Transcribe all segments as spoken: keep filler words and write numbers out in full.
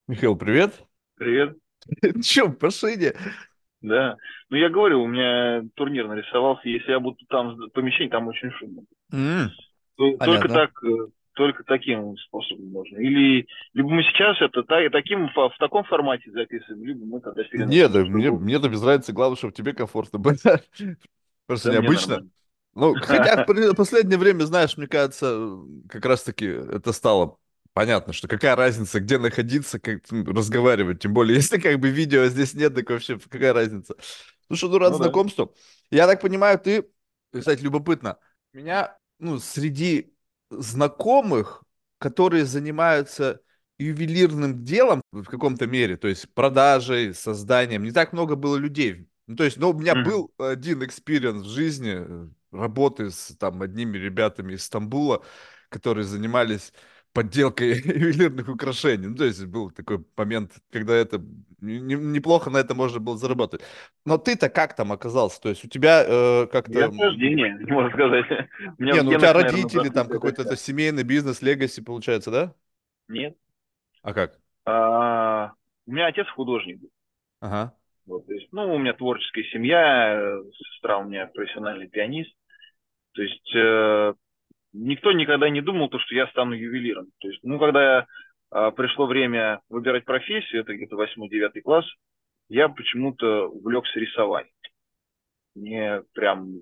Михаил, привет. Привет. Че, в машине? Да. Ну, я говорю, у меня турнир нарисовался. Если я буду там в помещении, там очень шумно. М, То- Только понятно. так, э, только таким способом можно. Или либо мы сейчас это та- таким фа- в таком формате записываем, либо мы когда Нет, переносимся да, в мне, другой. мне-то без разницы, главное, чтобы тебе комфортно было. Просто Да, мне необычно. нормально. Ну, хотя в при- последнее время, знаешь, мне кажется, как раз-таки это стало понятно, что какая разница, где находиться, как м, разговаривать. Тем более, если как бы видео здесь нет, так вообще какая разница. Слушай, ну, рад Ну да. знакомству. Я так понимаю, ты, кстати, любопытно, меня, ну, среди знакомых, которые занимаются ювелирным делом в каком-то мере, то есть продажей, созданием, не так много было людей. Ну, то есть, ну, у меня Мгм. был один экспириенс в жизни э, работы с там одними ребятами из Стамбула, которые занимались подделкой ювелирных украшений. Ну, то есть был такой момент, когда это не- не- неплохо на это можно было заработать. Но ты-то как там оказался? То есть у тебя э, Я как-то... с м, рождения, можно сказать. У меня Не, в ну у тебя генах, наверное, родители там зашло это какой-то это все. семейный бизнес, легаси получается, да? Нет. А как? А, у меня отец художник. Ага. Вот, то есть, ну, у меня творческая семья, э, сестра у меня профессиональный пианист. То есть э, никто никогда не думал, то, что я стану ювелиром. То есть, ну, когда а, пришло время выбирать профессию, это где-то восьмой-девятый класс, я почему-то увлекся рисованием. Мне прям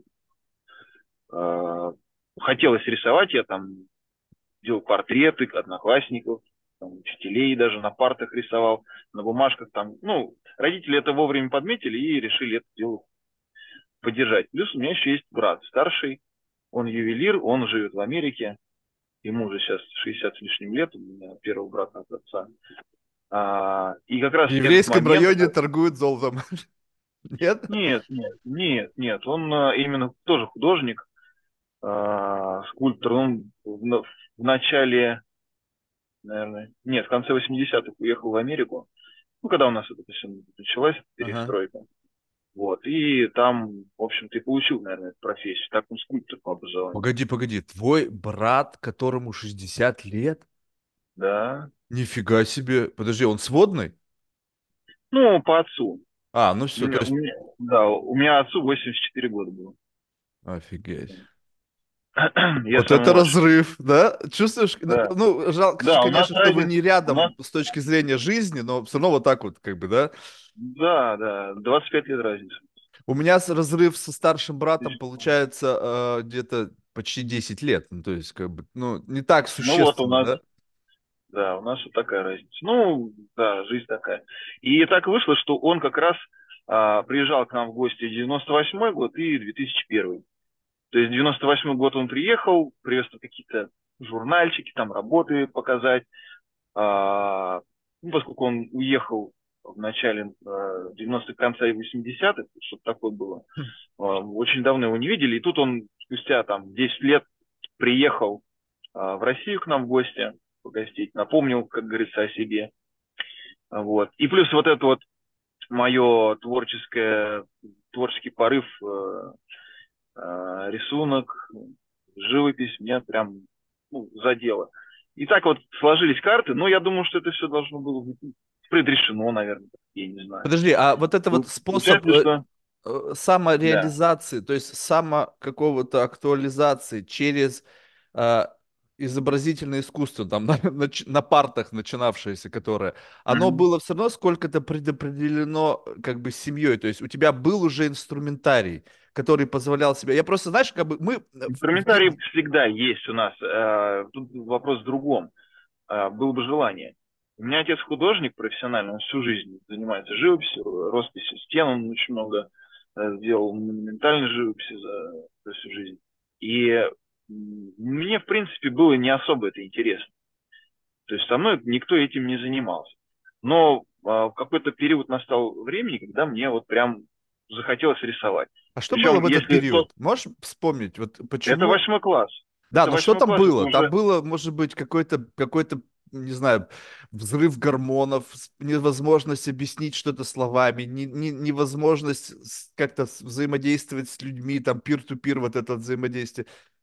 а, хотелось рисовать, я там делал портреты одноклассников, там, учителей даже на партах рисовал, на бумажках там. Ну, родители это вовремя подметили и решили это дело поддержать. Плюс у меня еще есть брат старший, он ювелир, он живет в Америке, ему уже сейчас шестьдесят с лишним лет, у меня первого брата от отца. А, и как В раз этот еврейском момент... районе торгуют золотом. Нет? Нет, нет, нет, нет, он а, именно тоже художник, а, скульптор. Он в, на- в начале, наверное, нет, в конце восьмидесятых уехал в Америку, ну, когда у нас это все началась Ага. перестройка. Вот, и там, в общем-то, и получил, наверное, эту профессию. Так он скульптор по образованию. Погоди, погоди. Твой брат, которому шестьдесят лет? Да. Нифига себе. Подожди, он сводный? Ну, по отцу. А, ну У все, то меня, у есть... меня- да, у меня отцу восемьдесят четыре года было. Офигеть. Я Вот самый это младший. разрыв, да? Чувствуешь? Ну, Да. ну, жалко, Да, у нас конечно, что вы разница, не у нас, рядом с точки зрения жизни, но все равно вот так вот, как бы, да? да, да, двадцать пять лет разницы. У меня с- разрыв со старшим братом получается э, где-то почти десять лет. Ну, то есть, как бы, ну, не так Ну вот у существенно, нас, да? да, у нас вот такая разница. Ну, да, жизнь такая. И так вышло, что он как раз а, приезжал к нам в гости девяносто восьмой год и две тысячи первый. То есть девяносто восьмой год он приехал, привез там какие-то журнальчики, там работы показать. А, ну, поскольку он уехал в начале э, девяностых, конца восьмидесятых, что-то такое было, а, очень давно его не видели, и тут он спустя там десять лет приехал а, в Россию к нам в гости погостить, напомнил, как говорится, о себе. А, Вот. И плюс вот это вот мое творческое, творческий порыв, э, э, рисунок, живопись меня прям ну, задело. И так вот сложились карты, но я думаю, что это все должно было быть ну, предрешено, наверное, я не знаю. Подожди, а вот это вот Ну, способ получается, э, что э, да. самореализации, то есть само какого-то актуализации через э, изобразительное искусство, там, на, на ч- на партах начинавшееся, которое, оно Мгм. было все равно сколько-то предопределено э, как бы семьей, то есть у тебя был уже инструментарий, который позволял себе, я просто, знаешь, как бы мы... э, в- в Инструментарий де- всегда есть у нас. Э, Тут вопрос в другом. Э, Было бы желание. У меня отец художник профессиональный, он всю жизнь занимается живописью, росписью стен, он очень много э, сделал монументальной живописи за, за всю жизнь. И м, мне, в принципе, было не особо это интересно. То есть со мной никто этим не занимался. Но а, в какой-то период настал времени, когда мне вот прям захотелось рисовать. А что было Причем, в этот если то, период? Можешь вспомнить, вот это почему? восьмой класс. Да, Это но что восьмой там класс, это было? Там уже было, может быть, какой-то, какой-то, не знаю, взрыв гормонов, с- невозможность объяснить что-то словами, не- не- невозможность с- как-то с- взаимодействовать с людьми, там, пир-ту-пир, вот это вот взаимодействие.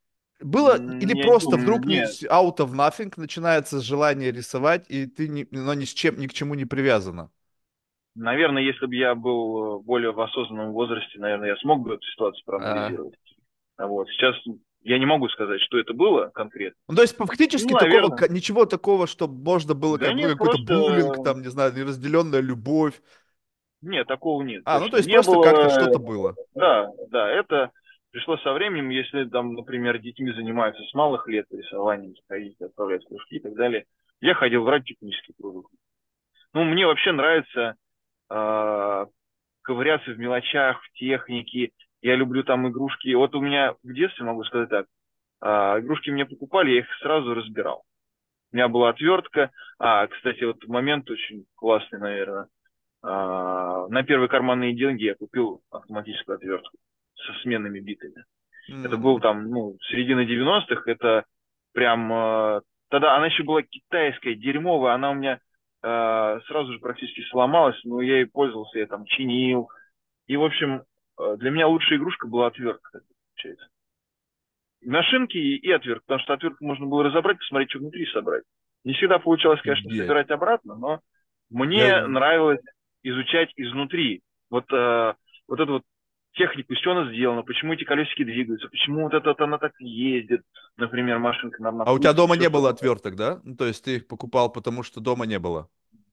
Было или Не просто думаю, вдруг ни, нет. с- out of nothing начинается желание рисовать, и ты ни, оно ни с чем, ни к чему не привязано? Наверное, если бы я был э, более в осознанном возрасте, наверное, я смог бы эту ситуацию А. проанализировать. А вот сейчас я не могу сказать, что это было конкретно. Ну, то есть Ну, фактически такого, наверное. ка- ничего такого, что можно было, Да как бы, ну, нет, какой-то просто буллинг, там, не знаю, неразделенная любовь. нет, такого нет, А, ну, то точно. есть Не просто как-то было. что-то было. Да, да, это пришло со временем, если там, например, детьми занимаются с малых лет рисованием, ходить, отправлять кружки и так далее. Я ходил в радиотехнический кружок. Ну, мне вообще нравится э, ковыряться в мелочах, в технике. Я люблю там игрушки. Вот у меня в детстве, могу сказать так, э, игрушки мне покупали, я их сразу разбирал. У меня была отвертка. А, кстати, вот момент очень классный, наверное. А, на первые карманные деньги я купил автоматическую отвертку со сменными битами. Это был М, там, ну, середина девяностых, это прям... э, Тогда она еще была китайская, дерьмовая, она у меня э, сразу же практически сломалась, но я ей пользовался, я там чинил. И, в общем, э, для меня лучшая игрушка была отвертка, получается. Машинки и, и отвертка, потому что отвертку можно было разобрать, посмотреть, что внутри собрать. Не всегда получалось, конечно, офигеть. собирать обратно, но Я, мне нравилось изучать изнутри. Вот, э, вот эту вот технику, из чего она сделана, почему эти колесики двигаются, почему вот это вот она так ездит, например, машинка на, на а у тебя вкус, дома еще не было что-то. отверток, да? Ну, то есть ты их покупал, потому что дома не было?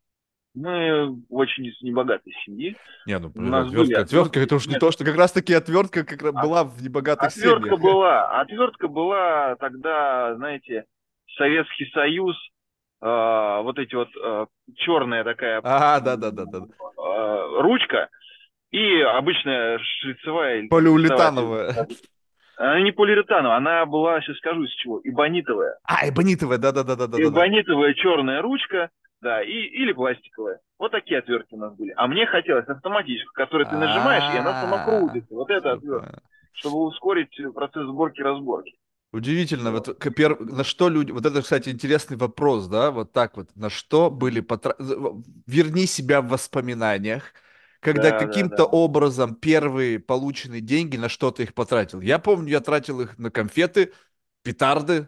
Мы очень из небогатой семьи, Не, ну, у нас были отвертка, отвертка, отвертки. это уж не Нет, то, что как раз-таки отвертка как раз от- была в небогатых отвертка семьях. была, отвертка была тогда, знаете, Советский Союз, э, вот эти вот э, черная такая А, да, да, да, да. э, ручка и обычная шлицевая или как листовая. Полиуретановая. Она не полиуретановая, она была, сейчас скажу из чего, эбонитовая. А, эбонитовая, да, да, да, да, да, да, да. Эбонитовая черная ручка, да, и, или пластиковая. Вот такие отвертки у нас были. А мне хотелось автоматическую, которую ты нажимаешь, и она сама А, крутится. Вот это все отвертка, понял. чтобы ускорить процесс сборки-разборки. Удивительно, Вот. вот к- пер- на что люди, вот это, кстати, интересный вопрос, да, вот так вот, на что были Мгм. потрачены, верни себя в воспоминаниях, когда Да, да, каким-то да. образом первые полученные деньги, на что ты их потратил. Я помню, я тратил их на конфеты, петарды,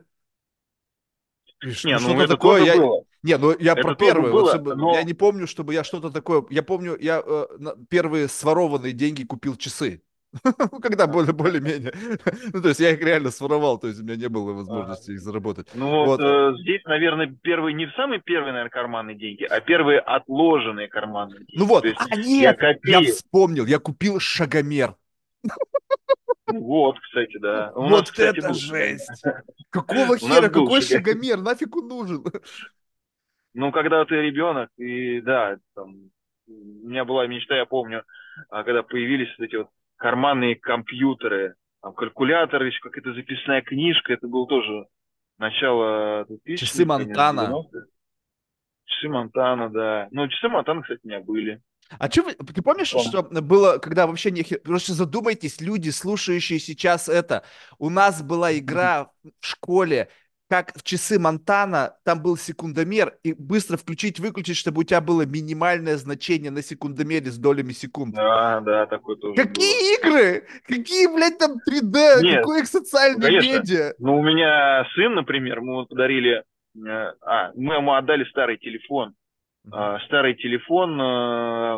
и ш- ну Не, ну что-то это такое, тоже я, было. не, ну я про Это тоже первые, вот было, чтобы, я но не помню, чтобы я что-то такое, я помню, я э, на- первые сворованные деньги купил часы. Ну, когда более, более-менее. Ну, то есть я их реально своровал, то есть у меня не было ага. возможности их заработать. Ну вот Вот. э, здесь, наверное, первые не самые первые, наверное, карманные деньги, а первые отложенные карманные Ну деньги. То вот. есть А, я нет! Я копеек. вспомнил, я купил шагомер. Ну вот, кстати, да. У нас, Вот кстати, это был шагомер. жесть! Какого У нас хера? был Какой шагомер. шагомер? Нафиг он нужен? Ну, когда ты ребенок, и да, там, у меня была мечта, я помню, а, когда появились вот эти вот карманные компьютеры, там, калькулятор, еще какая-то записная книжка, это был тоже начало Часы двухтысячных, конец Монтана. девяностых. Часы Монтана, да. Ну, часы Монтана, кстати, у меня были. А че вы, ты помнишь, Потом, что было, когда вообще не... Просто задумайтесь, люди, слушающие сейчас это. У нас была игра в школе, как в часы Монтана, там был секундомер, и быстро включить-выключить, чтобы у тебя было минимальное значение на секундомере с долями секунд. да, да, такое тоже было. Какие игры? Какие, блядь, там три дэ? Нет, Какой их ну, социальные конечно. медиа? Ну, у меня сын, например, мы вот подарили, э, а, мы ему отдали старый телефон. Мгм. А, старый телефон, э,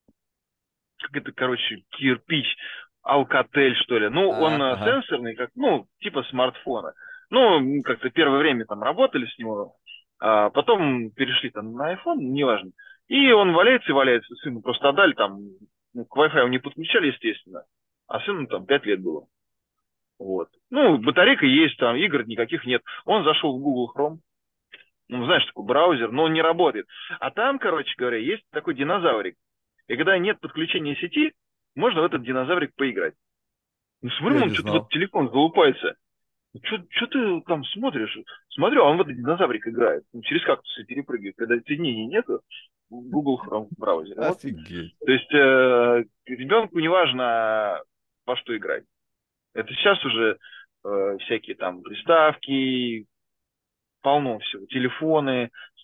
как это, короче, кирпич, Alcatel, что ли. Ну, он А, э, ага. сенсорный, как, ну, типа смартфона. Ну, м, как-то первое время там работали с него, а потом перешли там на iPhone, неважно. И он валяется и валяется, сыну просто отдали там, ну, к Wi-Fi не подключали, естественно, а сыну там пять лет было. Вот. Ну, батарейка есть, там игр никаких нет. Он зашел в Google Chrome, ну, знаешь, такой браузер, но он не работает. А там, короче говоря, есть такой динозаврик. И когда нет подключения сети, можно в этот динозаврик поиграть. Ну, смотрим, Я он не что-то в этот знал. телефон залупается. Что ты там смотришь? Смотрю, а он в этот динозаврик играет. Ну, через кактусы перепрыгивает. Когда соединений нету, в Google Chrome в браузере. Вот. Офигеть. То есть э, ребенку не важно, во что играть. Это сейчас уже э, всякие там приставки, полно всего. Телефоны,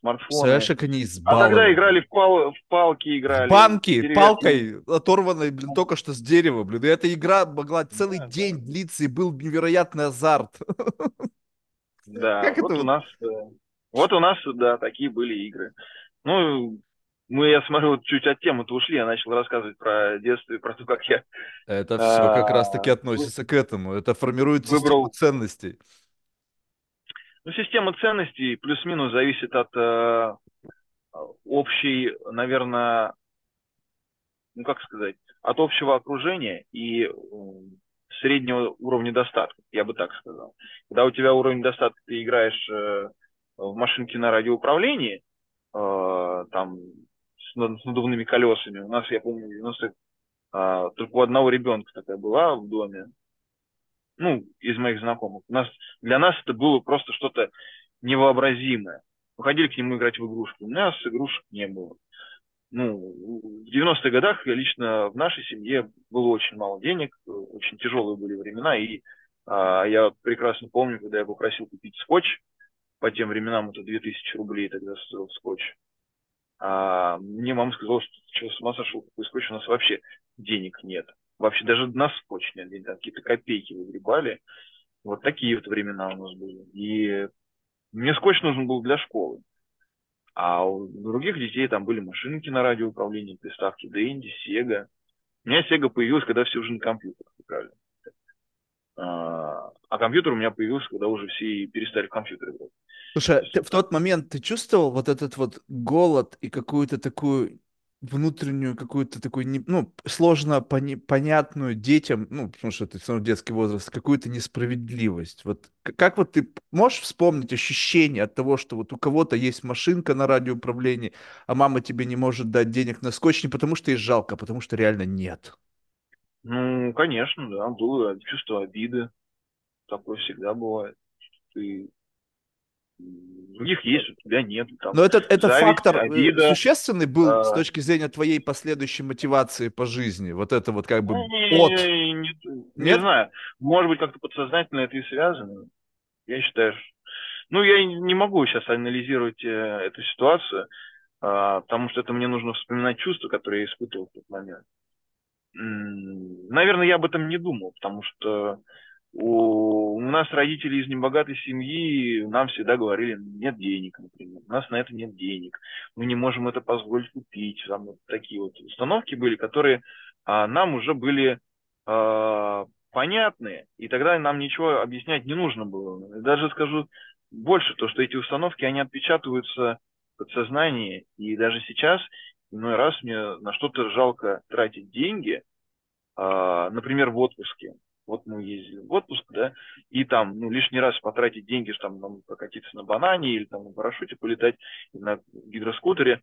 Представляешь, смартфоны. как они А тогда избалованы. играли в, пал, в палки, В играли, банке деревяшки. палкой, оторванной, блин, только что с дерева, блин. И эта игра могла целый Да, да. день длиться, и был невероятный азарт. Да, Как это вот у вот? нас, э, вот у нас, да, такие были игры. Ну, мы, я смотрю, вот чуть от темы-то ушли, я начал рассказывать про детство и про то, как я Это все как раз-таки а, вы- относится к этому. Это формирует систему выбрал. ценностей. Ну, система ценностей плюс-минус зависит от э, общей, наверное, ну как сказать, от общего окружения и э, среднего уровня достатка, я бы так сказал. Когда у тебя уровень достатка, ты играешь э, в машинки на радиоуправлении, э, там, с, над- с надувными колесами. У нас, я помню, в девяностых э, только у одного ребенка такая была в доме, ну, из моих знакомых. У нас, для нас это было просто что-то невообразимое. Мы ходили к нему играть в игрушки. У нас игрушек не было. Ну, в девяностых годах лично в нашей семье было очень мало денег, очень тяжелые были времена, и а, я прекрасно помню, когда я попросил купить скотч, по тем временам это две тысячи рублей тогда стоил скотч, а мне мама сказала, что ты что, с ума сошел, какой скотч, у нас вообще денег нет. Вообще даже на скотч нет, денег, какие-то копейки выгребали. Вот такие вот времена у нас были. И мне скотч нужен был для школы. А у других детей там были машинки на радиоуправлении, приставки Денди, Сега. У меня Сега появилась, когда все уже на компьютерах играли. А, а компьютер у меня появился, когда уже все перестали в компьютеры играть. То Слушай, а есть ты в это... тот момент ты чувствовал вот этот вот голод и какую-то такую внутреннюю, какую-то такую, не- ну, сложно пони- понятную детям, ну, потому что это все равно детский возраст, какую-то несправедливость. Вот к- как вот ты п- можешь вспомнить ощущение от того, что вот у кого-то есть машинка на радиоуправлении, а мама тебе не может дать денег на скотч не потому, что ей жалко, а потому что реально нет. Ну, конечно, да, было чувство обиды. Такое всегда бывает. Ты... У них есть, у тебя нет. Там Но этот, это зависть, фактор э, обида. существенный был с а, точки зрения твоей последующей мотивации по жизни. Вот это вот как бы ну, от. не, не, не Нет? знаю. Может быть, как-то подсознательно это и связано. Я считаю, что... Ну, я не могу сейчас анализировать э, эту ситуацию, а, потому что это мне нужно вспоминать чувства, которые я испытывал в тот момент. М, Наверное, я об этом не думал, потому что у, у нас родители из небогатой семьи нам всегда говорили, нет денег, например, у нас на это нет денег, мы не можем это позволить купить. Там вот такие вот установки были, которые а, нам уже были а, понятны, и тогда нам ничего объяснять не нужно было. Даже скажу больше, то, что эти установки, они отпечатываются в подсознании, и даже сейчас иной раз мне на что-то жалко тратить деньги, а, например, в отпуске. Вот мы ездили в отпуск, да, и там, ну, лишний раз потратить деньги, что там, там прокатиться на банане или там на парашюте полетать, или на гидроскутере,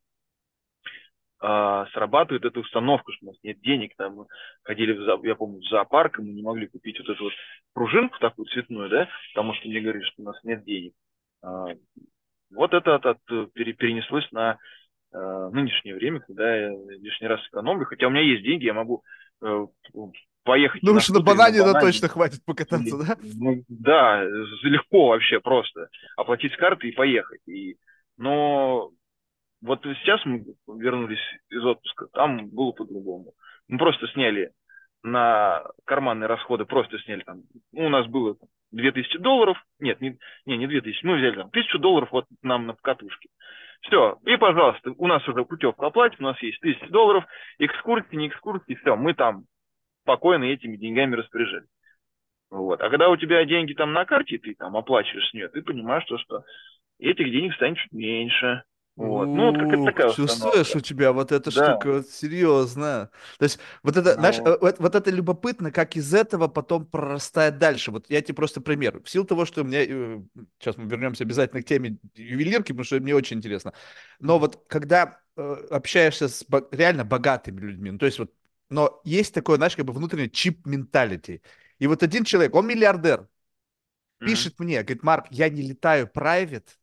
а, срабатывает эта установка, что у нас нет денег, там мы ходили, в зо... я помню, в зоопарк, и мы не могли купить вот эту вот пружинку такую цветную, да, потому что мне говорили, что у нас нет денег. А, вот это от, от, пере- перенеслось на э, нынешнее время, когда я лишний раз экономлю, хотя у меня есть деньги, я могу э, поехать и Ну на уж на скутере, на банане на банане, точно хватит покататься, или, да? ну, да, легко вообще просто оплатить с карты и поехать. И, но вот сейчас мы вернулись из отпуска, там было по-другому. Мы просто сняли на карманные расходы, просто сняли там, ну, у нас было там, две тысячи долларов, нет, не, не, не две тысячи, мы взяли там тысячу долларов вот нам на покатушке. Все, и, пожалуйста, у нас уже путевка оплатит, у нас есть тысяча долларов, экскурсии, не экскурсии, все, мы там спокойно этими деньгами распоряжались. Вот. А когда у тебя деньги там на карте, ты там оплачиваешь с нее, ты понимаешь, то, что этих денег станет чуть меньше. Вот. Ну, вот какая-то Ух, такая чувствуешь, установка. у тебя вот эта Да. штука вот серьезная. То есть вот это, знаешь, Ну, э, вот, вот это любопытно, как из этого потом прорастает дальше. Вот я тебе просто пример. В силу того, что у меня, э, сейчас мы вернемся обязательно к теме ювелирки, потому что мне очень интересно. Но вот когда э, общаешься с бо- реально богатыми людьми, ну, то есть вот, но есть такое, знаешь, как бы внутренний чип менталити. И вот один человек, он миллиардер, мгм. пишет мне, говорит, Марк, я не летаю private,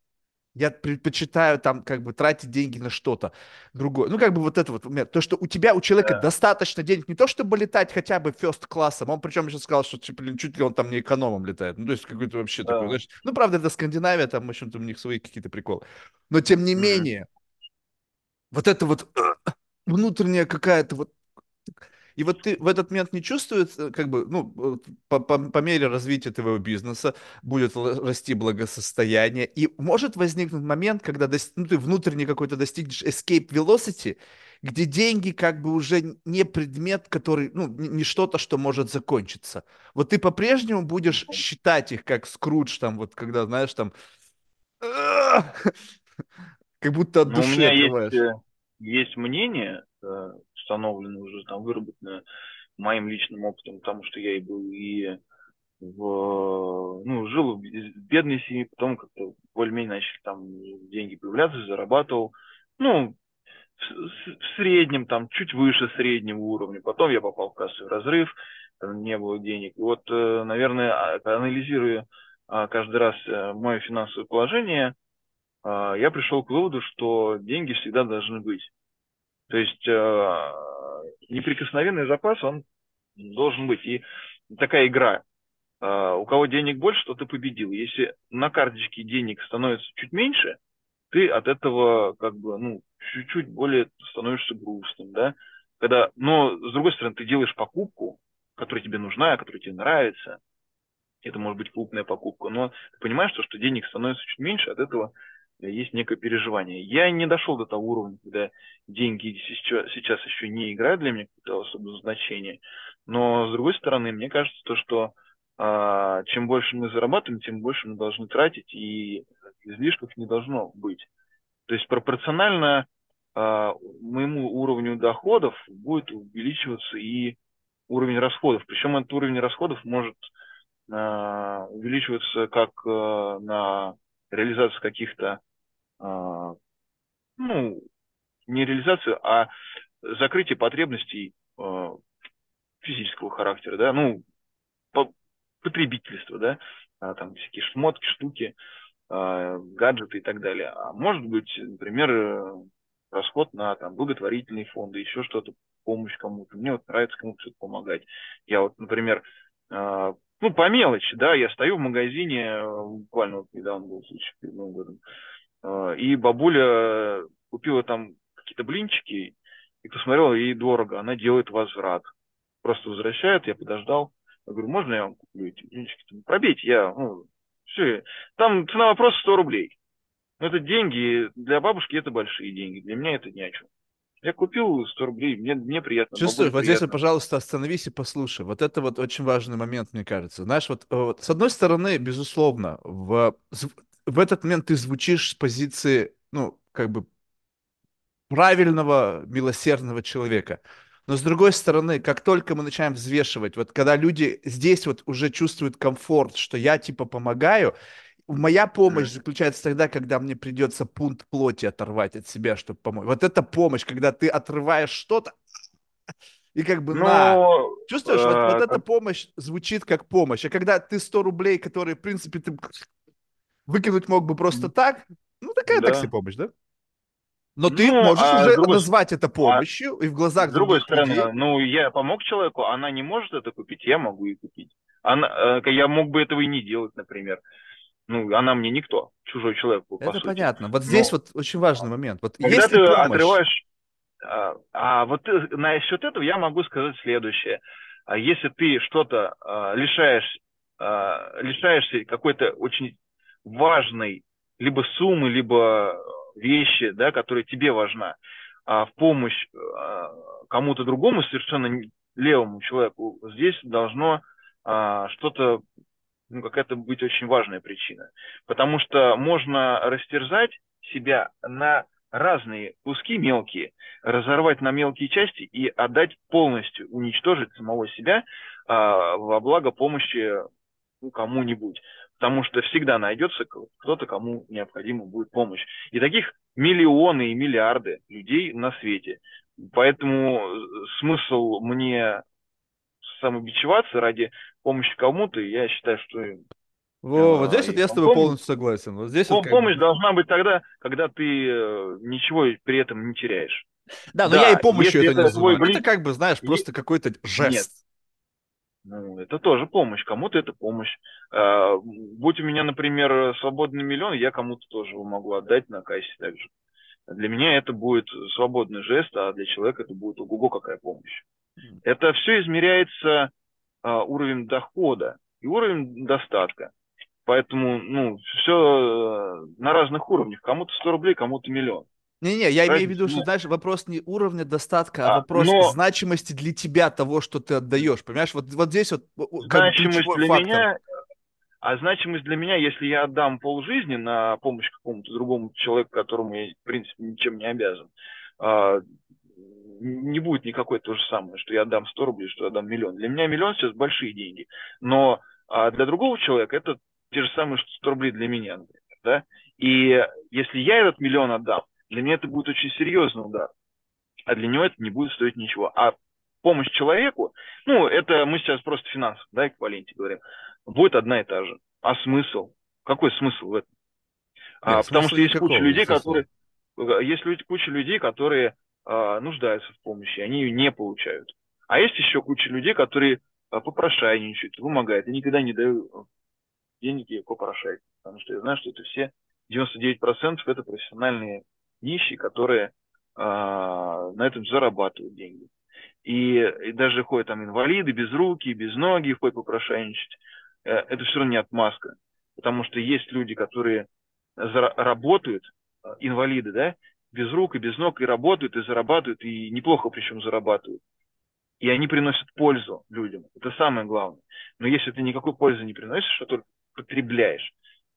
Я предпочитаю там как бы тратить деньги на что-то другое. Ну, как бы вот это вот, например, то, что у тебя, у человека Да, достаточно денег не то, чтобы летать хотя бы first классом, он причем еще сказал, что чуть ли, чуть ли он там не экономом летает. Ну, то есть какой-то вообще такой, да. знаешь, ну, правда, это Скандинавия, там, в общем-то, у них свои какие-то приколы. Но, тем не Мгм. менее, вот это вот внутренняя какая-то вот и вот ты в этот момент не чувствуешь, э, как бы, ну, вот по, по, по мере развития твоего бизнеса будет л- расти благосостояние, и может возникнуть момент, когда дос- ну, ты внутренне какой-то достигнешь escape velocity, где деньги как бы уже не предмет, который, ну, не, не что-то, что может закончиться. Вот ты по-прежнему будешь считать их как Скрудж, там, вот когда, знаешь, там, как будто от Но у души меня есть, отрываешь. э, есть мнение, э, установленное уже, там, выработанное моим личным опытом, потому что я и был и в, ну, жил в бе- бедной семье, потом как-то более-менее начали там деньги появляться, зарабатывал. Ну, в, с- в среднем, там, чуть выше среднего уровня. Потом я попал в кассовый разрыв, там не было денег. И вот, э, наверное, а- анализируя а, каждый раз э, мое финансовое положение, а, я пришел к выводу, что деньги всегда должны быть. То есть э, неприкосновенный запас, он должен быть. И такая игра. Э, у кого денег больше, тот и победил. Если на карточке денег становится чуть меньше, ты от этого как бы, ну, чуть-чуть более становишься грустным, да. Когда, но, с другой стороны, ты делаешь покупку, которая тебе нужна, которая тебе нравится, это может быть крупная покупка, но ты понимаешь, что, что денег становится чуть меньше, от этого есть некое переживание. Я не дошел до того уровня, когда деньги сейчас, сейчас еще не играют для меня какого-то особого значения. Но, с другой стороны, мне кажется, то, что а, чем больше мы зарабатываем, тем больше мы должны тратить, и излишков не должно быть. То есть пропорционально а, моему уровню доходов будет увеличиваться и уровень расходов. Причем этот уровень расходов может а, увеличиваться как а, на реализацию каких-то, а, ну, не реализацию, а закрытие потребностей а, физического характера, да, ну, по- потребительства, да, а, там всякие шмотки, штуки, а, гаджеты и так далее. А может быть, например, э, расход на там, благотворительные фонды, еще что-то, помощь кому-то. Мне вот нравится кому-то что-то помогать. Я вот, например, а, ну, по мелочи, да, я стою в магазине, э, буквально вот недавно был случай перед Новым годом, а, и бабуля купила там какие-то блинчики, и посмотрела, ей дорого, она делает возврат. Просто возвращает, я подождал. Я говорю, можно я вам куплю эти блинчики? Там, пробейте, я, ну, все. Там цена вопроса сто рублей. Но это деньги, для бабушки это большие деньги, для меня это ни о чем. Я купил сто рублей, мне, мне приятно, Чувствуешь, бабуле вот здесь вот, приятно. пожалуйста, остановись и послушай. Вот это вот очень важный момент, мне кажется. Знаешь, вот, э, вот с одной стороны, безусловно, в, зв- в этот момент ты звучишь с позиции, ну, как бы правильного, милосердного человека. Но с другой стороны, как только мы начинаем взвешивать, вот когда люди здесь вот уже чувствуют комфорт, что я типа помогаю, моя помощь М. заключается тогда, когда мне придется пункт плоти оторвать от себя, чтобы помочь. Вот это помощь, когда ты отрываешь что-то, и как бы на. Ну, Чувствуешь, вот, вот э, эта как- помощь звучит как помощь. А когда ты сто рублей, которые, в принципе, ты выкинуть мог бы просто так, ну, такая так себе да. помощь, да? Но ты Ну, можешь а с уже другой, с- назвать это а помощью, и в с глазах другой других стороны, людей ну, я помог человеку, она не может это купить, я могу и купить. Она, э, я мог бы этого и не делать, например. Ну, она мне никто, чужой человек, по по это сути. понятно. Вот здесь Но вот очень важный момент. Вот когда если ты помощь, отрываешь. А, а вот э, насчет этого я могу сказать следующее. А если ты что-то а, лишаешь, а, лишаешься какой-то очень важной либо суммы, либо вещи, да, которая тебе важна, а в помощь а, кому-то другому, совершенно не- левому человеку, здесь должно а, что-то, ну, какая-то быть очень важная причина. Потому что можно растерзать себя на разные куски мелкие, разорвать на мелкие части и отдать полностью, уничтожить самого себя а, во благо помощи, ну, кому-нибудь. Потому что всегда найдется кто-то, кому необходима будет помощь. И таких миллионы и миллиарды людей на свете. Поэтому э, смысл мне самобичеваться ради помощи кому-то, я считаю, что Во, вот А, здесь вот и я с тобой пом- полностью согласен. Вот здесь вот пом- как бы... помощь должна быть тогда, когда ты э, ничего при этом не теряешь. Да, но я и Да, помощью если это не это твой называю. Это близкий... как бы, знаешь, просто какой-то Нет, жест. ну, это тоже помощь, кому-то это помощь. А, будь у меня, например, свободный миллион, я кому-то тоже его могу отдать на кассе также. Для меня это будет свободный жест, а для человека это будет ого-го какая помощь. Это все измеряется а, уровнем дохода и уровень достатка. Поэтому, ну, все на разных уровнях. Кому-то сто рублей, кому-то миллион. Не-не, я имею в Разницы виду, что, нет. знаешь, вопрос не уровня достатка, а А, вопрос но значимости для тебя того, что ты отдаешь. Понимаешь, вот, вот здесь вот о, о, как бы значимость ключевой для фактор. меня, а значимость для меня, если я отдам полжизни на помощь какому-то другому человеку, которому я, в принципе, ничем не обязан, а, не будет никакой то же самое, что я отдам сто рублей, что я отдам миллион. Для меня миллион сейчас большие деньги, но а для другого человека это те же самые, что сто рублей для меня, например, да? И если я этот миллион отдам, для меня это будет очень серьезный удар, а для него это не будет стоить ничего. А помощь человеку, ну, это мы сейчас просто финансово, да, эквиваленте говорим, будет одна и та же. А смысл? Какой смысл в этом? А, Нет, потому смысла что есть куча никакого, людей, естественно. которые, э, есть люди, куча людей, которые а, нуждаются в помощи, они ее не получают. А есть еще куча людей, которые а, попрошайничают, вымогают. Я никогда не даю э, деньги попрошайке, потому что я знаю, что это все, девяносто девять процентов это профессиональные нищие, которые а, на этом зарабатывают деньги. И, и даже ходят там инвалиды, без руки, без ноги, ходят попрошайничать. Э, Это все равно не отмазка. Потому что есть люди, которые зара- работают, э, инвалиды, да, без рук и без ног, и работают, и зарабатывают, и неплохо причем зарабатывают. И они приносят пользу людям. Это самое главное. Но если ты никакой пользы не приносишь, а только потребляешь,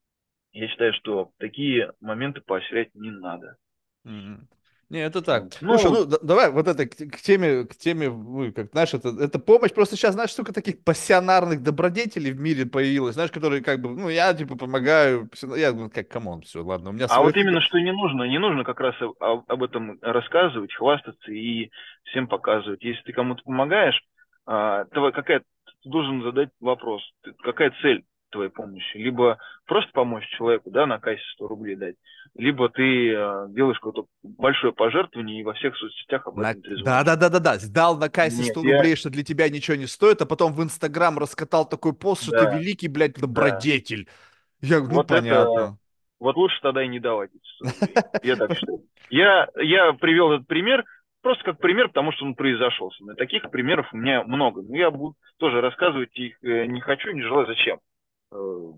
я считаю, что такие моменты поощрять не надо. Мгм. Не, это так. Вот. Слушай, Ну, ну да- давай вот это к, к теме, к теме, ну, как, знаешь, это, это помощь. Просто сейчас, знаешь, столько таких пассионарных добродетелей в мире появилось, знаешь, которые как бы, ну, я типа помогаю, всё- я, ну, как, камон, все, ладно, у меня а свой вот какой-то... именно что не нужно, не нужно как раз о- о- об этом рассказывать, хвастаться и всем показывать. Если ты кому-то помогаешь, а, твоя какая ты должен задать вопрос, ты- какая цель твоей помощи? Либо просто помочь человеку, да, на кассе сто рублей дать, либо ты а, делаешь какое-то большое пожертвование и во всех соцсетях об На... этом Да, трезвонишь. да, да, да, да. Сдал на кассе Нет, сто я, рублей, что для тебя ничего не стоит, а потом в Инстаграм раскатал такой пост, что ты да, великий, блядь, да. добродетель. Я, говорю, ну, Вот это, понятно. вот лучше тогда и не давать эти сто рублей. Я так считаю. Я, я привел этот пример просто как пример, потому что он произошел со мной. Таких примеров у меня много. Но я буду тоже рассказывать их э, не хочу, не желаю. Зачем? Э,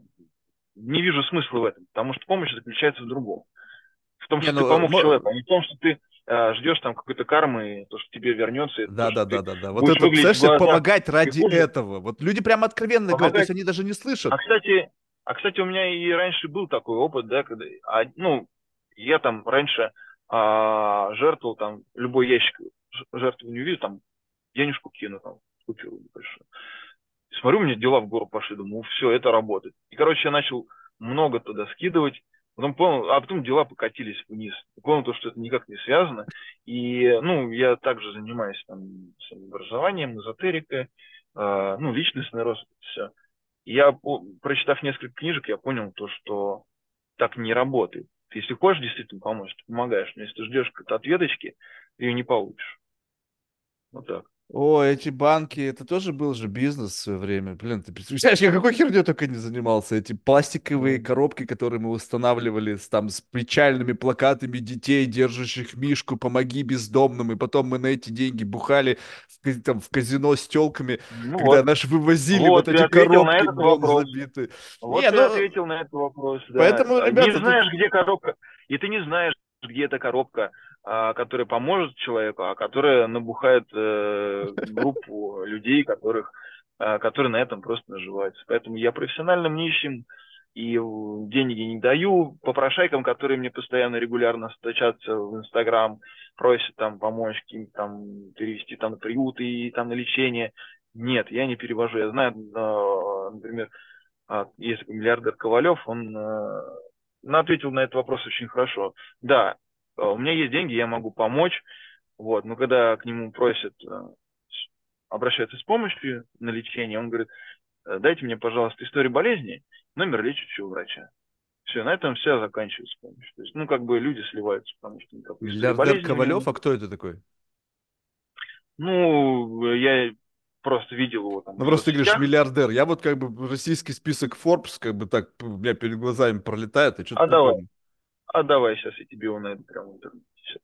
Не вижу смысла в этом, потому что помощь заключается в другом. В том, Не, что ты ну, э, помог мо- человеку, а не в том, что ты э, ждешь там какой-то кармы, то, что тебе вернется, это то, да, что да, ты да, да, да. Вот будешь это, выглядеть в представляешь, себе глазах помогать и ради хуже. этого. Вот люди прям откровенно говорят, то есть Помогать. они даже не слышат. А кстати, а кстати, у меня и раньше был такой опыт, да, когда, а, ну, я там раньше а, жертвовал там любой ящик ж- жертвования виду, там денежку кину, там, купюру небольшую. И смотрю, у меня дела в гору пошли, думаю, все, это работает. И, короче, я начал много туда скидывать, потом понял, а потом дела покатились вниз. И понял то, что это никак не связано. И, ну, я также занимаюсь там самообразованием, эзотерикой, а, ну, личностный рост, все. Я, прочитав несколько книжек, я понял то, что так не работает. Если хочешь действительно помочь, ты помогаешь. Но если ты ждешь какой-то ответочки, ты ее не получишь. Вот так. О, эти банки, это тоже был же бизнес в свое время. Блин, ты представляешь, я какой херней только не занимался. Эти пластиковые Ну, коробки, которые мы устанавливали с, там, с печальными плакатами детей, держащих мишку «Помоги бездомным». И потом мы на эти деньги бухали в, ка- там, в казино с телками, ну когда вот. наши вывозили вот Вот ты эти ответил на коробки этот дом вопрос. забитые. Вот Не, ты ну, ответил на этот вопрос, да. поэтому, Не ребята, тут... знаешь, где коробка, и ты не знаешь, где эта коробка, а, которая поможет человеку, а которая набухает э, группу людей, которых, а, которые на этом просто наживаются. Поэтому я профессиональным нищим и э, деньги не даю попрошайкам, которые мне постоянно регулярно стучатся в Инстаграм, просят там помочь, каким-то там перевести там на приют и там на лечение. Нет, я не перевожу. Я знаю, э, например, а, есть такой миллиардер Ковалев, он э, ну, ответил на этот вопрос очень хорошо. Да, э, у меня есть деньги, я могу помочь, вот, но когда к нему просят, э, с- обращаются с помощью на лечение, он говорит, «Э, дайте мне, пожалуйста, историю болезни, номер лечащего врача. Все, на этом вся заканчивается помощь. То есть, ну, как бы люди сливаются, потому что никакой истории Миллиардер болезни у него Ковалев, нет. а кто это такой? Ну, я просто видел его там Ну, в просто ты говоришь соцсетях. миллиардер. Я вот как бы российский список Forbes, как бы так у меня перед глазами пролетает, и что-то А не давай, помню. а давай сейчас я тебе его найду прямо в интернете. Сейчас.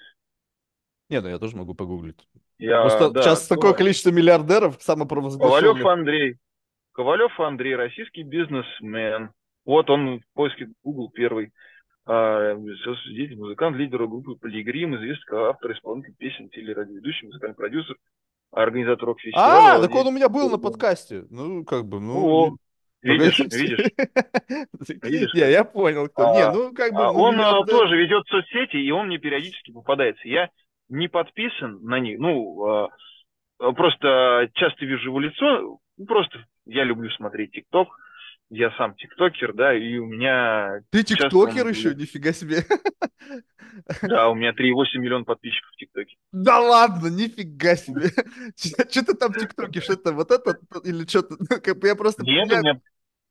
Не, ну я тоже могу погуглить. Я, Просто да, сейчас такое открываю. количество миллиардеров Ковалев самопровозглашенных. Андрей. Ковалев Андрей, российский бизнесмен. Вот он в поиске Google первый. А, деятель, музыкант, лидер группы Полигрим, известный как автор, исполнитель песен, телерадиоведущий, музыкальный продюсер, организатор рок-фестиваля, А, так он владелец. у меня был на подкасте. Ну, как бы, ну, О, и- видишь, погодите. видишь, видишь Не, как. я понял, кто. Не, А, ну, как бы, а ну, он а, миллиардер. тоже ведет соцсети, и он мне периодически попадается. Я не подписан на них. Ну, а, а, просто часто вижу его лицо. Ну, просто я люблю смотреть ТикТок. Я сам тиктокер, да, и у меня Ты часто он тиктокер еще? появляется. Нифига себе. Да, у меня три и восемь миллиона подписчиков в ТикТоке. Да ладно, нифига себе. Что ты там в ТикТоке? Что это вот это или что-то? Ну, как бы я просто... У Нет, у меня меня,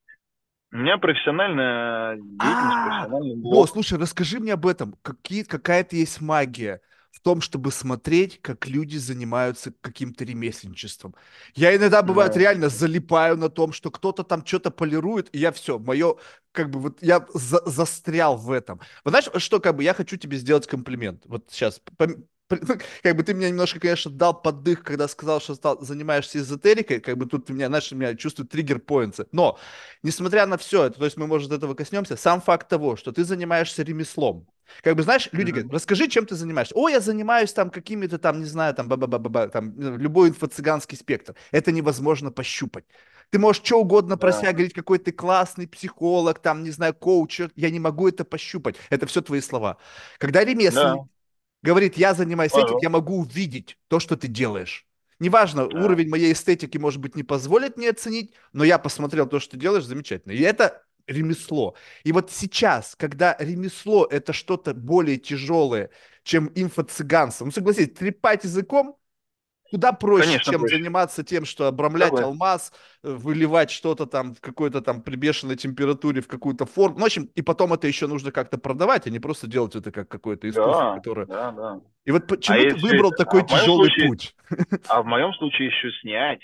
у меня профессиональная деятельность, А, профессиональный во, блог. слушай, расскажи мне об этом. Какие, какая-то есть магия в том, чтобы смотреть, как люди занимаются каким-то ремесленничеством. Я иногда, бывает, Ну, реально залипаю на том, что кто-то там что-то полирует, и я все, мое, как бы, вот я за- застрял в этом. Вот знаешь, что, как бы, я хочу тебе сделать комплимент. Вот сейчас, пом- при- как бы ты меня немножко, конечно, дал поддых, когда сказал, что стал, занимаешься эзотерикой, как бы тут ты меня, знаешь, у меня чувствую триггер-поинты. Но несмотря на все это, то есть мы, может, этого коснемся, сам факт того, что ты занимаешься ремеслом. Как бы, знаешь, люди говорят, мгм. расскажи, чем ты занимаешься. О, я занимаюсь там какими-то там, не знаю, там, ба-ба-ба-ба, там, э, любой инфо-цыганский спектр. Это невозможно пощупать. Ты можешь что угодно про Да, себя говорить, какой ты классный психолог, там, не знаю, коуч, я не могу это пощупать. Это все твои слова. Когда ремесленник да, говорит, я занимаюсь этим, я пожалуйста. могу увидеть то, что ты делаешь. Неважно, Да. уровень моей эстетики, может быть, не позволит мне оценить, но я посмотрел то, что ты делаешь, замечательно. И это ремесло. И вот сейчас, когда ремесло — это что-то более тяжелое, чем инфо-цыганство, ну, согласитесь, трепать языком куда проще, Конечно, чем проще. заниматься тем, что обрамлять Согласен. алмаз, э, выливать что-то там в какой-то там при бешеной температуре в какую-то форму. Ну, в общем, и потом это еще нужно как-то продавать, а не просто делать это как какое-то искусство, Да, которое... да, да. И вот А почему ты если, выбрал а такой в моем тяжелый случае, путь? а в моем случае еще снять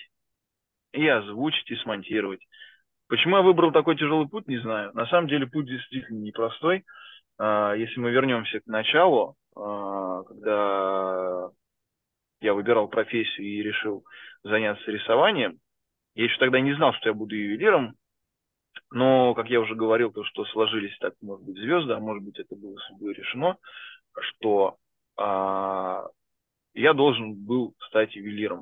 и озвучить и смонтировать. Почему я выбрал такой тяжелый путь, не знаю. На самом деле путь действительно непростой. А, Если мы вернемся к началу, а, когда я выбирал профессию и решил заняться рисованием, я еще тогда не знал, что я буду ювелиром, но, как я уже говорил, то, что сложились так, может быть, звезды, а может быть, это было судьбой решено, что а, я должен был стать ювелиром.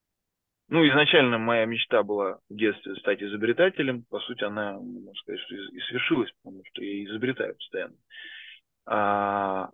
Ну, изначально моя мечта была в детстве стать изобретателем. По сути, она, можно сказать, что и свершилась, потому что я изобретаю постоянно. А,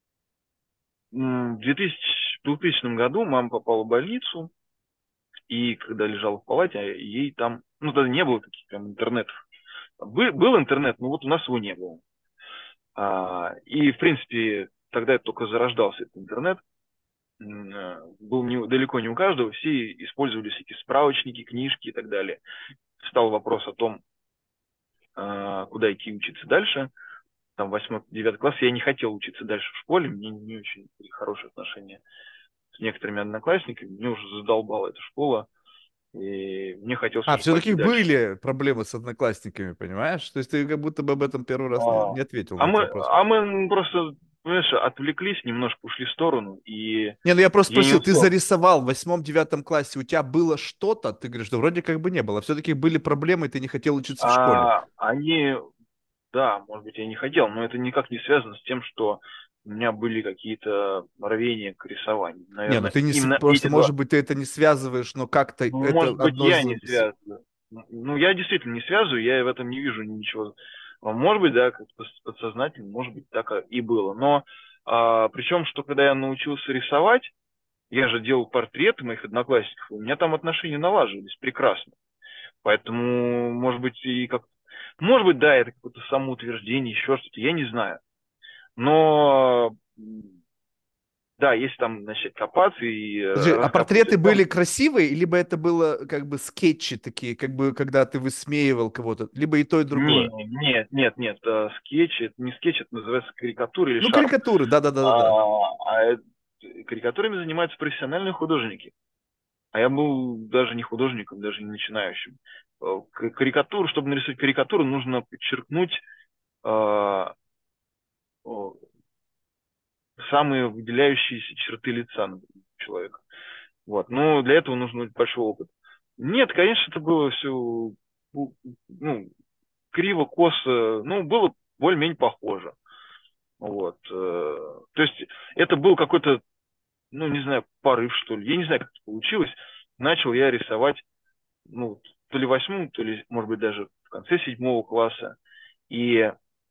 в двухтысячном году мама попала в больницу, и когда лежала в палате, ей там, ну, тогда не было таких прям интернетов. Был, был интернет, но вот у нас его не было. А, и, в принципе, тогда только зарождался этот интернет. Был не, далеко не у каждого, все использовали всякие справочники, книжки и так далее. Встал вопрос о том, а, куда идти учиться дальше. Там восьмой девятый класс, я не хотел учиться дальше в школе, мне не очень были хорошие отношения с некоторыми одноклассниками, мне уже задолбала эта школа, и мне хотелось А, уже все-таки пойти дальше. были проблемы с одноклассниками, понимаешь? То есть ты как будто бы об этом первый раз не, А, не ответил на а этот мы, вопрос. а мы просто, понимаешь, отвлеклись, немножко ушли в сторону, и Не, ну я просто я не спросил, ты успел. зарисовал в восьмом-девятом классе, у тебя было что-то? Ты говоришь, да вроде как бы не было. Все-таки были проблемы, и ты не хотел учиться в школе. А они, да, может быть, я не хотел, но это никак не связано с тем, что у меня были какие-то рвения к рисованию. Не, ну Наверное, ты не... с- именно Просто, эти два. может быть, ты это не связываешь, но как-то Ну, это может быть, одно я из... не с- связываю. Ну, я действительно не связываю, я в этом не вижу ничего. А может быть, да, как подсознательно, может быть, так и было. Но а, причем, что когда я научился рисовать, я же делал портреты моих одноклассников, у меня там отношения налаживались прекрасно. Поэтому, может быть, и как... Может быть, да, это какое-то самоутверждение, еще что-то, я не знаю. Но Да, если там начать копаться и э, Подожди, а раскапывать портреты были альбом. красивые, либо это было как бы скетчи такие, как бы когда ты высмеивал кого-то, либо и то, и Не, другое? нет, нет, нет, э, скетч, это не скетч, это называется карикатура или Ну, шарм. карикатуры, да-да-да-да-да. А, а э, карикатурами занимаются профессиональные художники. А я был даже не художником, даже не начинающим. Э, к- Карикатуру, чтобы нарисовать карикатуру, нужно подчеркнуть э, о, самые выделяющиеся черты лица человека. Вот. Но для этого нужен большой опыт. Нет, конечно, это было все ну, криво, косо, ну, было более-менее похоже. Вот. э, То есть это был какой-то, ну, не знаю, порыв, что ли. Я не знаю, как это получилось. Начал я рисовать, ну, то ли в восьмом, то ли, может быть, даже в конце седьмого класса. И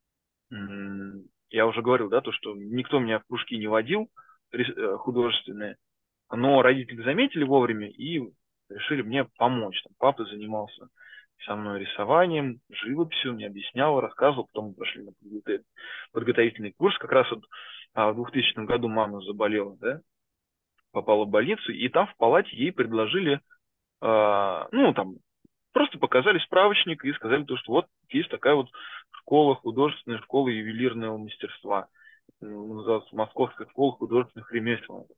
м, я уже говорил, да, то, что никто меня в кружки не водил рис- э, художественные, но родители заметили вовремя и решили мне помочь. Там папа занимался со мной рисованием, живописью, мне объяснял, рассказывал. Потом мы пошли на подготовительный подготовительный курс. Как раз вот а, в двухтысячном году мама заболела, да, попала в больницу, и там в палате ей предложили, а, ну, там, просто показали справочник и сказали то, что вот есть такая вот школа, художественная школа ювелирного мастерства. М, Называется Московская школа художественных ремесел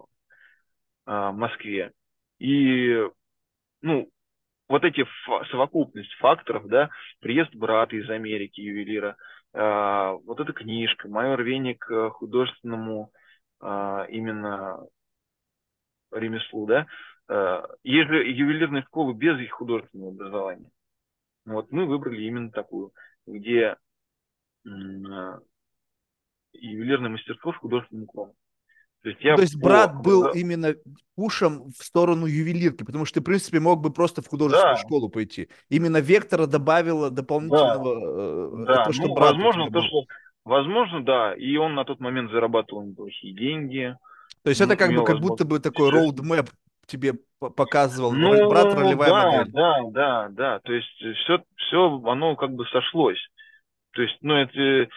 а, в Москве. И, ну, вот эти фа- совокупность факторов, да, приезд брата из Америки, ювелира, а, вот эта книжка, мое рвение к художественному а, именно ремеслу, да, а, есть же ювелирные школы без их художественного образования. Вот мы выбрали именно такую, где м, а, ювелирное мастерство с художественным уклоном. То есть Ну, я то есть по брат был образа- именно пушем в сторону ювелирки, потому что ты, в принципе, мог бы просто в художественную Да, школу пойти. Именно Вектора добавила да, дополнительного, э, да, то, что ну, брат у тебя возможно, то, был. что, возможно, да, и он на тот момент зарабатывал неплохие деньги, То есть это м, как бы имел как будто возможность бы такой путешествовать. роудмэп тебе п- показывал. Роль- брат Ну, ролевая да, модель. да, да, да, то есть все, все, оно как бы сошлось. То есть, ну, это э,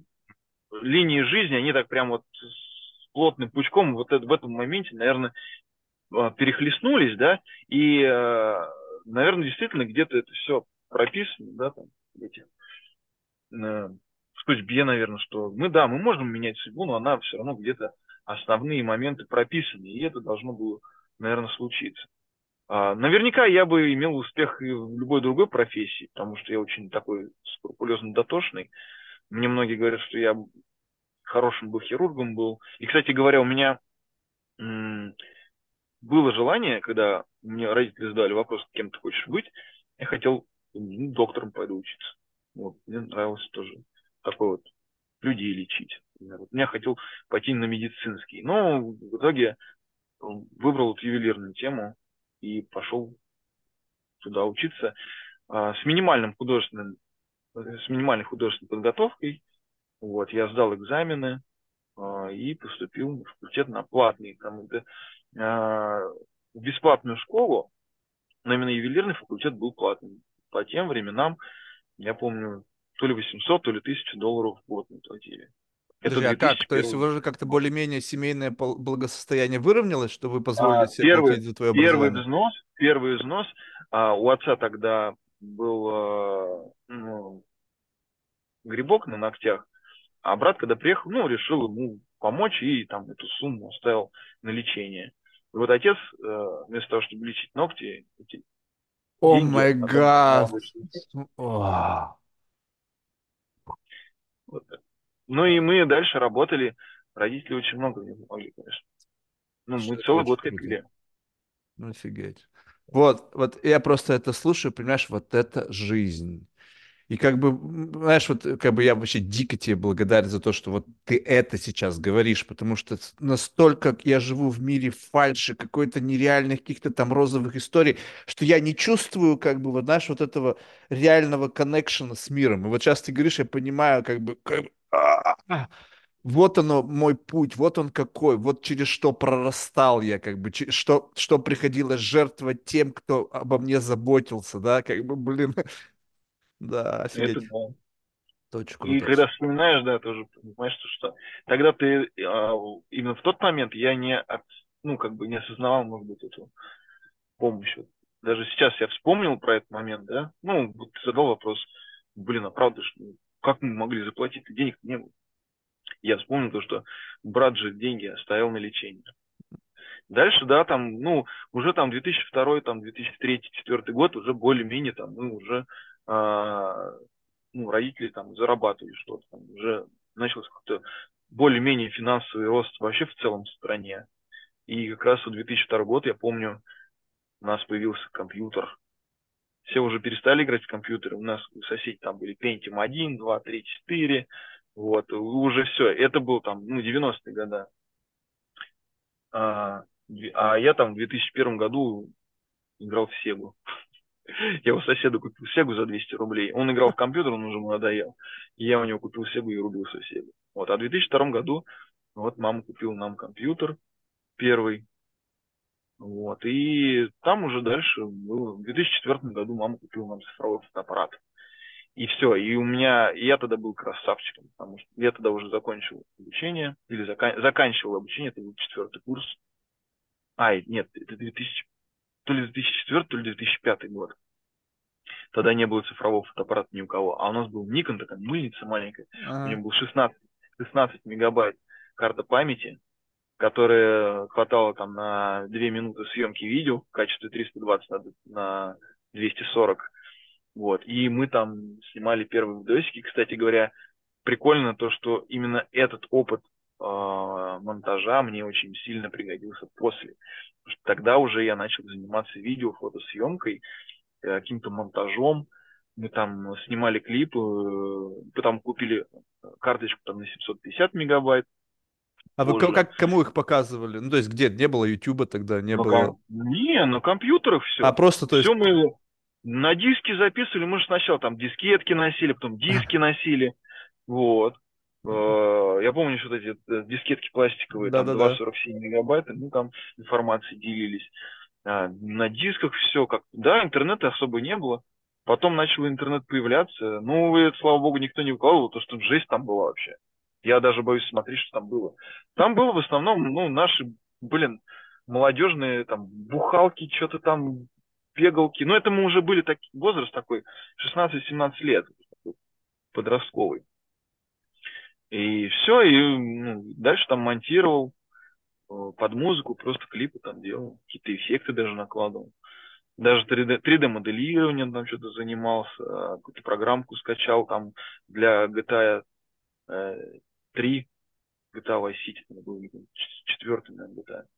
линии жизни, они так прям вот с плотным пучком вот это, в этом моменте, наверное, а, перехлестнулись, да, и, наверное, действительно где-то это все прописано, да, там, в этих, э, в судьбе, наверное, что мы, да, мы можем менять судьбу, но она все равно где-то основные моменты прописаны, и это должно было, наверное, случиться. А, наверняка я бы имел успех и в любой другой профессии, потому что я очень такой скрупулезно дотошный. Мне многие говорят, что я хорошим бы хирургом был. И, кстати говоря, у меня м, было желание, когда мне родители задали вопрос, кем ты хочешь быть, я хотел, ну, доктором пойду учиться. Вот, мне нравилось тоже такой вот людей лечить. Вот, я хотел пойти на медицинский, но в итоге выбрал вот ювелирную тему и пошел туда учиться а, с минимальным художественным, с минимальной художественной подготовкой. Вот, я сдал экзамены а, и поступил в факультет на платный. Там, это, а, в бесплатную школу, но именно ювелирный факультет был платным. По тем временам, я помню, то ли восемьсот, то ли тысяча долларов в год мы платили. Это Подожди, а как? То есть у две тысячи первый вас же как-то год. более-менее семейное пол- благосостояние выровнялось, что вы позволили А, себе первый, платить за твое первый образование? взнос, первый взнос а, у отца тогда был а, ну, грибок на ногтях, а брат, когда приехал, ну, решил ему помочь и там эту сумму оставил на лечение. И вот отец, э, вместо того, чтобы лечить ногти, эти О деньги май отдал на гад. молодочный. О. Вот так. Ну и мы дальше работали. Родители очень много мне помогли, конечно. Ну, мы Это целый очень год круто. копили. Ну, офигеть. Вот, вот я просто это слушаю, понимаешь, вот это жизнь. И как бы, м, знаешь, вот как бы я вообще дико тебе благодарен за то, что вот ты это сейчас говоришь, потому что с- настолько я живу в мире фальши, какой-то нереальных каких-то там розовых историй, что я не чувствую, как бы, вот, знаешь, вот этого реального коннекшена с миром. И вот сейчас ты говоришь, я понимаю, как бы, как бы, а, вот оно, мой путь, вот он какой, вот через что прорастал я, как бы, че- что, что приходилось жертвовать тем, кто обо мне заботился, да, как бы, блин, да, Это офигеть. да. Это очень И круто. когда вспоминаешь, да, тоже понимаешь, что, что тогда ты, а, именно в тот момент я не, от- ну, как бы не осознавал, может быть, эту помощь. Вот даже сейчас я вспомнил про этот момент, да, ну, вот ты задал вопрос, блин, а правда, что, как мы могли заплатить, денег не было. Я вспомнил то, что брат же деньги оставил на лечение. Дальше, да, там, ну, уже там две тысячи второй, там, две тысячи третий, две тысячи четвёртый год уже более-менее там мы уже, а, ну, родители там зарабатывали что-то, там, уже начался какой-то более-менее финансовый рост вообще в целом в стране. И как раз в две тысячи второй год, я помню, у нас появился компьютер. Все уже перестали играть в компьютеры. У нас у соседей там были Pentium один, два, три, четыре. Вот, уже все. Это был там, ну, девяностые годы. А, а я там в две тысячи первом году играл в Сегу. Я у соседа купил Сегу за двести рублей. Он играл в компьютер, он уже ему надоел. И я у него купил Сегу и рубился в Сегу. Вот. А в две тысячи втором году вот мама купила нам компьютер первый. Вот. И там уже дальше было. В две тысячи четвёртом году мама купила нам цифровой фотоаппарат. И все. И у меня, и я тогда был красавчиком, потому что я тогда уже закончил обучение, или зака- заканчивал обучение, это был четвертый курс. Ай, нет, это две тысячи, то ли две тысячи четвёртый, то ли две тысячи пятый год. Тогда не было цифрового фотоаппарата ни у кого. А у нас был Nikon, такая мыльница маленькая. У Ага. него был шестнадцать, шестнадцать мегабайт карта памяти, которая хватала там на две минуты съемки видео в качестве триста двадцать на, на двести сорок. Вот. И мы там снимали первые видосики. Кстати говоря, прикольно то, что именно этот опыт э, монтажа мне очень сильно пригодился после. Потому что тогда уже я начал заниматься видео, фотосъемкой, каким-то монтажом. Мы там снимали клипы, потом купили карточку там на семьсот пятьдесят мегабайт А вы ко- позже. как кому их показывали? Ну, то есть где? Не было Ютуба тогда, не На было. ком... Не, на компьютерах А все. просто, то есть. Все мы на диски записывали. Мы же сначала там дискетки носили, потом диски носили. Вот. Э, Я помню, что вот эти э, дискетки пластиковые, там два Да-да-да. сорок семь мегабайта, ну там информации делились. А, на дисках все как... Да, интернета особо не было. Потом начал интернет появляться. Ну, и, слава богу, никто не выкладывал, то что жесть там была вообще. Я даже боюсь смотреть, что там было. Там было в основном, ну, наши, блин, молодежные там бухалки, что-то там, бегалки. Но это мы уже были так, возраст такой, шестнадцать-семнадцать лет, подростковый. И все, и ну, дальше там монтировал э, под музыку, просто клипы там делал, какие-то эффекты даже накладывал. Даже три дэ, три дэ-моделированием там что-то занимался, а, какую-то программку скачал там для джи ти эй э, три, джи ти эй Vice City, это был четвертый, наверное, джи ти эй.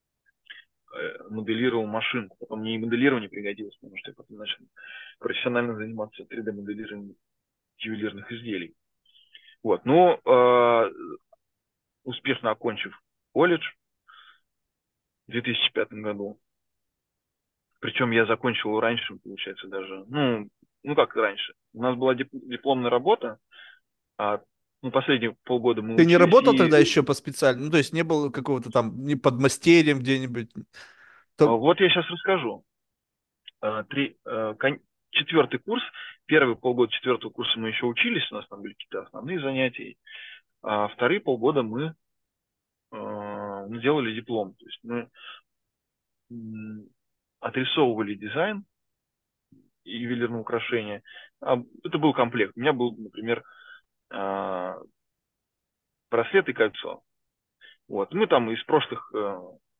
Э, моделировал машинку. Потом мне и моделирование пригодилось, потому что я потом начал профессионально заниматься три дэ-моделированием ювелирных изделий. Вот. Но э, успешно окончив колледж в две тысячи пятом году, причем я закончил его раньше, получается, даже, ну, ну как раньше. У нас была дип- дипломная работа, а ну, последние полгода мы Ты не учились, работал и тогда еще по специальному? Ну, то есть не было какого-то там, не подмастерьем где-нибудь? а, То- вот я сейчас расскажу. А, Три, а, кон- четвертый курс, первые полгода четвертого курса мы еще учились, у нас там были какие-то основные занятия, а вторые полгода мы а, ну, делали диплом. То есть мы м, отрисовывали дизайн ювелирного украшения. А, это был комплект. У меня был, например, а, браслет и кольцо. Вот. Мы там из прошлых э,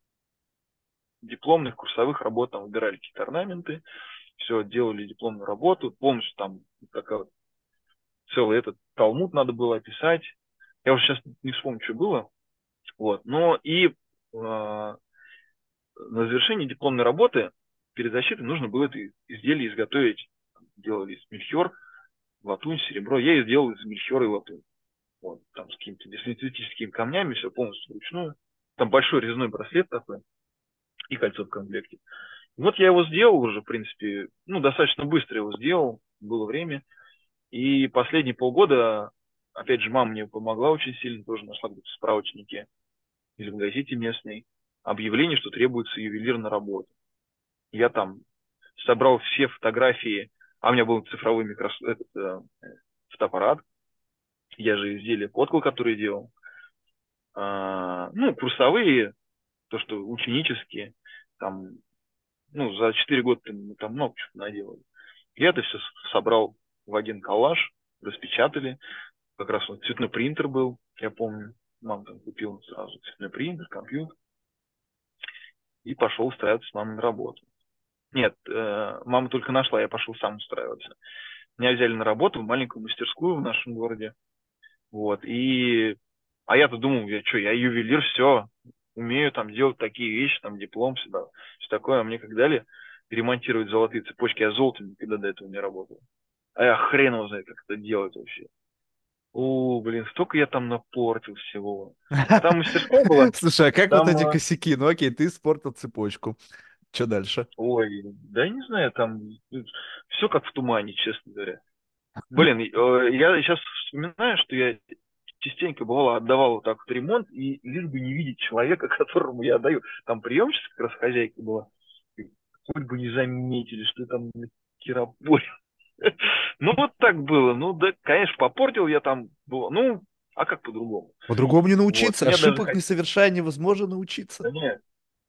дипломных курсовых работ там выбирали какие-то орнаменты, все, делали дипломную работу, полностью там такая вот целый этот талмуд надо было описать. Я уже сейчас не вспомню, что было. Вот. Но и э, на завершении дипломной работы перед защитой нужно было это изделие изготовить. Делали из мельхиор, латунь, серебро. Я ее сделал из мельхиора и латунь. Вот, там с какими-то синтетическими камнями, все полностью вручную. Там большой резной браслет такой и кольцо в комплекте. Вот я его сделал уже, в принципе, ну, достаточно быстро его сделал, было время. И последние полгода, опять же, мама мне помогла очень сильно, тоже нашла где-то в справочнике или в газете местной объявление, что требуется ювелирная работа. Я там собрал все фотографии, а у меня был цифровой микрос... этот, э, фотоаппарат, Я же изделия фоткал, которые делал. А, ну, курсовые, то, что ученические, там, ну, за четыре года мы там много чего наделали. Я это все собрал в один коллаж, распечатали. Как раз вот цветной принтер был, я помню. Мама там купила сразу цветной принтер, компьютер. И пошел устраиваться с мамой на работу. Нет, э, мама только нашла, я пошел сам устраиваться. Меня взяли на работу в маленькую мастерскую в нашем городе. Вот, и... А я-то думал, я что, я ювелир, все, умею там делать такие вещи, там диплом, всегда, все такое. А мне как дали ремонтировать золотые цепочки, я золотом никогда до этого не работал. А я хрен его знает, как это делать вообще. О, блин, столько я там напортил всего. А там мастерская была, Слушай, а как вот там, эти э, косяки? Ну окей, ты испортил цепочку. Что дальше? ой, да я не знаю, там все как в тумане, честно говоря. Блин, э, я сейчас вспоминаю, что я частенько бывало отдавал вот так вот ремонт, и лишь бы не видеть человека, которому я отдаю. Там приемщица как раз хозяйка была. И хоть бы не заметили, что я там киробой. Ну, вот так было. Ну, да, конечно, попортил я там. Было. Ну, а как по-другому? По-другому не Вот. научиться. Мне даже Ошибок не хотелось. совершая невозможно научиться. Да нет.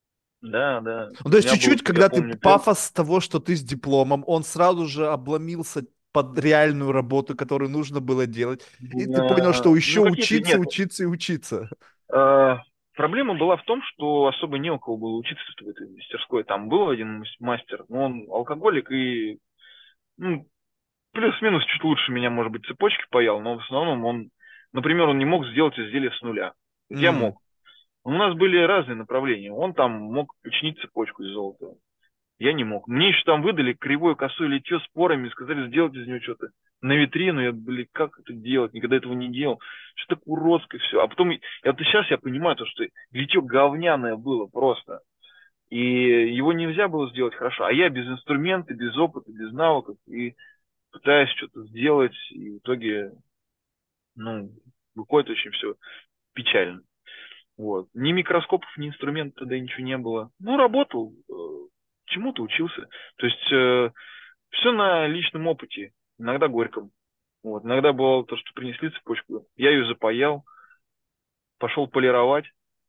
Да, да. Ну, то У есть меня был, чуть-чуть, я когда ты помню, первый... пафос того, что ты с дипломом, он сразу же обломился под реальную работу, которую нужно было делать. И ты понял, что Да, еще ну, какие-то... учиться, Нет, учиться и учиться. Э, проблема была в том, что особо не у кого было учиться в этой мастерской. Там был один мастер, но он алкоголик и ну, плюс-минус чуть лучше меня, может быть, цепочки паял, но в основном он, например, он не мог сделать изделие с нуля. То есть я М, мог. У нас были разные направления. Он там мог починить цепочку из золота. Я не мог. Мне еще там выдали кривое косое литье с порами, сказали сделать из него что-то на витрину. Я, блин, как это делать? Никогда этого не делал. Что так уродское все. А потом, и вот сейчас я понимаю, то, что литье говняное было просто. И его нельзя было сделать хорошо. А я без инструмента, без опыта, без навыков. И пытаюсь что-то сделать. И в итоге, ну, выходит очень все печально. Вот. Ни микроскопов, ни инструментов тогда ничего не было. Ну, работал, э, чему-то учился. То есть э, все на личном опыте, иногда горьком. Вот. Иногда бывало то, что принесли цепочку, я ее запаял, пошел полировать,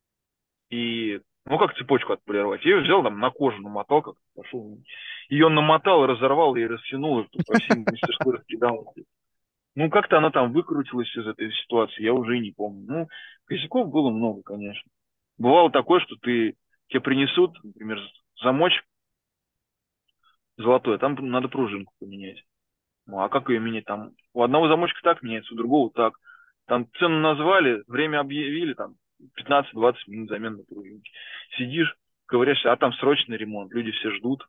и ну как цепочку отполировать? Я ее взял там на кожу, намотал, как пошел. Ее намотал, разорвал и растянул, и по всей мастерской раскидал. Ну, как-то она там выкрутилась из этой ситуации, я уже и не помню. Ну, косяков было много, конечно. Бывало такое, что ты тебе принесут, например, замочек золотой, а там надо пружинку поменять. Ну, а как ее менять? Там у одного замочка так меняется, у другого так. Там цену назвали, время объявили, там пятнадцать-двадцать минут замена на пружинки. Сидишь, ковыряешься, а там срочный ремонт, люди все ждут.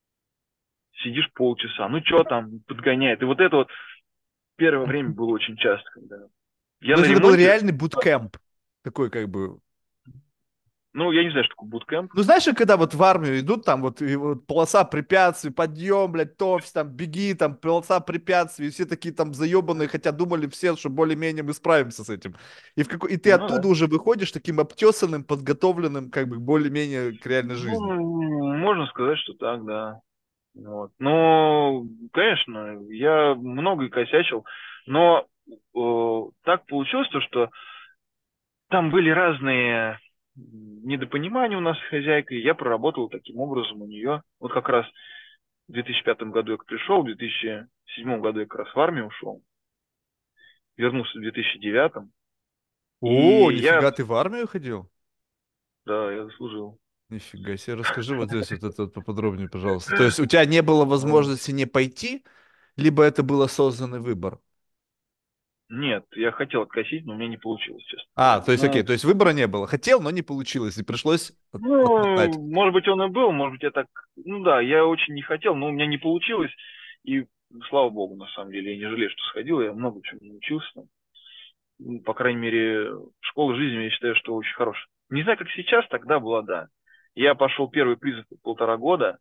Сидишь полчаса, ну что там, подгоняет. И вот это вот первое время было очень часто, когда я То на есть это был ремонте, реальный буткемп. Такой как бы. ну, я не знаю, что такое буткемп. Ну, знаешь, когда вот в армию идут, там вот, и вот полоса препятствий, подъем, блядь, товсь, там, беги, там, полоса препятствий, и все такие там заебанные, хотя думали все, что более-менее мы справимся с этим. И, в какой... и ты Ну оттуда да. уже выходишь таким обтесанным, подготовленным, как бы более-менее к реальной жизни. Ну, можно сказать, что так, да. Вот. Ну, конечно, я много косячил, но э, так получилось, то, что там были разные недопонимания у нас с хозяйкой. Я проработал таким образом у нее. Вот как раз в две тысячи пятом году я пришел, в две тысячи седьмом году я как раз в армию ушел, вернулся в две тысячи девятом. О, И я, нифига, ты в армию ходил? да, я служил. Нифига себе, расскажи вот здесь вот это вот поподробнее, пожалуйста. То есть у тебя не было возможности не пойти, либо это был осознанный выбор? Нет, я хотел откосить, но у меня не получилось, честно А, говоря. то есть, окей, Ну, то есть выбора не было. Хотел, но не получилось, и пришлось от- отмотать. ну, может быть, он и был, может быть, я так... Ну да, я очень не хотел, но у меня не получилось. И слава богу, на самом деле, я не жалею, что сходил, я много чему научился. Там. Ну, по крайней мере, школа жизни, я считаю, что очень хорошая. Не знаю, как сейчас, тогда была, да. Я пошел первый призыв полтора года,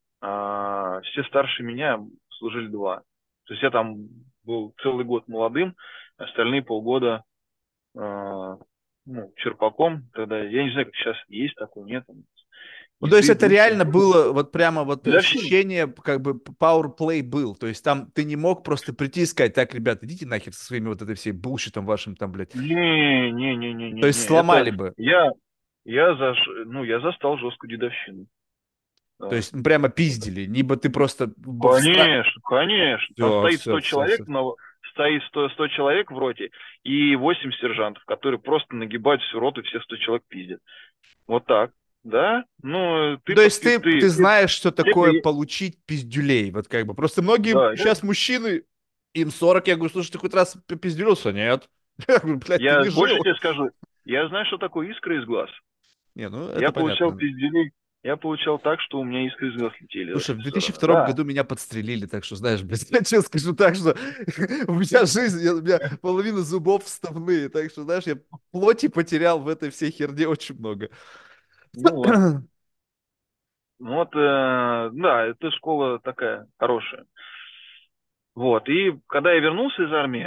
а все старше меня служили два. То есть я там был целый год молодым, остальные полгода а, ну, черпаком. Тогда, я не знаю, как сейчас есть такое, нет. Ну, то есть еды, это душа. реально было вот прямо вот Дедовщина. ощущение, как бы power play был. То есть там ты не мог просто прийти и сказать, так, ребят, идите нахер со своими вот этой всей булщитом вашим там, блядь. Не, не, не, не, То не, есть не. Это сломали бы. я, я заш, ну, я застал жесткую дедовщину. То Да. есть ну, прямо пиздили. Либо ты просто б- в стра... Конечно, конечно. Там Все, стоит все, сто все, человек, все. но стоит сто сто человек в роте и восемь сержантов, которые просто нагибают всю роту, и все сто человек пиздят. Вот так. Да? Ну, ты, То есть подпи- ты, ты, ты ты, знаешь, что это, такое и- получить пиздюлей. Вот как бы. Просто многие да, я, сейчас мужчины, им сорок, я говорю, слушай, ты хоть раз п- пиздюлился? Нет. Я говорю, блядь, ты я не больше жил. тебе скажу. Я знаю, что такое искра из глаз. Не, ну это Я получал понятно. пиздюлей, я получал так, что у меня искры из глаз летели во Слушай, все в две тысячи стороны. втором Да. году меня подстрелили, так что, знаешь, блядь, я тебе скажу так, что у меня жизнь, я- у меня половина зубов вставные, так что, знаешь, я плоти потерял в этой всей херне очень много. Ну вот. Ну вот, э, да, эта школа такая хорошая. Вот, и когда я вернулся из армии,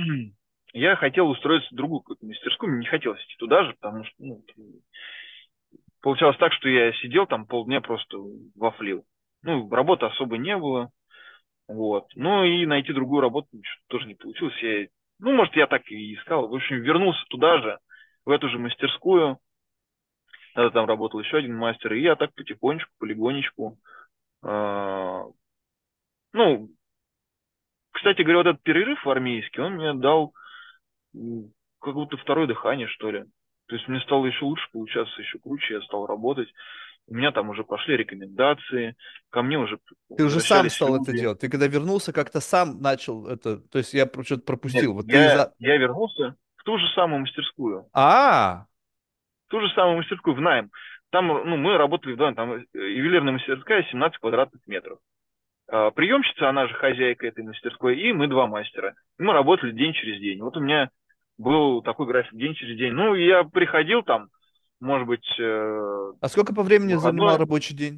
я хотел устроиться в другую какую-то мастерскую, мне не хотелось идти туда же, потому что, ну, получалось так, что я сидел там полдня просто вафлил. Ну, работы особо не было, вот. Ну, и найти другую работу что-то тоже не получилось. Я, ну, может, я так и искал. В общем, вернулся туда же, в эту же мастерскую. Тогда там работал еще один мастер, и я так потихонечку, полигонечку. а, Ну, кстати говоря, вот этот перерыв в армейский, он мне дал м, как будто второе дыхание, что ли. То есть мне стало еще лучше получаться, еще круче, я стал работать. У меня там уже пошли рекомендации, ко мне уже Ты уже сам возвращались стал это люди. делать. Ты когда вернулся, как-то сам начал это. То есть я что-то Нет, пропустил. Вот ты я, за. я вернулся в ту же самую мастерскую. А, В ту же самую мастерскую, в найм. Там, ну, мы работали вдвоем, там э, ювелирная мастерская, семнадцать квадратных метров. А, приемщица, она же хозяйка этой мастерской, и мы два мастера. И мы работали день через день. Вот у меня был такой график день через день. Ну, и я приходил там, может быть, э, в а сколько по времени занимал выходной рабочий день?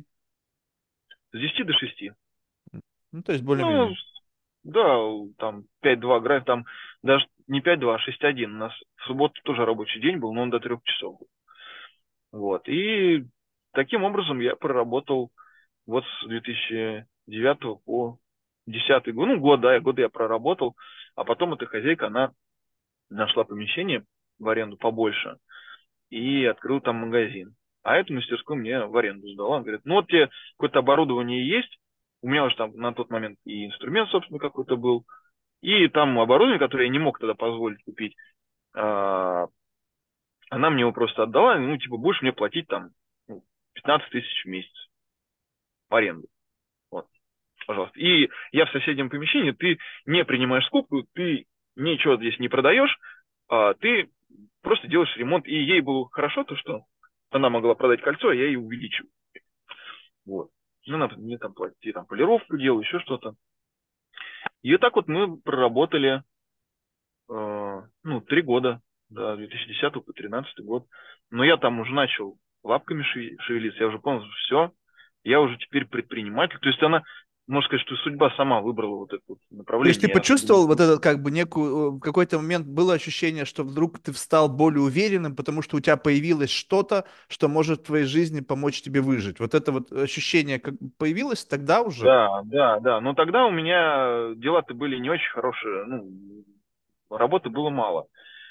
с десяти до шести. Ну, то есть Ну, более-менее. да, там пять два график, там даже не пять два, а шесть один. У нас в субботу тоже рабочий день был, но он до трех часов был. Вот. И таким образом я проработал вот с две тысячи девятого по десятый год. Ну, год, да, год я проработал. А потом эта хозяйка, она нашла помещение в аренду побольше и открыл там магазин. А эту мастерскую мне в аренду сдала. Она говорит, ну вот тебе какое-то оборудование есть, у меня уже там на тот момент и инструмент, собственно, какой-то был, и там оборудование, которое я не мог тогда позволить купить, а, она мне его просто отдала, ну, типа, будешь мне платить там ну, пятнадцать тысяч в месяц в аренду. Вот, пожалуйста. И я в соседнем помещении, ты не принимаешь скупку, ты ничего здесь не продаешь, а ты просто делаешь ремонт. И ей было хорошо то, что она могла продать кольцо, а я ее увеличиваю. Вот. Ну, она мне там платит, там полировку делаю, еще что-то. И вот так вот мы проработали, э, ну, три года, да, две тысячи десятый по тринадцатый год. Но я там уже начал лапками шевелиться, я уже понял, что все, я уже теперь предприниматель. То есть она, можно сказать, что судьба сама выбрала вот это вот То есть ты направление. Я особо почувствовал вот ничего. этот как бы некую, э, в какой-то момент было ощущение, что вдруг ты стал более уверенным, потому что у тебя появилось что-то, что может в твоей жизни помочь тебе выжить. Вот это вот ощущение как бы появилось тогда уже? Да, да, да. Но тогда у меня дела-то были не очень хорошие. Ну, работы было мало.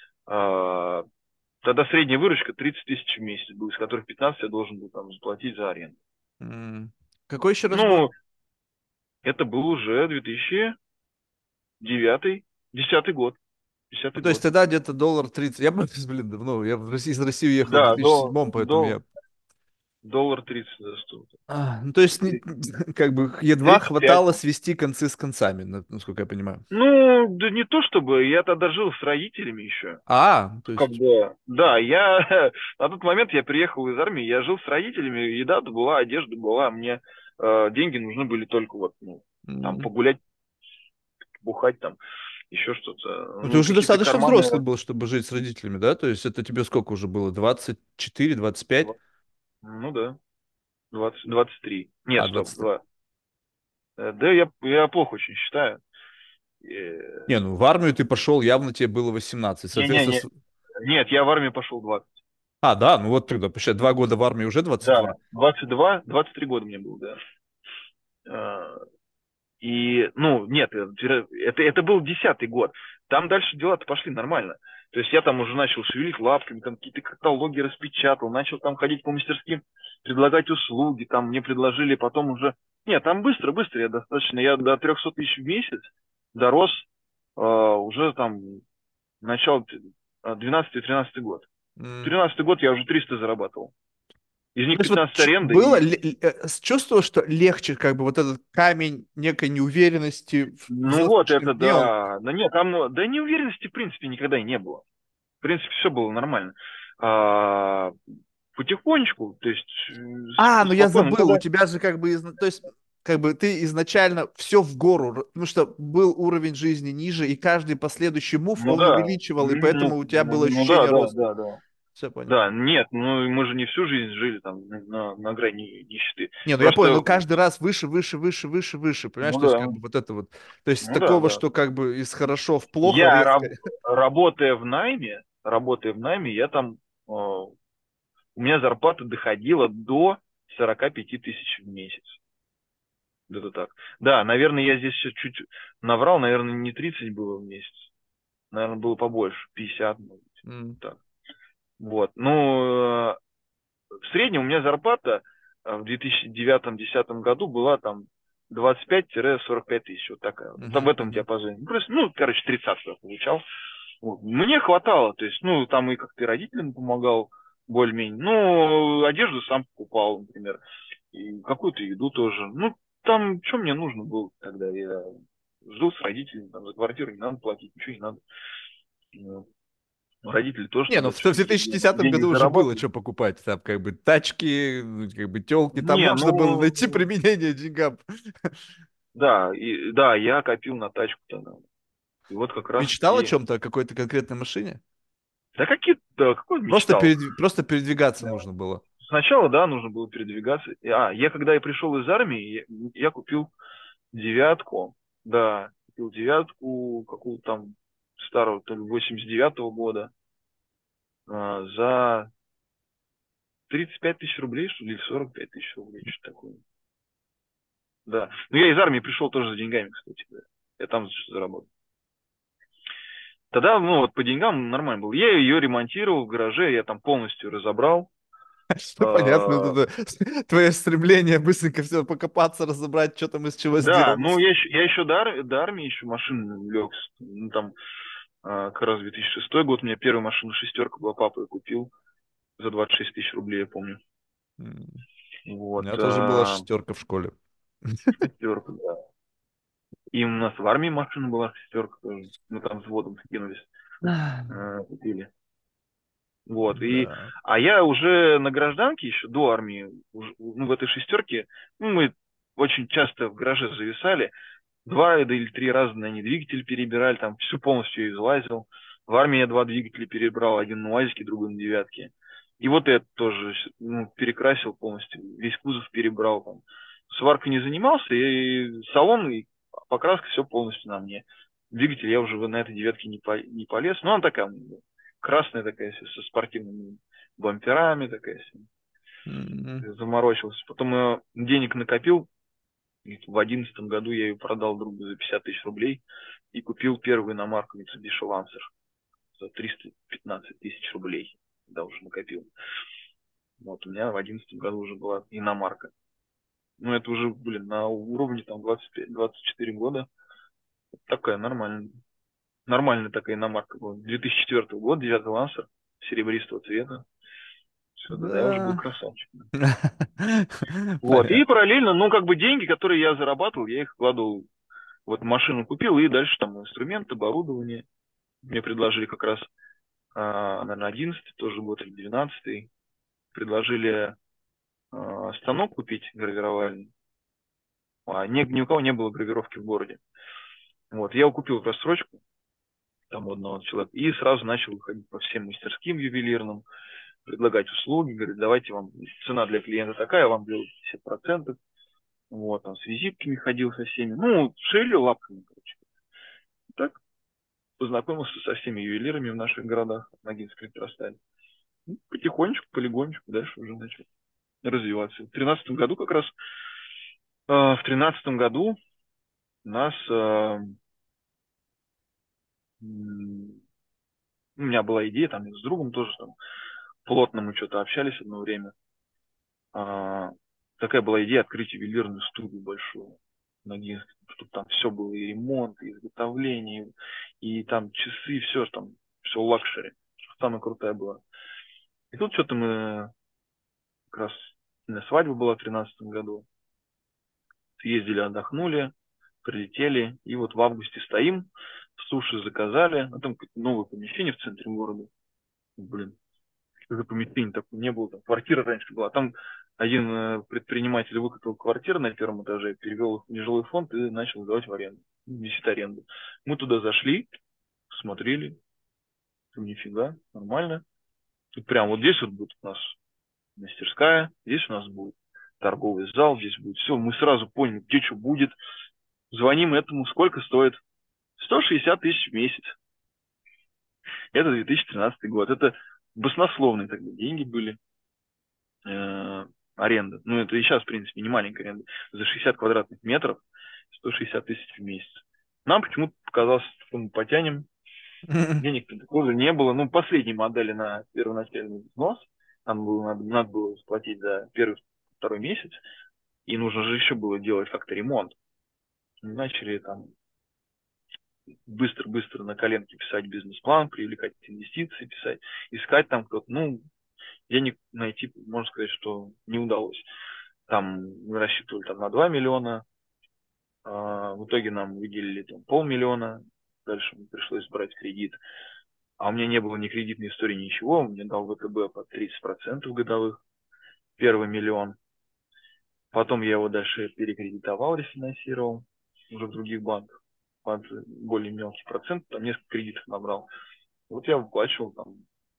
А, Тогда средняя выручка тридцать тысяч в месяц была, из которых пятнадцать я должен был там заплатить за аренду. М. Какой еще раз год? Ну, это был уже две тысячи девятый, десятый год. Ну, Десятый то есть год. тогда где-то доллар тридцать. Я, бы, блин, давно, я в России, из России уехал в Да, до, две тысячи седьмом, поэтому до, я... доллар тридцать да, стоил. А, ну, то есть не- как бы едва тридцать пять. хватало свести концы с концами, на- насколько я понимаю. Ну, да не то чтобы, я тогда жил с родителями еще. А, то Как есть... бы, да, я на тот момент я приехал из армии, я жил с родителями, еда была, одежда была, мне э, деньги нужны были только вот, ну, там м. погулять, бухать там, еще что-то, Ну, ты ну, уже какие-то достаточно взрослый карманы. был, чтобы жить с родителями, да? То есть это тебе сколько уже было? двадцать четыре, двадцать пять? Ну да, двадцать, двадцать три. Нет, А, стоп, двадцать три. два. Э, Да, я, я плохо очень считаю. Э, Не, ну в армию ты пошел, явно тебе было восемнадцать. Соответственно, Не-не-не, с- нет, я в армию пошел двадцать. А, да, ну вот тогда, почти два года в армии уже двадцать два. Да, двадцать два, двадцать три года мне было, да. А, И, ну, нет, э, это, это был десятый год. Там дальше дела-то пошли нормально. То есть я там уже начал шевелить лапками, там какие-то каталоги распечатал, начал там ходить по мастерским, предлагать услуги, там мне предложили потом уже... Нет, там быстро-быстро я достаточно, я до трехсот тысяч в месяц дорос э, уже там начало двенадцатый-тринадцатый год. М. Тринадцатый год я уже триста зарабатывал. Из То них есть вот пятнадцать ч- аренда было, и... ле- ле- э, с- чувствовал, что легче, как бы вот этот камень некой неуверенности в Ну вот, завтрашнем это дне, он... да. Да нет, там, да неуверенности в принципе никогда и не было. В принципе, все было нормально. А, потихонечку, то есть А, э, ну я спокойно. Ну, забыл, у когда... тебя же как бы, изна- то есть как бы ты изначально все в гору, р- потому что был уровень жизни ниже, и каждый последующий мув Ну он да, увеличивал, и М, ну, поэтому у тебя ну, было ну да, ощущение да, роста. да, да. Все понял. Да, нет, ну мы же не всю жизнь жили там на, на грани нищеты. Не, ну я понял, Просто, ну каждый раз выше, выше, выше, выше, выше, понимаешь, ну то есть да, как бы вот это вот, то есть ну да, такого, да. что как бы из хорошо в плохо Я резко. раб- работая в найме, работая в найме, я там, э, у меня зарплата доходила до сорока пяти тысяч в месяц. Это так. Да, наверное, я здесь еще чуть наврал, наверное, не тридцать было в месяц. Наверное, было побольше, пятьдесят, может быть. М, Так. Вот. Ну, э, в среднем у меня зарплата э, в две тысячи девятом-десятом году была там двадцать пять сорок пять тысяч. Вот такая. Вот. Там в мгм, этом мгм. диапазоне. Ну, просто, ну, короче, тридцатку я получал. Вот. Мне хватало. То есть, ну, там и как-то и родителям помогал более-менее. Ну, одежду сам покупал, например. И какую-то еду тоже. Ну, там, что мне нужно было тогда? Я жил с родителями, там, за квартиру не надо платить, ничего не надо. Ну, родители тоже Не, там ну в в это время две тысячи деньги, десятом деньги году уже было зарабатывали. что покупать, там как бы тачки, ну, как бы телки, там Не, можно было ну, найти применение деньгам. да, и, да, я копил на тачку тогда. И вот как раз Мечтал о таки... чем-то, о какой-то конкретной машине? Да какие, да, какой Просто, мечтал? передви- просто передвигаться Да. нужно было. Сначала, да, нужно было передвигаться. И, А, я когда я пришел из армии, я, я купил девятку, да, купил девятку, какую-то там старую, то ли восемьдесят девятого года, а, за тридцать пять тысяч рублей, что ли, или сорок пять тысяч рублей, что-то такое. Да. Ну, я из армии пришел тоже за деньгами, кстати, да. Я там что-то заработал. Тогда, ну, вот по деньгам нормально было. Я ее ремонтировал в гараже, я там полностью разобрал. Что понятно, А, вот это твое стремление быстренько все покопаться, разобрать, что там из чего Да, ну, сделалось. я еще, я еще до, ар- до армии еще машин лег. Ну, там, а, как раз две тысячи шестой год, у меня первая машина шестерка была, папа ее купил за двадцать шесть тысяч рублей, я помню. М, У Вот, меня тоже была а, шестерка в школе. шестерка, да. И у нас в армии машина была шестерка тоже. Мы там взводом скинулись, а, купили. Вот, и, Да. а я уже на гражданке еще до армии, уж- ну, в этой шестерке, ну, мы очень часто в гараже зависали, два или три раза на ней двигатель перебирали, там всю полностью излазил. В армии я два двигателя перебрал, один на УАЗике, другой на девятке. И вот это тоже ну, перекрасил полностью, весь кузов перебрал. Там. Сваркой не занимался, и салон, и покраска все полностью на мне. Двигатель я уже на этой девятке не, по, не полез. Но она такая, красная такая, со спортивными бамперами такая. М, Заморочился. Потом я денег накопил, и в одиннадцатом году я ее продал другу за пятьдесят тысяч рублей и купил первую иномарку Mitsubishi Lancer за триста пятнадцать тысяч рублей. Да, уже накопил. Вот, у меня в одиннадцатом году уже была иномарка. Ну, это уже, блин, на уровне там двадцать пять двадцать четыре года. Такая нормальная. Нормальная такая иномарка была. две тысячи четвёртого года, девятый Lancer, серебристого цвета. Все, да, я уже был Да. красавчик. Вот, и Понятно. параллельно, ну, как бы деньги, которые я зарабатывал, я их вкладывал. Вот машину купил, и дальше там инструмент, оборудование. Мне предложили как раз, а, наверное, одиннадцатый тоже год или двенадцатый. Предложили а, станок купить гравировальный. А ни, ни у кого не было гравировки в городе. Вот, я его купил в рассрочку, там у одного человека, и сразу начал выходить по всем мастерским ювелирным, предлагать услуги, говорит, давайте вам, цена для клиента такая, вам делают пятьдесят процентов. Вот, там с визитками ходил со всеми. Ну, шевелил лапками, короче. Так познакомился со всеми ювелирами в наших городах, Ногинск, Электросталь. Ну, потихонечку, полигонечку дальше уже начал развиваться. В тринадцатом году как раз, э, в тринадцатом году нас, э, м, у меня была идея, там, с другом тоже там плотно мы что-то общались одно время. А, такая была идея открыть ювелирную студию большую на Гинском, чтобы там все было, и ремонт, и изготовление, и, и там часы, все там, все лакшери, самая крутая была. И тут что-то мы как раз, у меня свадьба была в тринадцатом году, съездили, отдохнули, прилетели, и вот в августе стоим, суши заказали, а там новое помещение в центре города, блин, что за помещение такое не было, там квартира раньше была, там один э, предприниматель выкупил квартиру на первом этаже, перевел их в нежилой фонд и начал сдавать в аренду, висит аренду. Мы туда зашли, смотрели, ну, нифига, нормально. Тут прям вот здесь вот будет у нас мастерская, здесь у нас будет торговый зал, здесь будет все. Мы сразу поняли, где что будет. Звоним этому, сколько стоит? сто шестьдесят тысяч в месяц. Это две тысячи тринадцатый год. Это баснословные тогда деньги были. Э, аренда. Ну, это и сейчас, в принципе, не маленькая аренда. За шестьдесят квадратных метров сто шестьдесят тысяч в месяц. Нам почему-то показалось, что мы потянем. Денег-то такого не было. Ну, последней модели на первоначальный взнос. Нам было, надо, надо было заплатить за первый, второй месяц. И нужно же еще было делать как-то ремонт. Мы начали там быстро-быстро на коленке писать бизнес-план, привлекать инвестиции, писать, искать там кто-то. Ну, денег найти, можно сказать, что не удалось. Там мы рассчитывали там на два миллиона, а в итоге нам выделили там полмиллиона, дальше пришлось брать кредит. А у меня не было ни кредитной истории, ничего, мне дал ВТБ по тридцать процентов годовых, первый миллион. Потом я его дальше перекредитовал, рефинансировал уже в других банках под более мелкий процент, там несколько кредитов набрал. Вот я выплачивал там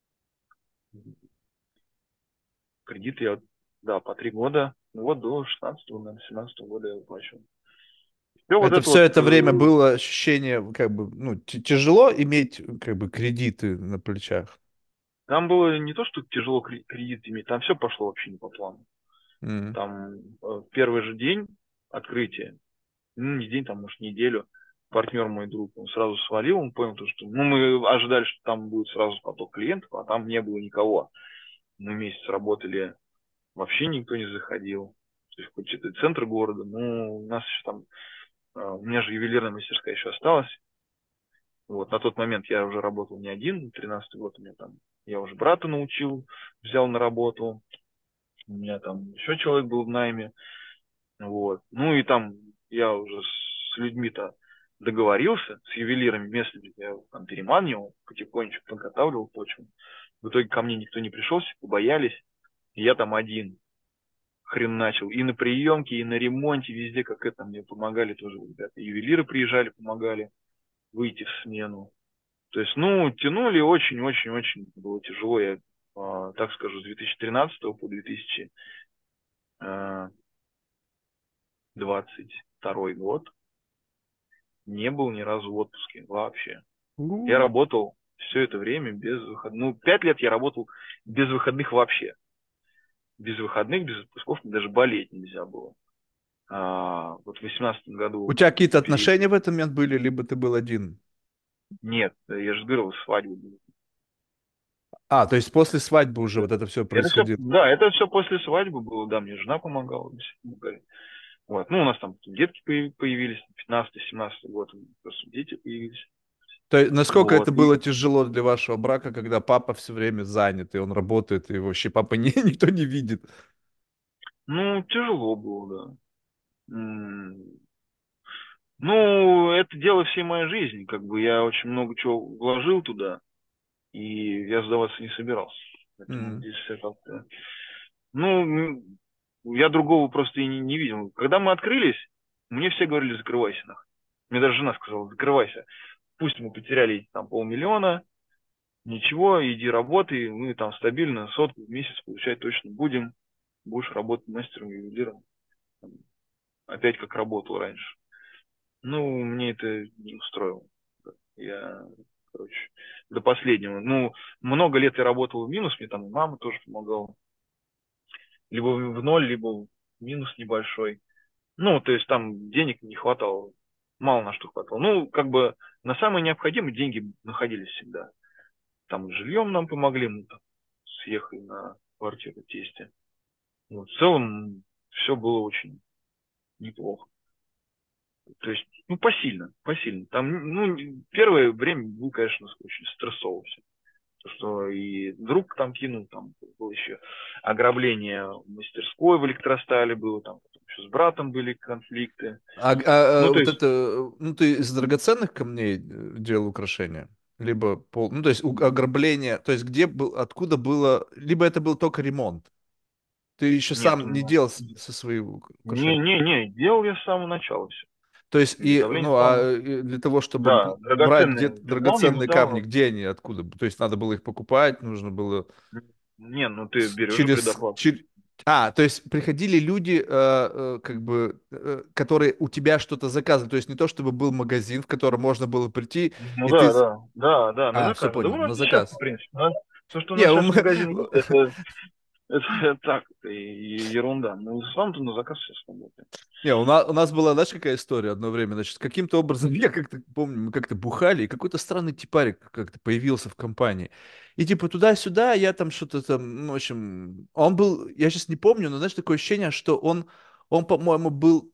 кредиты, я, да, по три года, ну вот до шестнадцатого, наверное, семнадцатого года я выплачивал. Все вот Это это все вот, это время э, было ощущение, как бы, ну, т- тяжело иметь, как бы, кредиты на плечах. там было не то, что тяжело кредит иметь, там все пошло вообще не по плану. М. Там э, первый же день открытия, ну, не день, там, может, неделю, партнер мой друг, он сразу свалил, он понял, то, что, ну, мы ожидали, что там будет сразу поток клиентов, а там не было никого. Мы месяц работали, вообще никто не заходил. То есть, хоть это центр города, но у нас еще там, э, у меня же ювелирная мастерская еще осталась. Вот, на тот момент я уже работал не один, тринадцатый год у меня там, я уже брата научил, взял на работу, у меня там еще человек был в найме. Вот. Ну и там я уже с людьми-то договорился, с ювелирами местными, я там переманивал, потихонечку подготавливал почву. В итоге ко мне никто не пришел, все побоялись. И я там один хрен начал. И на приемке, и на ремонте, везде, как это, мне помогали тоже ребята. Ювелиры приезжали, помогали выйти в смену. То есть, ну, тянули очень-очень-очень было тяжело. Я, э, так скажу, с две тысячи тринадцатого по две тысячи двадцать второй год не был ни разу в отпуске вообще. Я У. работал все это время без выходных. Ну, пять лет я работал без выходных вообще. Без выходных, без отпусков, даже болеть нельзя было. А, вот в восемнадцатом У году тебя какие-то пере... отношения в этот момент были, либо ты был один? Нет, я же говорил, свадьбу был. А, то есть после свадьбы уже вот это все Это все, происходило. да, это все после свадьбы было, да, мне жена помогала, все помогали. Вот. Ну, у нас там детки появились, пятнадцатый-семнадцатый год, просто дети появились. То есть, насколько Вот. это И, было тяжело для вашего брака, когда папа все время занят, и он работает, и вообще папа не, никто не видит? ну, тяжело было, да. М, Ну, это дело всей моей жизни. Как бы я очень много чего вложил туда, и я сдаваться не собирался. Поэтому М. здесь все как-то... Ну, м, я другого просто и не, не видел. Когда мы открылись, мне все говорили, закрывайся нахуй. Мне даже жена сказала, закрывайся. Пусть мы потеряли там полмиллиона, ничего, иди работай, мы там стабильно сотку в месяц получать точно будем. Будешь работать мастером, ювелиром. Опять как работал раньше. Ну, мне это не устроило. Я короче, до последнего. Ну, много лет я работал в минус, мне там и мама тоже помогала. Либо в ноль, либо в минус небольшой. Ну, то есть там денег не хватало, мало на что хватало. Ну, как бы на самые необходимые деньги находились всегда. Там с жильем нам помогли, мы там съехали на квартиру тестя. Вот, в целом все было очень неплохо. То есть, ну, посильно, посильно. Там, ну, первое время было, конечно, очень стрессово все. То, что и друг там кинул, там было еще ограбление мастерской в электростале было, там потом еще с братом были конфликты. А, а, Ну, а, то вот есть, это, ну ты из драгоценных камней э, делал украшения? Либо пол, ну то есть у- ограбление, то есть где был, откуда было, либо это был только ремонт? Ты еще нет, сам не делал с- со своих украшений? не-не-не, делал я с самого начала все. То есть и, Изготовление ну, а сам. э, для того, чтобы Да, б- брать драгоценные где-то камни драгоценные камни, выдавал. где они, откуда? То есть надо было их покупать, нужно было Не, ну ты с- берешь через, предоплату. чер- А, то есть приходили люди, э, э, как бы, э, которые у тебя что-то заказывали. То есть не то, чтобы был магазин, в котором можно было прийти, Ну и ты... да, да, да, да, на А, все заказ. Да понял, у нас на и сейчас, в заказ. принципе, да. Все, что у Не, нас у сейчас в м- магазине есть, это, это так, это и- ерунда. Ну, сам-то на заказ сейчас работает. не, у нас, у нас была, знаешь, какая история одно время, значит, каким-то образом, я как-то помню, мы как-то бухали, и какой-то странный типарик как-то появился в компании. И типа туда-сюда, я там что-то там, ну, в общем, он был, я сейчас не помню, но знаешь, такое ощущение, что он, он, по-моему, был,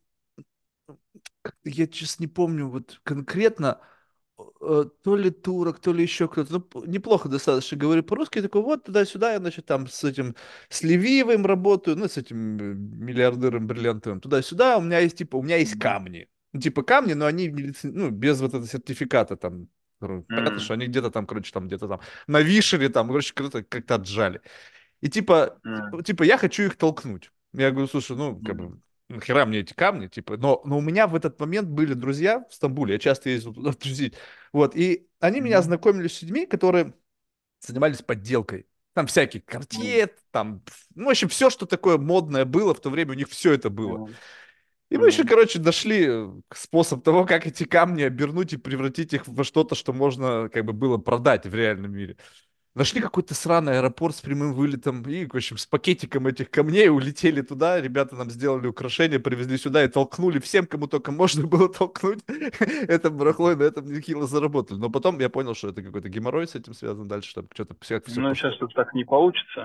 как-то я сейчас не помню вот конкретно, э, то ли турок, то ли еще кто-то, ну, п- неплохо достаточно говорю по-русски, я такой, вот туда-сюда, я, значит, там с этим, с Левиевым работаю, ну, с этим э, миллиардером бриллиантовым, туда-сюда, у меня есть, типа, у меня есть Мгм. камни, ну, типа, камни, но они, не лицен- ну, без вот этого сертификата, там, который- понятно, Мгм. что они где-то там, короче, там, где-то там, на вишере, там, короче, как-то как-то отжали. И типа, Мгм. типа, типа, я хочу их толкнуть. Я говорю, слушай, ну, как Мгм. бы, нахера мне эти камни, типа, но, но у меня в этот момент были друзья в Стамбуле, я часто ездил туда тусить, вот, и они меня Мгм. знакомили с людьми, которые занимались подделкой. Там всякие Мгм. Cartier, там, ну, в общем, все, что такое модное было, в то время у них все это было. Мгм. И мы еще, Мгм. короче, нашли э, способ того, как эти камни обернуть и превратить их во что-то, что можно, как бы, было продать в реальном мире. Нашли какой-то сраный аэропорт с прямым вылетом и, в общем, с пакетиком этих камней улетели туда. Ребята нам сделали украшения, привезли сюда и толкнули всем, кому только можно было толкнуть. Это барахло, и на этом нехило заработали. Но потом я понял, что это какой-то геморрой с этим связан дальше, там что-то все, все Ну, пошло. сейчас тут так не получится.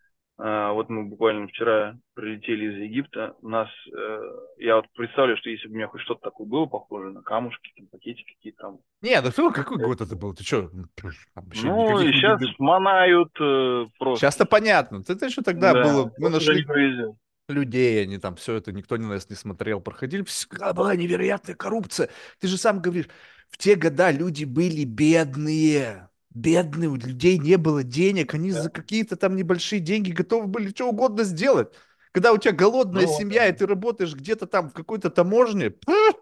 А, вот мы буквально вчера прилетели из Египта. У нас, э, я вот представляю, что если бы у меня хоть что-то такое было похоже на камушки, там, пакетики какие-то там. Не, ну кто, какой год это Это- был? Ты что? Вообще Ну, и никаких сейчас легенд. сманают э, просто. Сейчас-то понятно. Это еще тогда Да, было. Мы просто уже не нашли повезет. людей, они там все это, никто на нас не смотрел, проходили. Всегда была невероятная коррупция. Ты же сам говоришь, в те года люди были бедные. Бедные, у людей не было денег, они Да. за какие-то там небольшие деньги готовы были что угодно сделать. Когда у тебя голодная Ну, вот, семья, и да. ты работаешь где-то там в какой-то таможне,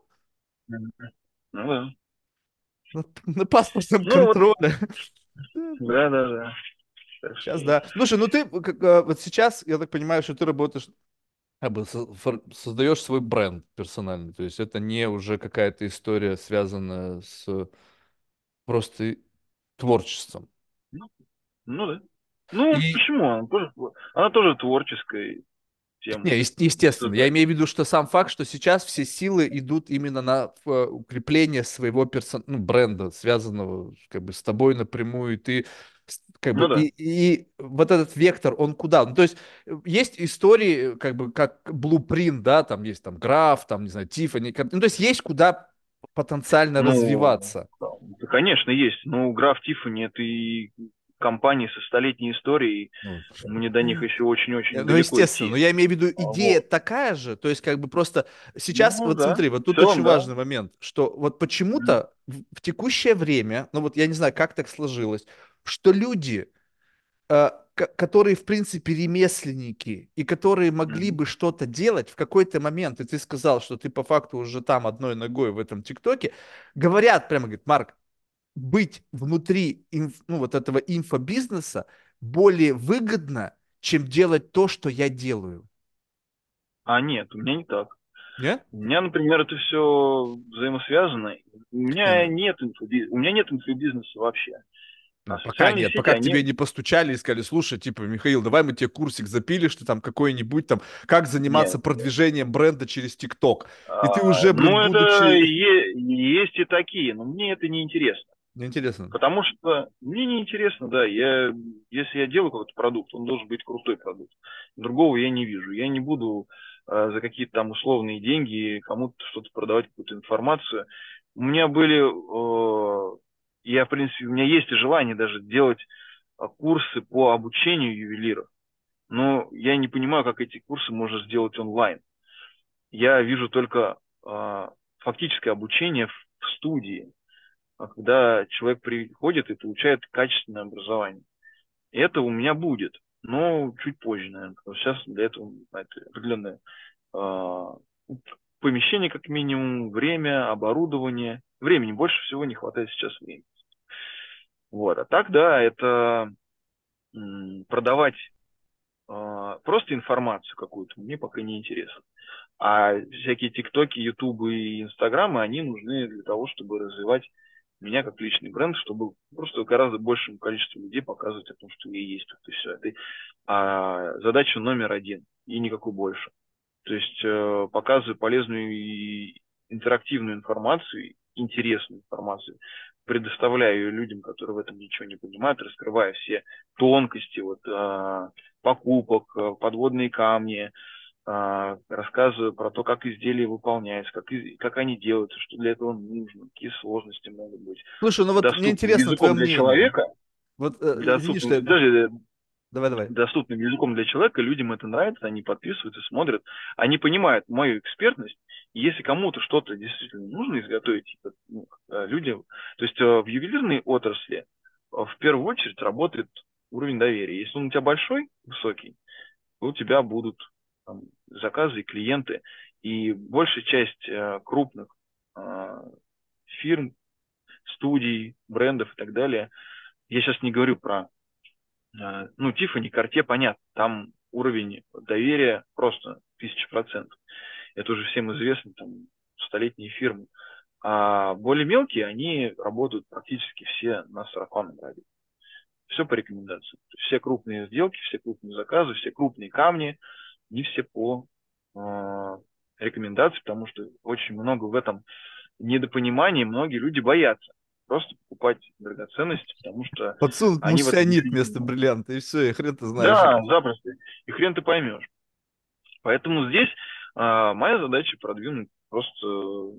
Мгм. Ну, да. на, на паспортном Ну, вот, контроле. да, да, да. Так что Сейчас, да. Слушай, ну ты как, а, вот сейчас, я так понимаю, что ты работаешь, как бы со- фор- создаешь свой бренд персональный. То есть это не уже какая-то история, связанная с просто творчеством. ну, ну да. Ну, И почему? Она тоже, она тоже творческая не, тема. ес- естественно, я Что-то. имею в виду, что сам факт, что сейчас все силы идут именно на э, укрепление своего персон... ну, бренда, связанного как бы с тобой напрямую, и ты с- как бы Ну и, да. и вот этот вектор, он куда? Ну, то есть э, есть истории, как бы как Blueprint, да, там есть там Граф, там, не знаю, Тиффани, как- ну, то есть есть куда потенциально Ну, развиваться. да, да, конечно, есть. Ну, граф Тиффани — это и компании со столетней историей. Ну, Мне до них еще Э, очень-очень Ну, далеко естественно, но идти. я имею в виду, А, идея вот. такая же, то есть как бы просто сейчас, Ну, вот да. смотри, вот В тут целом, очень да. важный момент, что вот Мгм. почему-то в, в текущее время, ну вот я не знаю, как так сложилось, что люди, э, ко- которые, в принципе, ремесленники и которые могли Мгм. бы что-то делать в какой-то момент, и ты сказал, что ты по факту уже там одной ногой в этом ТикТоке, говорят прямо, говорит, Марк, быть внутри инф- ну, вот этого инфобизнеса более выгодно, чем делать то, что я делаю. А нет, у меня не так. Не? У меня, например, это все взаимосвязано. У Не, меня ну, нет инфоби- у меня нет инфобизнеса вообще. А ну, пока социальные нет, сети, пока к тебе они... не постучали и сказали, слушай, типа, Михаил, давай мы тебе курсик запилишь, ты там какой-нибудь там, как заниматься Нет. продвижением бренда через ТикТок. И ты А, уже, блин, ну, это будучи... е- есть и такие, но мне это не интересно. Мне интересно. Потому что мне не интересно, да, я, если я делаю какой-то продукт, он должен быть крутой продукт. Другого я не вижу. Я не буду э, за какие-то там условные деньги кому-то что-то продавать, какую-то информацию. У меня были, э, я, в принципе, у меня есть и желание даже делать э, курсы по обучению ювелиров. Но я не понимаю, как эти курсы можно сделать онлайн. Я вижу только э, фактическое обучение в, в студии, а когда человек приходит и получает качественное образование. И это у меня будет, но чуть позже, наверное, потому что сейчас для этого это определенное э, помещение, как минимум, время, оборудование. Времени больше всего не хватает сейчас времени. Вот. А так, да, это м, продавать э, просто информацию какую-то мне пока не интересно. А всякие тиктоки, ютубы и инстаграмы, они нужны для того, чтобы развивать меня как личный бренд, чтобы просто гораздо большему количеству людей показывать о том, что я есть тут и все. Это а, задача номер один и никакой больше. То есть э, показываю полезную и интерактивную информацию, интересную информацию, предоставляю ее людям, которые в этом ничего не понимают, раскрывая все тонкости вот, э, покупок, э, подводные камни, а, рассказываю про то, как изделия выполняются, как, из- как они делаются, что для этого нужно, какие сложности могут быть. Слушай, ну вот мне Доступным интересно твое языком для мнение. человека, Вот, э, извини, что доступным, я... даже Давай-давай. доступным языком для человека, людям это нравится, они подписываются, смотрят, они понимают мою экспертность, и если кому-то что-то действительно нужно изготовить, типа, ну, э, люди, то есть э, в ювелирной отрасли э, в первую очередь работает уровень доверия. Если он у тебя большой, высокий, у тебя будут там, заказы и клиенты. И большая часть э, крупных э, фирм, студий, брендов и так далее, я сейчас не говорю про, э, ну, Тиффани, Cartier, понятно, там уровень доверия просто тысяча процентов. Это уже всем известно, там, столетние фирмы. А более мелкие, они работают практически все на сарафанном радио. Все по рекомендациям. Все крупные сделки, все крупные заказы, все крупные камни, не все по э, рекомендации, потому что очень много в этом недопонимания, многие люди боятся просто покупать драгоценности, потому что Подсунут они в этом муссионит ничего не вместо понимают. бриллианта, и все, и хрен ты знаешь. Да, запросто. И хрен ты поймешь. Поэтому здесь э, моя задача продвинуть просто э,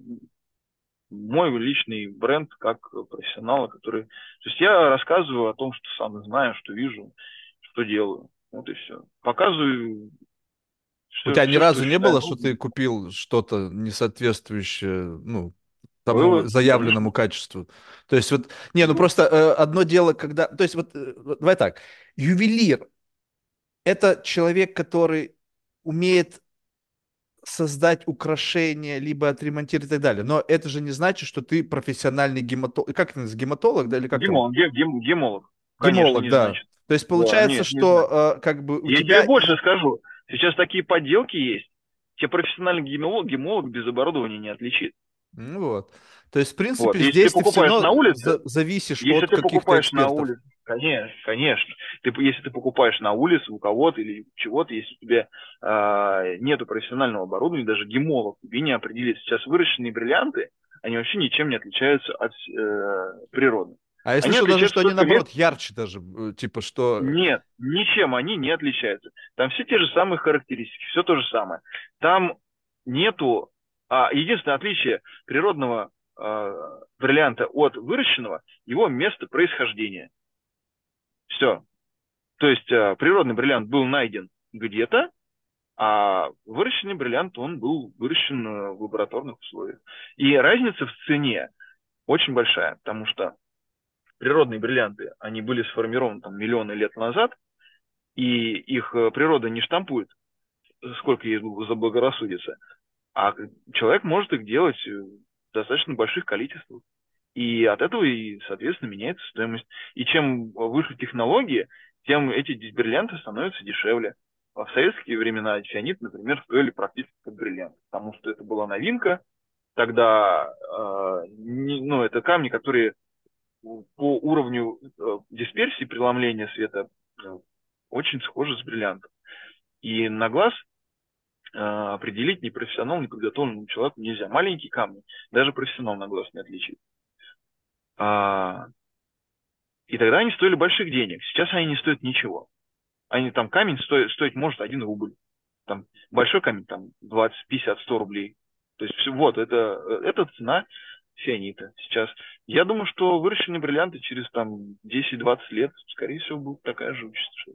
мой личный бренд как профессионала, который... То есть я рассказываю о том, что сам знаю, что вижу, что делаю. Вот и все. Показываю У все, тебя ни все, что разу не считаю было, что ты нужным. купил что-то не соответствующее, ну, тому Было, заявленному конечно. качеству? То есть вот, не, ну Ну, просто э, одно дело, когда, то есть вот, э, вот давай так, ювелир — это человек, который умеет создать украшения, либо отремонтировать и так далее. Но это же не значит, что ты профессиональный гематолог. Как это называется? Гематолог, да, или как там? гемолог, ге- гем- гемолог, конечно, Гемолог, не да. значит. То есть Да, получается, нет, не значит. что э, как бы у Я тебе тебя больше и... скажу. Сейчас такие подделки есть. Тебе профессиональный гемолог, гемолог без оборудования не отличит. Ну вот. То есть, в принципе, Вот. Если ты здесь ты все покупаешь на равно улице, за- зависишь Если от ты каких-то покупаешь на экспертов. улице, конечно, конечно. Ты, если ты покупаешь на улице у кого-то или чего-то, если у тебя э, нету профессионального оборудования, даже гемолог тебе не определит. Сейчас выращенные бриллианты, они вообще ничем не отличаются от э, природных. А я Они слышал даже, что отличаются они, только вес. наоборот, ярче даже. э, Типа, что... Нет, ничем они не отличаются. Там все те же самые характеристики, все то же самое. Там нету... А, единственное отличие природного э, бриллианта от выращенного — его место происхождения. Все. То есть э, природный бриллиант был найден где-то, а выращенный бриллиант, он был выращен э, в лабораторных условиях. И разница в цене очень большая, потому что природные бриллианты, они были сформированы там миллионы лет назад, и их э, природа не штампует, сколько ей заблагорассудится, а человек может их делать в достаточно больших количествах. И от этого и, соответственно, меняется стоимость. И чем выше технологии, тем эти бриллианты становятся дешевле. А в советские времена фианит, например, стоили практически как бриллиант. потому что это была новинка. Тогда, э, не, ну, это камни, которые по уровню э, дисперсии, преломления света э, очень схожи с бриллиантом. И на глаз э, определить непрофессионал, неподготовленному человеку нельзя. Маленькие камни даже профессионал на глаз не отличит. А, и тогда они стоили больших денег. Сейчас они не стоят ничего. Они там камень стоит, стоить может один рубль. Там большой камень там двадцать, пятьдесят, сто рублей. То есть все, вот это, это цена сионита сейчас. Я думаю, что выращенные бриллианты через там десять-двадцать лет, скорее всего, будет такая же участь.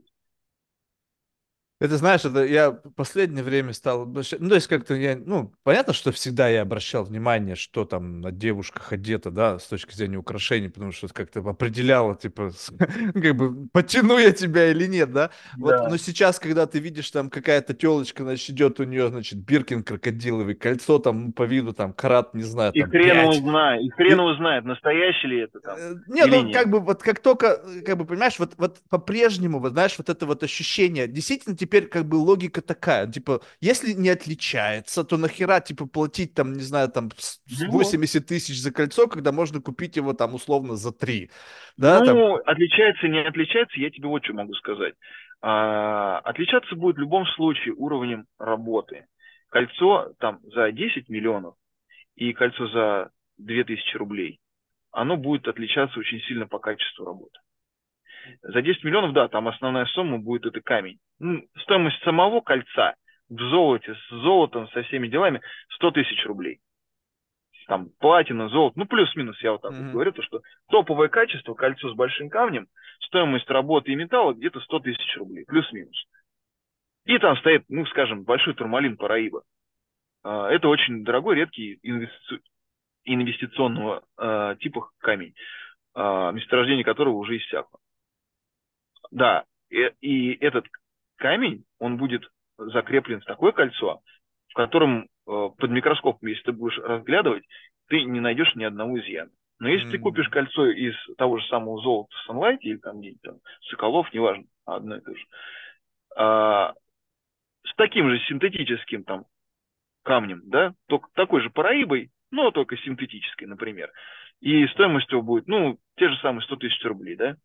Это, знаешь, это я в последнее время стал обращать... Ну, то есть как-то я... Ну, понятно, что всегда я обращал внимание, что там на девушках одето, да, с точки зрения украшений, потому что это как-то определяло, типа, с- как бы, потяну я тебя или нет, да. Вот, но Да. сейчас, когда ты видишь, там какая-то телочка, значит, идет у нее, значит, Биркин крокодиловый, кольцо там, ну, по виду, там, карат, не знаю, И там, хрен его пять. знает, и хрен его знает, настоящий ли это там Э, Не, или ну нет. как бы вот как только, э, как бы понимаешь, вот, вот по-прежнему, вот знаешь, вот это вот ощущение, действительно теперь как бы логика такая, типа, если не отличается, то нахера, типа, платить там, не знаю, там с- с Ну вот. восемьдесят тысяч за кольцо, когда можно купить его там условно за три, да, там. Ну, отличается, не отличается, я тебе вот что могу сказать. А, отличаться будет в любом случае уровнем работы. Кольцо там за десять миллионов и кольцо за две тысячи рублей, оно будет отличаться очень сильно по качеству работы. За десять миллионов, да, там основная сумма будет это камень. Ну, стоимость самого кольца в золоте, с золотом, со всеми делами сто тысяч рублей. Там платина, золото, ну плюс-минус, я вот так вот Мгм. говорю, то что топовое качество, кольцо с большим камнем, стоимость работы и металла где-то сто тысяч рублей, плюс-минус. И там стоит, ну скажем, большой турмалин Параиба. А, Это очень дорогой, редкий инвести- инвестиционного э, типа камень, а, месторождение которого уже иссякло. Да, и, и этот камень, он будет закреплен в такое кольцо, в котором э, под микроскопом, если ты будешь разглядывать, ты не найдешь ни одного изъяна. Но если ты купишь М. кольцо из того же самого золота Sunlight или там где-нибудь там Соколов, неважно, одно и то же, а, с таким же синтетическим там камнем, да, только такой же параибой, но только синтетической, например, и стоимость его будет, ну, те же самые сто тысяч рублей, да,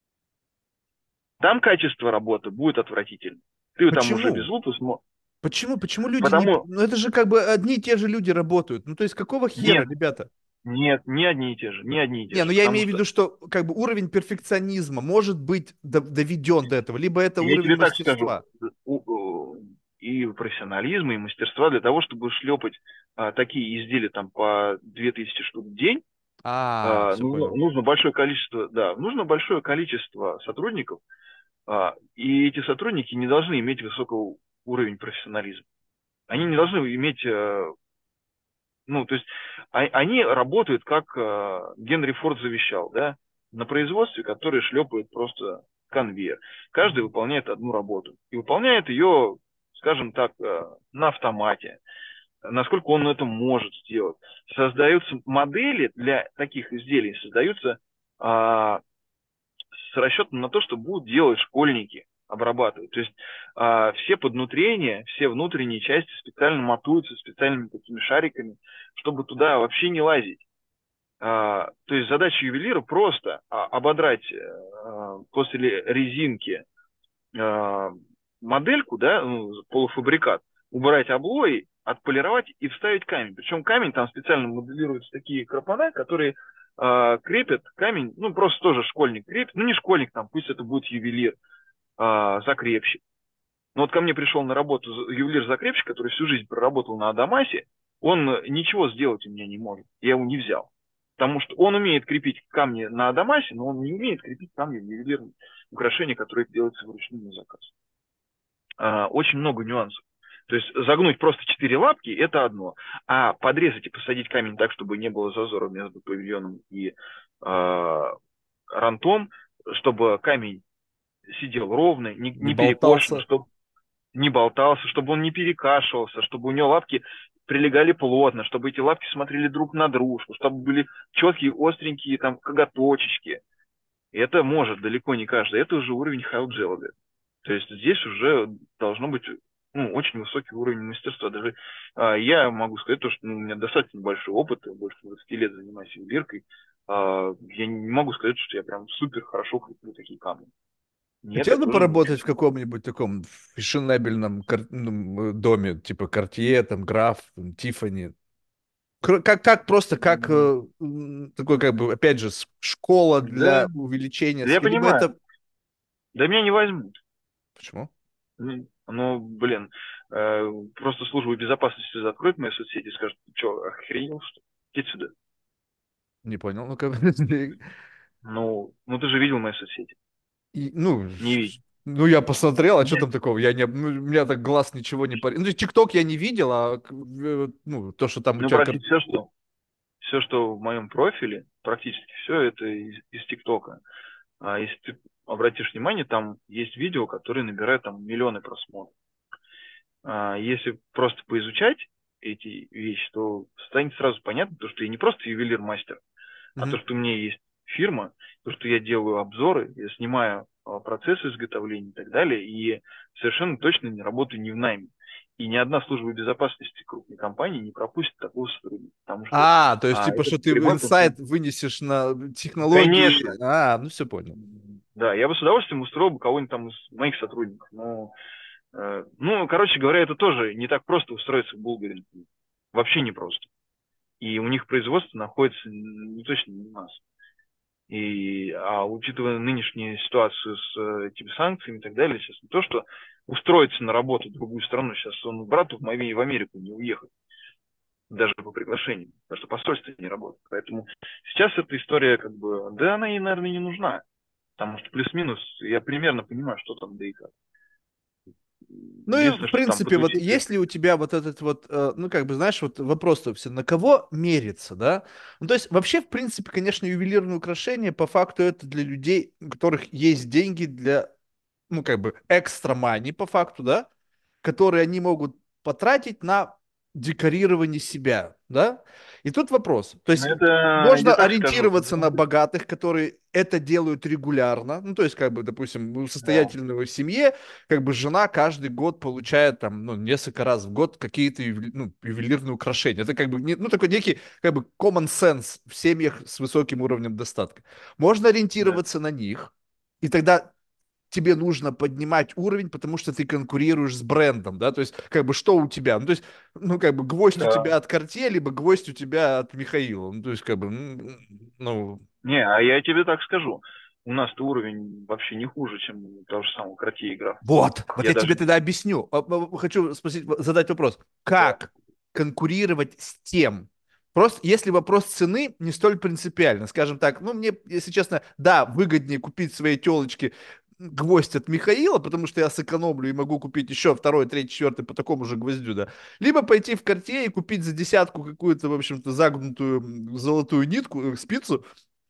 там качество работы будет отвратительно. Ты там уже без Почему? лупы смо... Почему? Почему люди не... Потому Ну это же как бы одни и те же люди работают. Ну то есть какого хера, нет, ребята? нет, не одни и те же, не одни и те Не, ну же. я Потому имею в что виду, что как бы уровень перфекционизма может быть до- доведен до этого, либо это я уровень тебе так скажу, мастерства. у- у- и профессионализма, и мастерства для того, чтобы шлепать а, такие изделия там по две тысячи штук в день, А, а, все нужно, понял. нужно большое количество, да, нужно большое количество сотрудников, а, и эти сотрудники не должны иметь высокого уровень профессионализма. Они не должны иметь э, ну, то есть а- они работают, как э, Генри Форд завещал, да, на производстве, которое шлепает просто конвейер. Каждый Мгм. выполняет одну работу. И выполняет ее, скажем так, э, на автомате, насколько он это может сделать. Создаются модели для таких изделий, создаются а, с расчетом на то, что будут делать школьники, обрабатывать. То есть а, все поднутрения, все внутренние части специально матуются специальными такими шариками, чтобы туда вообще не лазить. А, то есть задача ювелира просто а, ободрать а, после резинки а, модельку, да, ну, полуфабрикат, убрать облой, отполировать и вставить камень. Причем камень там специально моделируются такие клапана, которые а, крепят камень, ну просто тоже школьник крепит, ну не школьник там, пусть это будет ювелир, а, закрепщик. Но вот ко мне пришел на работу ювелир-закрепщик, который всю жизнь проработал на Адамасе, он ничего сделать у меня не может, я его не взял. Потому что он умеет крепить камни на Адамасе, но он не умеет крепить камни в ювелирные украшения, которые делаются вручную на заказ. А, очень много нюансов. То есть загнуть просто четыре лапки – это одно, а подрезать и посадить камень так, чтобы не было зазора между павильоном и э, рантом, чтобы камень сидел ровно, не, Не не перекошен, болтался. чтобы не болтался, чтобы он не перекашивался, чтобы у него лапки прилегали плотно, чтобы эти лапки смотрели друг на дружку, чтобы были четкие, остренькие там коготочечки. И это может далеко не каждый. Это уже уровень Хайл Джеллога. То есть здесь уже должно быть ну, очень высокий уровень мастерства. Даже а, я могу сказать то, что ну, у меня достаточно большой опыт, я больше двадцати лет занимаюсь ювелиркой. А, я не могу сказать, что я прям супер хорошо креплю такие камни. Нет, я Хотел бы тоже поработать в научусь. каком-нибудь таком фешенебельном кар- ну, доме, типа Cartier, там, Граф, там, Тиффани. Кр- Как, как просто, как М, э, м, такой, как бы, опять же, с- школа Да, для увеличения, да с- я либо понимаю. это... Да меня не возьмут. Почему? М, Ну, блин, э, просто служба безопасности закроет мои соцсети и скажет, ты что, охренел, что ли? Иди сюда. Не понял, ну-ка. Ну, ну ты же видел мои соцсети. И, ну, Не ш- ш- видел. ну, я посмотрел, а что Нет. там такого? Я не, ну, у меня так глаз ничего не парит. Ну, ТикТок я не видел, а к- э, ну, то, что там у Ну, тебя... кар- практически все, что, все, что в моем профиле, практически все это из, из ТикТока. А если ты обратишь внимание, там есть видео, которые набирают там миллионы просмотров. А если просто поизучать эти вещи, то станет сразу понятно, то, что я не просто ювелир-мастер, а то, Мгм. что у меня есть фирма, то, что я делаю обзоры, я снимаю а, процессы изготовления и так далее, и совершенно точно не работаю не в найме. И ни одна служба безопасности крупной компании не пропустит такого сотрудника, потому что А, то есть, а, типа, это что ты в прямой конкурент. инсайт вынесешь на технологии. Конечно. А, ну все понял. Да, я бы с удовольствием устроил бы кого-нибудь там из моих сотрудников, но э, ну, короче говоря, это тоже не так просто устроиться в Булгаре. Вообще не просто. И у них производство находится не точно не у нас. И, а учитывая нынешнюю ситуацию с э, типа санкциями и так далее, сейчас не то, что устроиться на работу в другую страну, сейчас он брату в, Мови- в Америку не уехать, даже по приглашению, потому что посольство не работает. Поэтому сейчас эта история, как бы, да, она ей, наверное, не нужна. Потому что плюс-минус я примерно понимаю, что там да и как. Ну и, в Единственное, что там принципе, вот подучиться. если у тебя вот этот вот, э, ну, как бы, знаешь, вот вопрос-то все, на кого мериться, да? Ну, то есть, вообще, в принципе, конечно, ювелирные украшения, по факту, это для людей, у которых есть деньги для, ну, как бы, экстра мани, по факту, да? Которые они могут потратить на декорирование себя, да? И тут вопрос. То Ну, есть это, я можно тебе так скажу, ориентироваться на ну, богатых, которые это делают регулярно. Ну, то есть, как бы, допустим, у да, состоятельного семье, как бы жена каждый год получает там, ну, несколько раз в год какие-то ювели- ну, ювелирные украшения. Это как бы, не- ну, такой некий, как бы, common sense в семьях с высоким уровнем достатка. Можно да. ориентироваться на них, и тогда тебе нужно поднимать уровень, потому что ты конкурируешь с брендом, да, то есть, как бы, что у тебя, ну, то есть, ну, как бы, гвоздь у Да. тебя от Cartier, либо гвоздь у тебя от Михаила, ну, то есть, как бы, м, ну, Не, а я тебе так скажу. У нас-то уровень вообще не хуже, чем у того же самого Кратье игра. вот, вот Я я тебе даже... тогда объясню, А, а, хочу спросить, задать вопрос, Да. как конкурировать с тем, просто, если вопрос цены не столь принципиально, скажем так, ну, мне, если честно, да, выгоднее купить своей телочке гвоздь от Михаила, потому что я сэкономлю и могу купить еще второй, третий, четвертый по такому же гвоздю, да. Либо пойти в Cartier и купить за десятку какую-то, в общем-то, загнутую м, золотую нитку, э, спицу,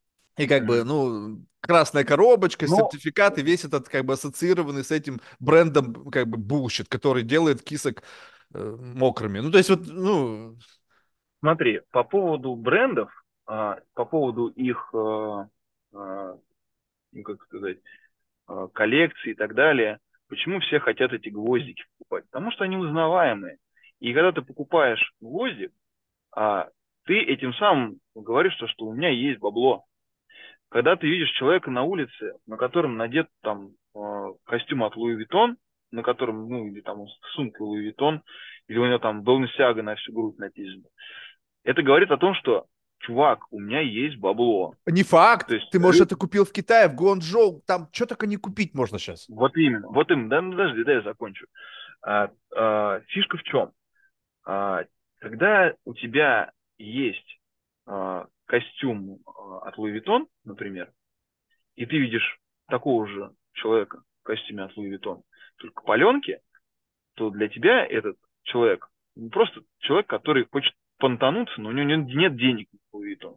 и как бы, Мгм. ну, красная коробочка, Ну, сертификат, и весь этот, как бы, ассоциированный с этим брендом, как бы, булщит, который делает кисок э, мокрыми. Ну, то есть вот, ну, смотри, по поводу брендов, а, по поводу их, а, а, ну, как сказать, а, коллекций и так далее, почему все хотят эти гвоздики покупать? Потому что они узнаваемые. И когда ты покупаешь гвоздик, а ты этим самым говоришь, что, что у меня есть бабло. Когда ты видишь человека на улице, на котором надет там э, костюм от Луи Vuitton, на котором, ну, или там сумка Луи Vuitton, или у него там Balenciaga на всю грудь написано, это говорит о том, что, чувак, у меня есть бабло. не То факт. есть, Ты, может, лю- это купил в Китае, в Гуанчжоу, там что только не купить можно сейчас. вот именно, вот именно, да, ну, подожди, да, я закончу. А, а, фишка в чем? А, когда у тебя есть а, костюм а, от Louis Vuitton, например, и ты видишь такого же человека в костюме от Louis Vuitton, только паленки, то для тебя этот человек не просто человек, который хочет понтануться, но у него нет, нет денег на Louis Vuitton.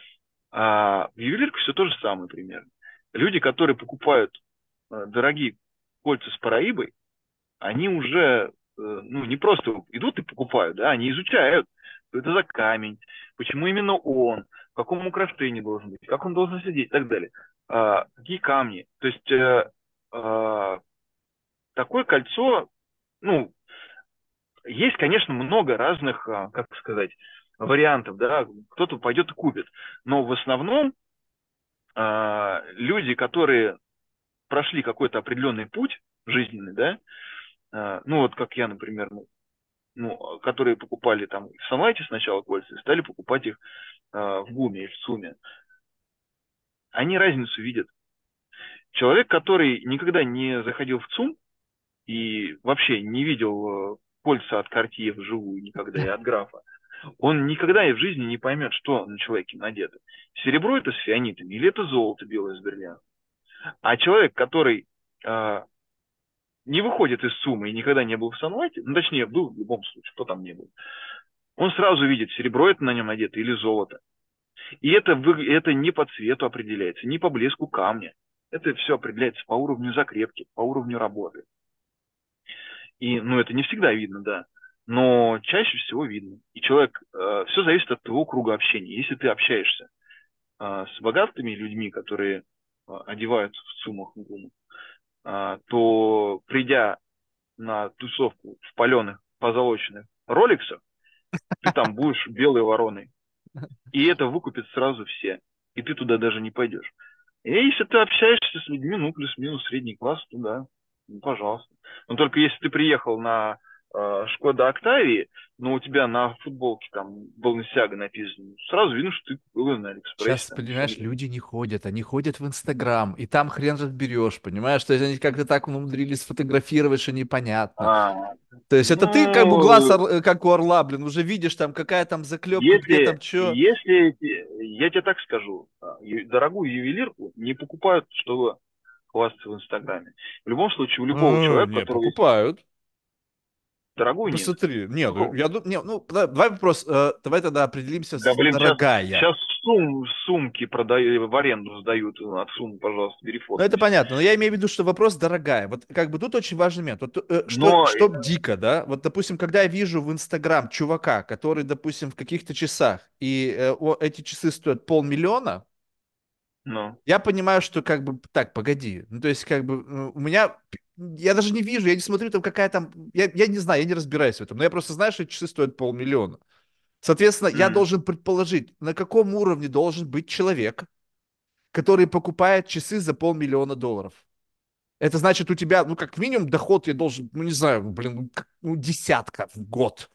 А в ювелирке все то же самое примерно. Люди, которые покупают э, дорогие кольца с параибой, они уже, э, ну, не просто идут и покупают, да, они изучают, что это за камень, почему именно он, в каком украшении должен быть, как он должен сидеть и так далее. А, какие камни. То есть э, а, такое кольцо, ну, есть, конечно, много разных, а, как сказать, вариантов, да, кто-то пойдет и купит, но в основном а, люди, которые прошли какой-то определенный путь жизненный, да, а, ну вот как я, например, ну, ну, которые покупали там в Sunlight сначала кольца, и стали покупать их а, в ГУМе или в ЦУМе, они разницу видят. Человек, который никогда не заходил в ЦУМ и вообще не видел э, кольца от Cartier вживую никогда и от Графа, он никогда и в жизни не поймет, что на человеке надето. Серебро это с фианитами или это золото белое с бриллиантом. А человек, который э, не выходит из ЦУМа и никогда не был в Санлайте, ну точнее был в любом случае, кто там не был, он сразу видит, серебро это на нем надето или золото. И это, вы, это не по цвету определяется, не по блеску камня. Это все определяется по уровню закрепки, по уровню работы. И, ну, это не всегда видно, да. Но чаще всего видно. И человек, э, все зависит от твоего круга общения. Если ты общаешься э, с богатыми людьми, которые э, одеваются в ЦУМах, э, то придя на тусовку в паленых, позолоченных роликсах, ты там будешь белой вороной. И это выкупят сразу все. И ты туда даже не пойдешь. И если ты общаешься с людьми, ну, плюс-минус средний класс, то да, ну, пожалуйста. Но только если ты приехал на э, Шкода Октавии, но у тебя на футболке там Balenciaga написано, сразу видно, что ты купил ее на Алиэкспрессе, Сейчас, там еще понимаешь, где-нибудь. люди не ходят, они ходят в Инстаграм, и там хрен разберешь, понимаешь? То есть они как-то так умудрились сфотографировать, что непонятно. А, То есть это ты как бы глаз, ну, ор- э, как у орла, блин, уже видишь там, какая там заклепка, где если, там что. если, я тебе так скажу, а, ю- дорогую ювелирку не покупают, чтобы хвастаться в Инстаграме. В любом случае, у любого А, человека, у не, которого есть покупают. дорогую, нет. Посмотри. Нет, ну, Ну, я думаю, не, ну, да- давай вопрос, э, давай тогда определимся да, с блин, сейчас, дорогая. сейчас сум, сумки продают, в аренду сдают от сумм, пожалуйста, Ну, это перефоткайся. понятно, но я имею в виду, что вопрос дорогая. Вот как бы тут очень важный момент. Вот, э, что, Но, что дико, да? Вот, допустим, когда я вижу в Инстаграм чувака, который, допустим, в каких-то часах, и э, о- эти часы стоят полмиллиона, ну, я понимаю, что как бы, так, погоди. Ну, то есть, как бы, э, у меня, п- я даже не вижу, я не смотрю там какая там, я, я не знаю, я не разбираюсь в этом, но я просто знаю, что эти часы стоят полмиллиона. Соответственно, я м. должен предположить, на каком уровне должен быть человек, который покупает часы за полмиллиона долларов. Это значит, у тебя, ну, как минимум, доход я должен, ну, не знаю, ну, блин, ну, как- ну, десятка в год.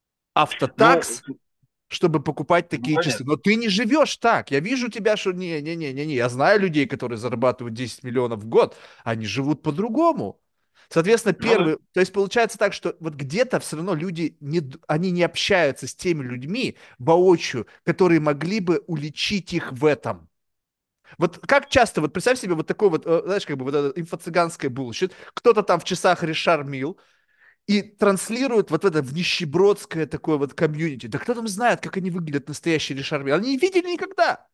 Ну, Автотакс, чтобы покупать ну, такие часы. понятно. Но ты не живешь так. Я вижу тебя, что не-не-не-не-не. Я знаю людей, которые зарабатывают десять миллионов в год. Они живут по-другому. Соответственно, Ну да. первый, то есть получается так, что вот где-то все равно люди, не, д- они не общаются с теми людьми воочию, которые могли бы уличить их в этом. Вот как часто, вот представь себе вот такой вот, э, знаешь, как бы вот это инфо-цыганское булщит, кто-то там в часах Ришар Мил и транслирует вот это в нищебродское такое вот комьюнити. Да кто там знает, как они выглядят, настоящие Ришар Мил? Они не видели никогда.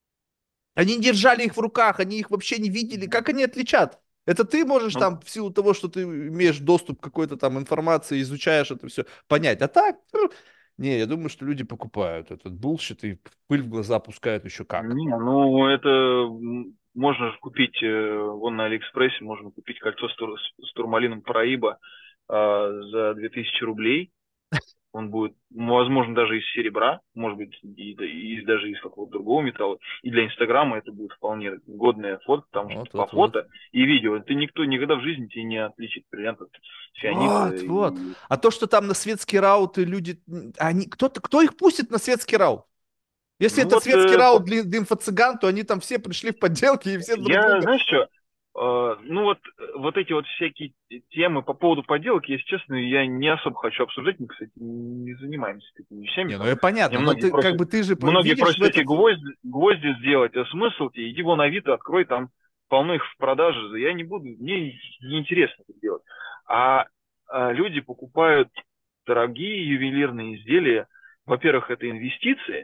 Они не держали их в руках, они их вообще не видели. Как они отличат? Это ты можешь Ну, там в силу того, что ты имеешь доступ к какой-то там информации, изучаешь это все, понять. А так, ну, не, я думаю, что люди покупают этот булщит и пыль в глаза пускают еще как. не, ну, это м, можно же купить, э, вон на Алиэкспрессе можно купить кольцо с, тур- с турмалином Параиба а, за две тысячи рублей. Он будет, ну, возможно, даже из серебра, может быть, и, и даже из какого-то другого металла. И для Инстаграма это будет вполне годная фото, потому что Вот, по вот, вот. фото и видео ты никто никогда в жизни тебе не отличит бриллиант от фианита. Вот, вот. И... А то, что там на светские рауты люди, м, они, кто-то, кто их пустит на светский раут? Если Ну это вот, светский э, раут по- для, для инфо-цыган, то они там все пришли в подделки и все друг я, друга. знаешь что, э, ну вот, э, вот эти вот всякие темы по поводу подделок, если честно, я не особо хочу обсуждать. Мы, кстати, не занимаемся такими вещами. Не, ну Там. это Мне понятно, но многие ты как просят, бы ты же по- многие видишь в просят эти этот... гвозди, гвозди сделать. А смысл тебе? Иди вон на Авито, открой, там полно их в продаже. Я не буду, мне неинтересно это делать. А, а люди покупают дорогие ювелирные изделия. Во-первых, это инвестиции.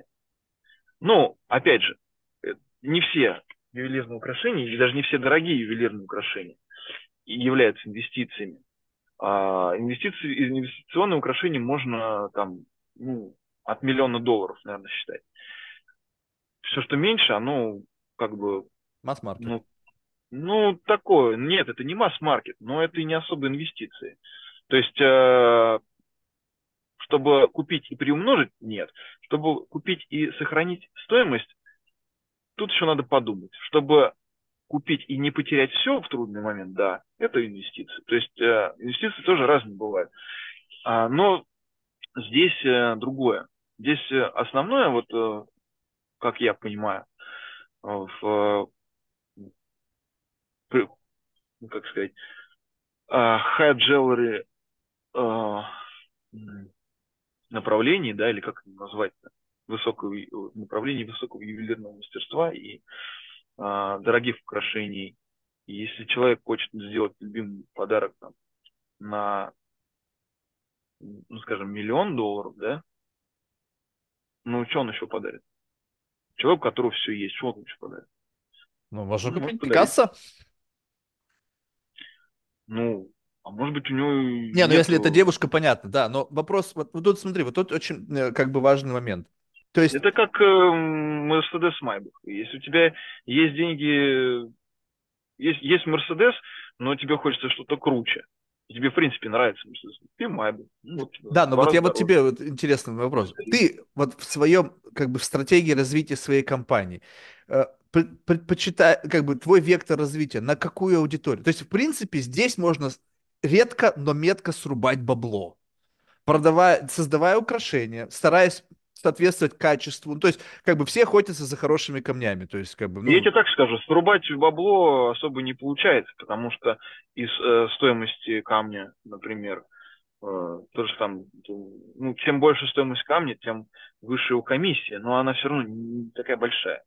Ну, опять же, э, не все ювелирные украшения, и даже не все дорогие ювелирные украшения и являются инвестициями. А инвестиции, инвестиционные украшения можно там, ну, от миллиона долларов, наверное, считать. Все, что меньше, оно как бы, Масс-маркет. ну, ну, такое. Нет, это не масс-маркет, но это и не особо инвестиции. То есть, э, Чтобы купить и приумножить, нет. Чтобы купить и сохранить стоимость, тут еще надо подумать. Чтобы купить и не потерять все в трудный момент, да, это инвестиции. То есть э, инвестиции тоже разные бывают. А, но здесь э, другое. Здесь э, основное, вот, э, как я понимаю, э, в, э, ну, как сказать, э, high jewelry э, направлении, да, или как это назвать, высокого, направлении высокого ювелирного мастерства и э, дорогих украшений. И если человек хочет сделать любимый подарок там, на, ну, скажем, миллион долларов, да, ну, что он еще подарит? Человек, у которого все есть, что он еще подарит? Ну, можно Ну, может купить подарить, Пикассо. ну, а может быть, у него Не, ну нет. если это девушка, понятно, да. Но вопрос, вот, вот тут смотри, вот тут очень э, как бы важный момент. То есть, Это как Mercedes Maybach. Если у тебя есть деньги, есть, есть Mercedes, но тебе хочется что-то круче. И тебе, в принципе, нравится Mercedes. Ты Maybach. Ну, вот, да, в но два вот раза я вот дороже. тебе вот интересный вопрос. Ты вот в своем, как бы в стратегии развития своей компании э, пр- предпочитай, как бы твой вектор развития на какую аудиторию? То есть, в принципе, здесь можно с- редко, но метко срубать бабло, продавая, создавая украшения, стараясь соответствовать качеству. Ну, то есть, как бы все охотятся за хорошими камнями. То есть, как бы, Я ну, тебе так скажу, срубать бабло особо не получается, потому что из э, стоимости камня, например, э, тоже там, ну, чем больше стоимость камня, тем выше его комиссия, но она все равно не такая большая.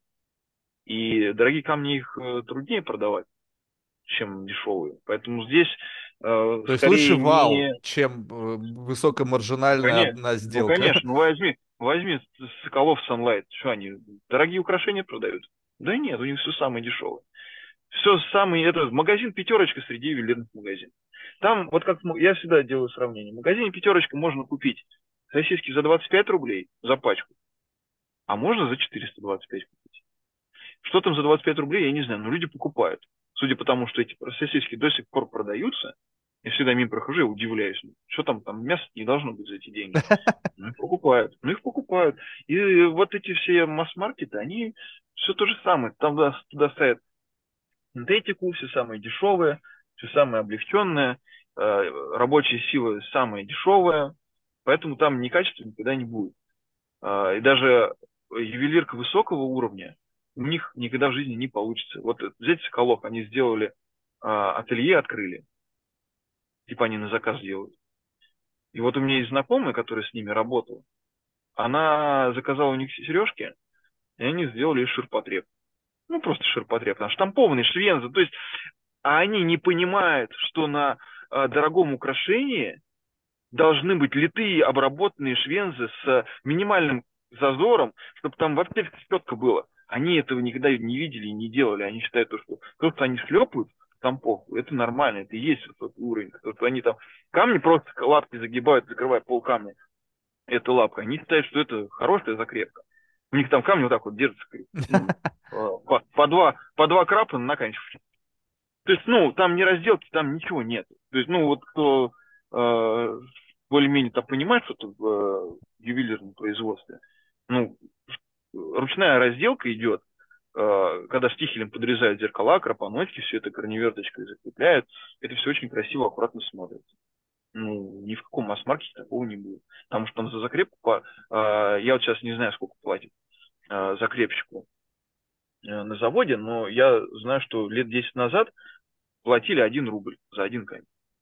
И дорогие камни их э, труднее продавать, чем дешевые. Поэтому здесь э, то есть лучше скорее вау, не... чем э, Ну, высокомаржинальная конечно, одна ну, сделка. конечно, ну, возьми, возьми Соколов Sunlight, что они, дорогие украшения продают? Да нет, у них все самое дешевое. Все самое, это магазин пятерочка среди ювелирных магазинов. Там, вот как я всегда делаю сравнение, в магазине пятерочка можно купить сосиски за двадцать пять рублей за пачку, а можно за четыреста двадцать пять купить. Что там за двадцать пять рублей, я не знаю, но люди покупают. Судя по тому, что эти сосиски до сих пор продаются, я всегда мимо прохожу, я удивляюсь, что там, там мясо не должно быть за эти деньги. Ну, их покупают, ну, их покупают. И вот эти все масс-маркеты, они все то же самое. Там туда, туда ставят синтетику, все самое дешевое, все самое облегченное, э, рабочая сила самая дешевая, поэтому там ни качества никогда не будет. Э, и даже ювелирка высокого уровня у них никогда в жизни не получится. Вот взять Соколов, они сделали э, ателье, открыли, типа они на заказ делают. И вот у меня есть знакомая, которая с ними работала, она заказала у них сережки, и они сделали ширпотреб. Ну, просто ширпотреб, там штампованный, швенза. То есть а они не понимают, что на э, дорогом украшении должны быть литые обработанные швензы с минимальным зазором, чтобы там вообще четко было. Они этого никогда не видели и не делали. Они считают, что просто они шлепают компов, это нормально, это и есть вот уровень. Вот они там камни просто лапки загибают, закрывая пол камня. Это лапка. Они считают, что это хорошая закрепка. У них там камни вот так вот держатся. Ну, по, по, два, по два крапа на наканчивают. То есть, ну, там не разделки, там ничего нет. То есть, ну, вот кто э, более-менее там понимает что-то в э, ювелирном производстве, ну, ручная разделка идет, э, когда штихелем подрезают зеркала, крапаночки, все это корневерточкой закрепляют. Это все очень красиво, аккуратно смотрится. Ну, ни в каком масс-маркете такого не будет. Потому что там за закрепку, по, э, я вот сейчас не знаю, сколько платит э, закрепщику э, на заводе, но я знаю, что лет десять назад платили один рубль за один камень.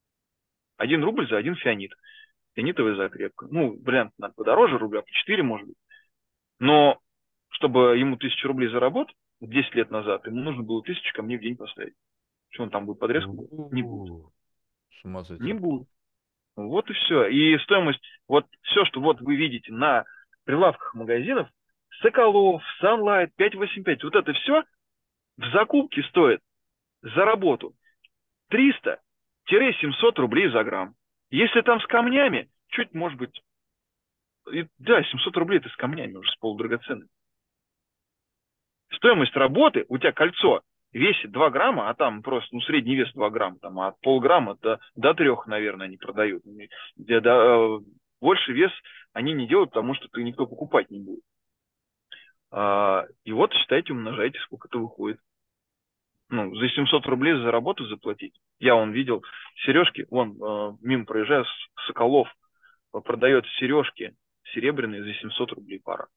Один рубль за один фианит. Фианитовая закрепка. Ну, вариант надо подороже, рубля по четыре, может быть. Но чтобы ему тысячу рублей заработать, десять лет назад, ему нужно было тысячу камней в день поставить. Что он там будет подрезку? Не будет. У-у-у. С ума Не сойти. будет. Вот и все. И стоимость, вот все, что вот вы видите на прилавках магазинов, Соколов, Sunlight, пять восемь пять, вот это все в закупке стоит за работу триста семьсот рублей за грамм. Если там с камнями, чуть, может быть, и, да, семьсот рублей это с камнями уже, с полудрагоценными. Стоимость работы, у тебя кольцо весит два грамма, а там просто, ну, средний вес два грамма, там, а от полграмма до, до трех, наверное, они продают. До, до, Больше вес они не делают, потому что ты никто покупать не будет. А, и вот, считайте, умножайте, сколько это выходит. Ну, за семьсот рублей за работу заплатить. Я вон видел сережки, вон э, мимо проезжаю, с- Соколов э, продает сережки серебряные за семьсот рублей пара.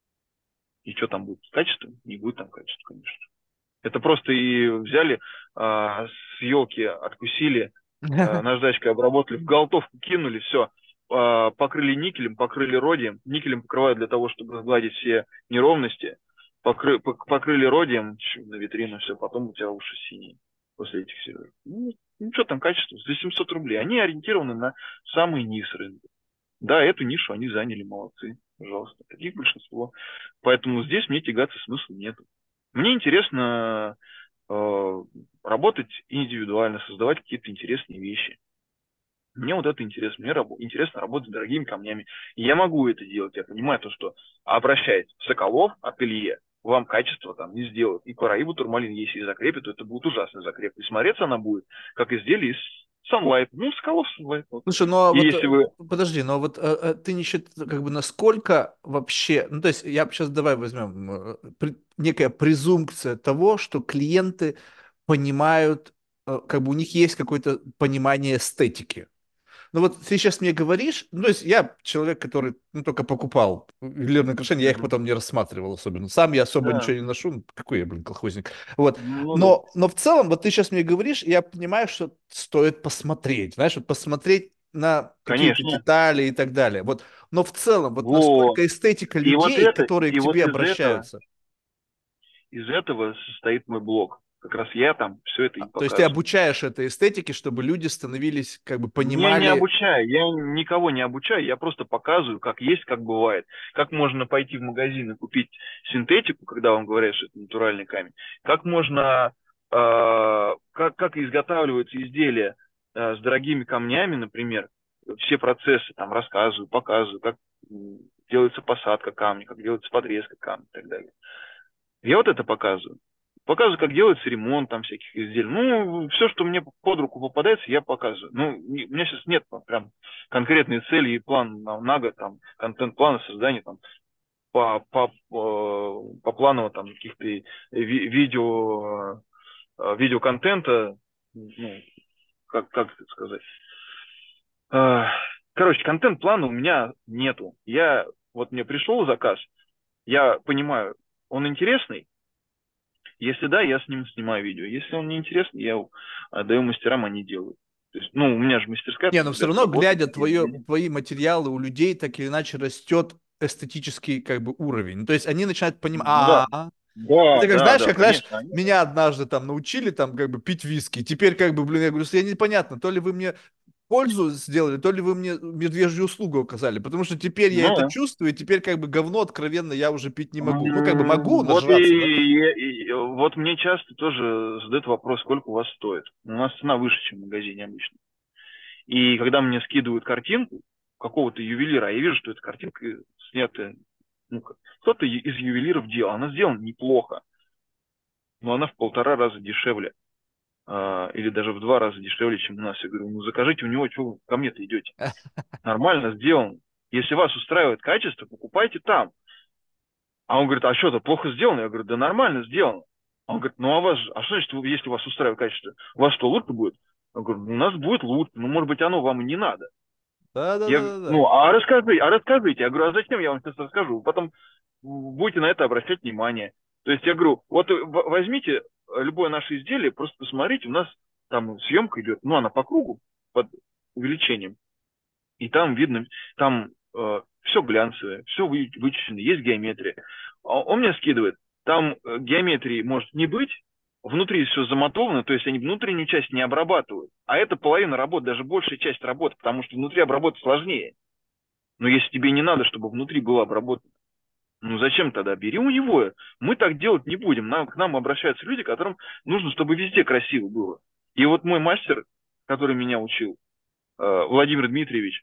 И что там будет? Качество? Не будет там качества, конечно. Это просто и взяли, а, с елки откусили, а, наждачкой обработали, в галтовку кинули, все, а, покрыли никелем, покрыли родием. Никелем покрывают для того, чтобы сгладить все неровности. Покры, пок- покрыли родием чё, на витрину, все, потом у тебя уши синие после этих сережек. Ну, ну что там качество? За семьсот рублей. Они ориентированы на самый низ рынка. Да, эту нишу они заняли, молодцы, пожалуйста. Таких большинство. Поэтому здесь мне тягаться смысла нет. Мне интересно э, работать индивидуально, создавать какие-то интересные вещи. Мне вот это интересно. Мне раб- интересно работать с дорогими камнями. И я могу это делать. Я понимаю то, что обращаясь в Соколов, ателье, вам качество там не сделают. И параибу турмалин, если и закрепит, то это будет ужасный закреп. И смотреться она будет, как изделие из Sunlight. Ну, Соколов Sunlight. Вот. Слушай, ну а И вот если э, вы... подожди, но вот э, э, ты не считаешь, как бы насколько вообще, ну то есть я сейчас давай возьмем э, при- некая презумпция того, что клиенты понимают, э, как бы у них есть какое-то понимание эстетики. Ну вот ты сейчас мне говоришь, ну то есть я человек, который ну, только покупал ювелирные украшения, я их Мгм. потом не рассматривал особенно. Сам я особо Да, ничего не ношу, ну, какой я, блин, колхозник. Вот. ну да. Но, но в целом, вот ты сейчас мне говоришь, я понимаю, что стоит посмотреть, знаешь, вот посмотреть на какие-то Конечно. детали и так далее. Вот. Но в целом, вот Вот. насколько эстетика И вот людей, это, которые и к вот тебе из этого, обращаются, из этого состоит мой блог. Как раз я там все это а, и то есть ты показываю. обучаешь этой эстетике, чтобы люди становились, как бы Я не понимали. обучаю, я никого не обучаю, я просто показываю, как есть, как бывает. Как можно пойти в магазин и купить синтетику, когда вам говорят, что это натуральный камень. Как можно, э, как, как изготавливаются изделия э, с дорогими камнями, например. Все процессы там рассказываю, показываю, как м, делается посадка камня, как делается подрезка камня и так далее. Я вот это показываю. Показываю, как делается ремонт там всяких изделий. Ну, все, что мне под руку попадается, я показываю. Ну, не- у меня сейчас нет там прям конкретной цели и план на, на год, там, контент-плана создания там по, по, по, по плану там каких-то ви- видео, э, видеоконтента, ну, как, как это сказать. Э, Короче, контент-плана у меня нету. Я, вот мне пришел заказ, я понимаю, он интересный. Если да, я с ним снимаю видео. Если он не интересный, я его отдаю мастерам, они делают. То есть, ну, у меня же мастерская, Не, там но все ребята равно, работают. глядя И твое, твои материалы у людей, так или иначе растет эстетический как бы уровень. Ну, то есть они начинают понимать, ну да, а, да, это как, да, знаешь, да, как, знаешь, конечно. Они... меня однажды там научили там как бы пить виски. Теперь как бы, блин, я говорю, я непонятно, то ли вы мне пользу сделали, то ли вы мне медвежью услугу оказали, потому что теперь я Ну это да. чувствую, и теперь как бы говно откровенно я уже пить не могу. Ну, как бы М, могу Вот и, нажраться, да? и- и вот мне часто тоже задают вопрос, сколько у вас стоит. У нас цена выше, чем в магазине обычно. И когда мне скидывают картинку какого-то ювелира, я вижу, что эта картинка снята, ну, как- кто-то из ювелиров делал. Она сделана неплохо, но она в полтора раза дешевле. А, или даже в два раза дешевле, чем у нас. Я говорю, ну закажите у него, что вы ко мне-то идете? Нормально сделан. Если вас устраивает качество, покупайте там. А он говорит, а что-то плохо сделано? Я говорю, да нормально сделано. А он говорит, ну а вас, а что значит, вы- если вас устраивает качество? У вас что, лучше будет? Я говорю, ну, у нас будет лучше, но может быть оно вам и не надо. Да, да, Я, да, да, да. ну, а расскажи, а расскажите. Я говорю, а зачем я вам сейчас расскажу? Вы потом будете на это обращать внимание. То есть я говорю, вот в- возьмите любое наше изделие, просто посмотрите, у нас там съемка идет, ну, она по кругу, под увеличением. И там видно, там э, все глянцевое, все вы, вычищено, есть геометрия. А он мне скидывает, там э, геометрии может не быть, внутри все замотовано, то есть они внутреннюю часть не обрабатывают. А это половина работы, даже большая часть работы, потому что внутри обработать сложнее. Но если тебе не надо, чтобы внутри было обработано, ну зачем тогда? Бери у него. Мы так делать не будем. Нам, к нам обращаются люди, которым нужно, чтобы везде красиво было. И вот мой мастер, который меня учил, э, Владимир Дмитриевич,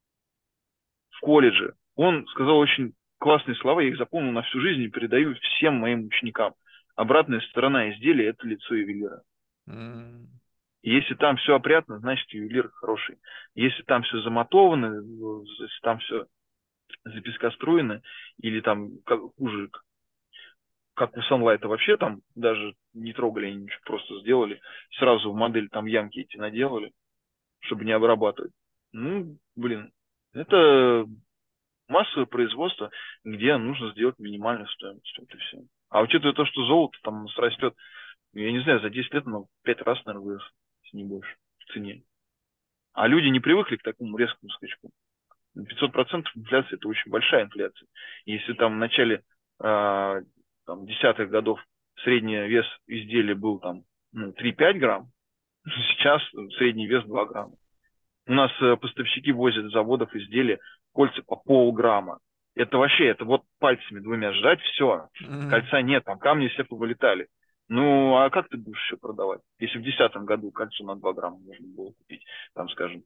в колледже, он сказал очень классные слова, я их запомнил на всю жизнь и передаю всем моим ученикам. Обратная сторона изделия – это лицо ювелира. М. Если там все опрятно, значит ювелир хороший. Если там все замотовано, если там все запескоструено, или там как, хуже, как у Sunlight вообще там даже не трогали, они ничего, просто сделали, сразу в модель там ямки эти наделали, чтобы не обрабатывать. Ну, блин, это массовое производство, где нужно сделать минимальную стоимость. Вот и все. А учитывая то, что золото там срастет, я не знаю, за десять лет оно пять раз, наверное, вырос, если не больше, в цене. А люди не привыкли к такому резкому скачку. пятьсот процентов инфляция – это очень большая инфляция. Если там в начале э, там, десятых годов средний вес изделия был там ну, три-пять грамм, сейчас средний вес два грамма. У нас э, поставщики возят с заводов изделия кольца по полграмма. Это вообще, это вот пальцами двумя сжать, все. Мгм. Кольца нет, там камни все повылетали. Ну, а как ты будешь еще продавать? Если в десятом году кольцо на два грамма можно было купить, там, скажем,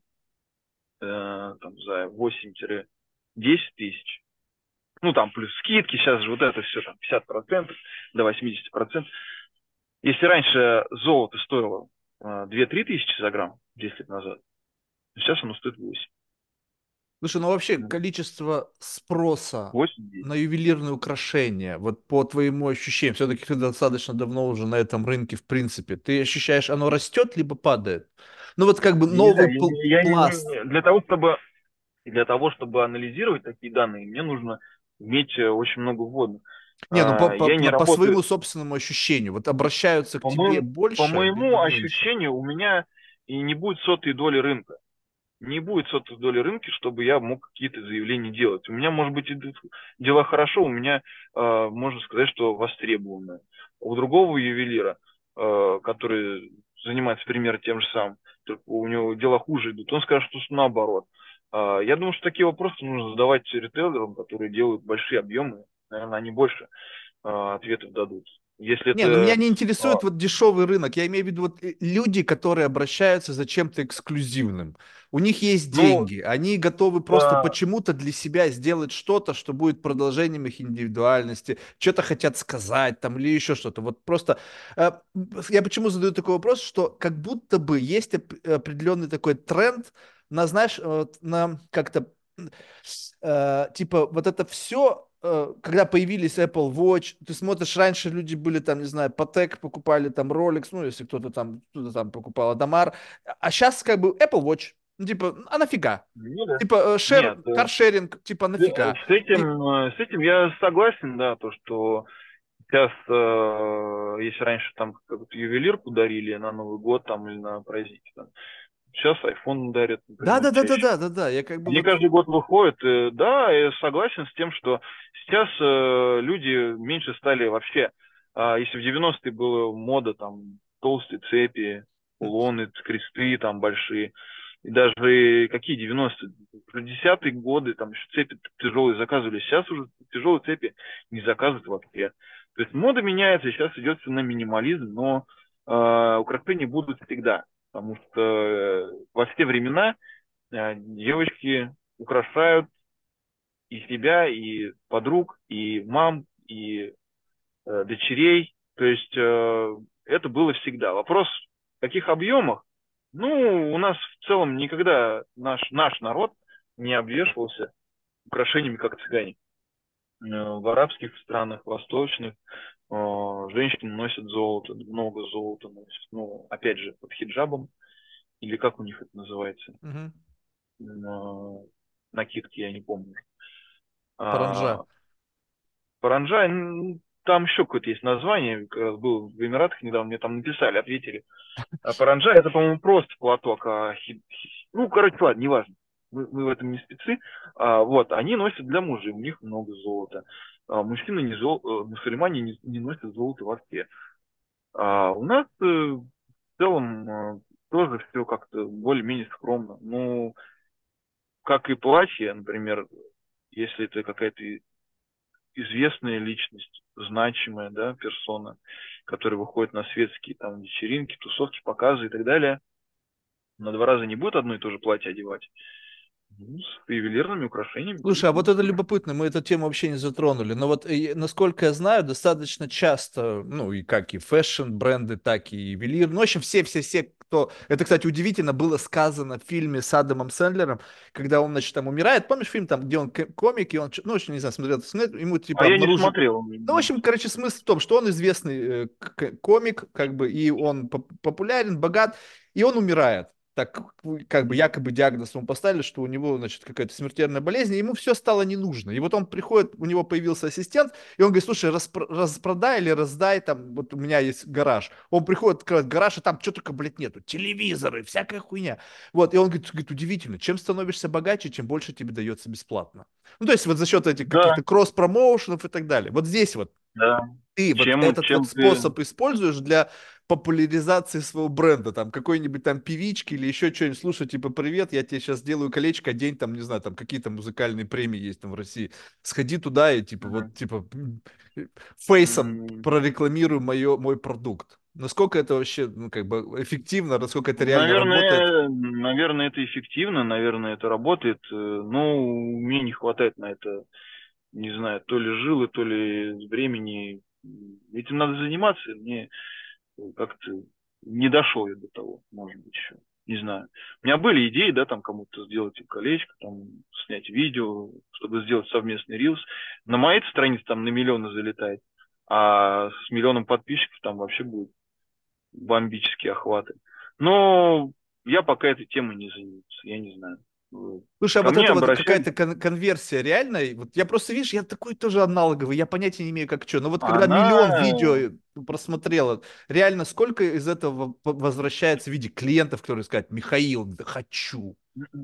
э, там, за восемь-десять тысяч, ну, там, плюс скидки, сейчас же вот это все, там, пятьдесят процентов до восемьдесят процентов. Если раньше золото стоило э, две-три тысячи за грамм десять лет назад, сейчас оно стоит восемь. Слушай, ну вообще Ну, количество спроса восемь-девять. на ювелирные украшения, вот по твоему ощущению, все-таки ты достаточно давно уже на этом рынке, в принципе, ты ощущаешь, оно растет либо падает? Ну вот как бы Я не новый знаю, пл- я, я не, пласт. не- для того, чтобы для того, чтобы анализировать такие данные, мне нужно иметь э, очень много вводных. Не, ну по, А, по, Я не по по работаю, своему собственному ощущению, вот обращаются к по тебе моему, по больше, либо моему меньше? ощущению, у меня и не будет сотой доли рынка. Не будет сотой доли рынка, чтобы я мог какие-то заявления делать. У меня, может быть, идут дела хорошо, у меня, э, можно сказать, что востребованные. У другого ювелира, э, который занимается примерно тем же самым, только у него дела хуже идут, он скажет, что наоборот. Э, я думаю, что такие вопросы нужно задавать ритейлерам, которые делают большие объемы. Наверное, они больше э, ответов дадут. Если Не, ну меня это не э, интересует вот дешевый рынок. Я имею в виду вот э, люди, которые обращаются за чем-то эксклюзивным. У них есть ну, деньги, они готовы просто э, почему-то для себя сделать что-то, что будет продолжением их индивидуальности, что-то хотят сказать там или еще что-то. Вот просто э, я почему задаю такой вопрос, что как будто бы есть оп- определенный такой тренд на, знаешь, э, вот на как-то э, типа вот это все, э, когда появились Apple Watch, ты смотришь, раньше люди были там, не знаю, Patek покупали там Rolex, ну, если кто-то там, кто-то там покупал Адамар, а сейчас как бы Apple Watch, ну, типа, а нафига? ну да. Типа, э, шер, Нет, э, каршеринг, типа, С нафига? с И, этим, э, с этим я согласен, да, то, что сейчас, э, если раньше там какую-то ювелирку дарили на Новый год там или на праздники, там, сейчас iPhone дарят, да, например, да, да, да, чаще. да, да, да, я как бы Они вот, каждый год выходят, э, да, я согласен с тем, что сейчас э, люди меньше стали вообще, а, если в девяностые была мода, там, толстые цепи, кулоны, кресты там большие, и даже какие девяностые, уже десятые годы, там еще цепи тяжелые заказывали, сейчас уже тяжелые цепи не заказывают вообще. То есть мода меняется, сейчас идет все на минимализм, но э, украшения будут всегда, потому что э, во все времена э, девочки украшают и себя, и подруг, и мам, и э, дочерей. То есть э, это было всегда. Вопрос, в каких объемах? Ну, у нас в целом никогда наш, наш народ не обвешивался украшениями, как цыгане. Э, В арабских странах, восточных, э, женщины носят золото, много золота носят. Ну, опять же, под хиджабом, или как у них это называется, мгм, э, накидки, я не помню. паранджа. А, Паранджа, н- там еще какое-то есть название, как раз был в Эмиратах недавно, мне там написали, ответили. А паранджа это, по-моему, просто платок. А хи- хи- ну, короче, ладно, неважно. Мы, мы в этом не спецы. А, вот, они носят для мужей, у них много золота. А, мужчины не зол, э, мусульмане не, не носят золото вообще. А у нас э, в целом э, тоже все как-то более-менее скромно. Ну, как и платье, например, если это какая-то известная личность, значимая, да, персона, которая выходит на светские там вечеринки, тусовки, показы и так далее, на два раза не будет одно и то же платье одевать. Ну, с ювелирными украшениями, Слушай, а круто. вот это любопытно, мы эту тему вообще не затронули, но вот э, насколько я знаю, достаточно часто, ну и как и фэшн-бренды, так и ювелир, ну в общем все-все-все, кто... Это, кстати, удивительно было сказано в фильме с Адамом Сэндлером, когда он, значит, там умирает, помнишь фильм там, где он к- комик, и он, ч- ну, очень, не знаю, смотрел, ему А типа я не обнаружили... смотрел. Ну, в общем, короче, смысл в том, что он известный э, к- к- комик, как бы, и он поп- популярен, богат, и он умирает. Так, как бы Мгм. якобы диагноз ему поставили, что у него, значит, какая-то смертельная болезнь, и ему все стало не нужно. И вот он приходит, у него появился ассистент, и он говорит, слушай, распро- распродай или раздай, там, вот у меня есть гараж. Он приходит, открывает гараж, и там что только, блядь, нету. Телевизоры, всякая хуйня. Вот, и он говорит, говорит, удивительно, чем становишься богаче, чем больше тебе дается бесплатно. Ну, то есть вот за счет этих Да, каких-то кросс-промоушенов и так далее. Вот здесь вот да. ты вот Чем, этот вот чем ты... способ используешь для популяризации своего бренда, там, какой-нибудь там певички или еще что-нибудь, слушай, типа, привет, я тебе сейчас сделаю колечко, день, там, не знаю, там, какие-то музыкальные премии есть там в России, сходи туда и, типа, Мгм. вот, типа, м, фейсом М, прорекламируй мое, мой продукт. Насколько это вообще, ну, как бы, эффективно, насколько это реально работает? Наверное, наверное, это эффективно, наверное, это работает. э, Но мне не хватает на это, не знаю, то ли жилы, то ли времени. Этим надо заниматься. Мне как-то не дошел я до того, может быть, еще. Не знаю. У меня были идеи, да, там кому-то сделать им колечко, там снять видео, чтобы сделать совместный рилс. На моей странице там на миллионы залетает, а с миллионом подписчиков там вообще будет бомбические охваты. Но я пока этой темой не занимался, я не знаю. Вот. Слушай, а Ко вот мне это вот обращались, какая-то кон- конверсия реальная? Вот я просто, видишь, я такой тоже аналоговый, я понятия не имею, как что. Но вот когда она, миллион видео э, просмотрела, реально сколько из этого по- возвращается в виде клиентов, которые скажут, Михаил, да хочу.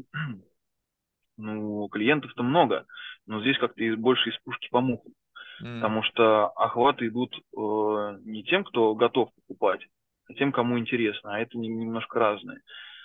ну, клиентов-то много, но здесь как-то и больше из пушки по мухам. М. Потому что охваты идут э, не тем, кто готов покупать, а тем, кому интересно. А это не- немножко разное.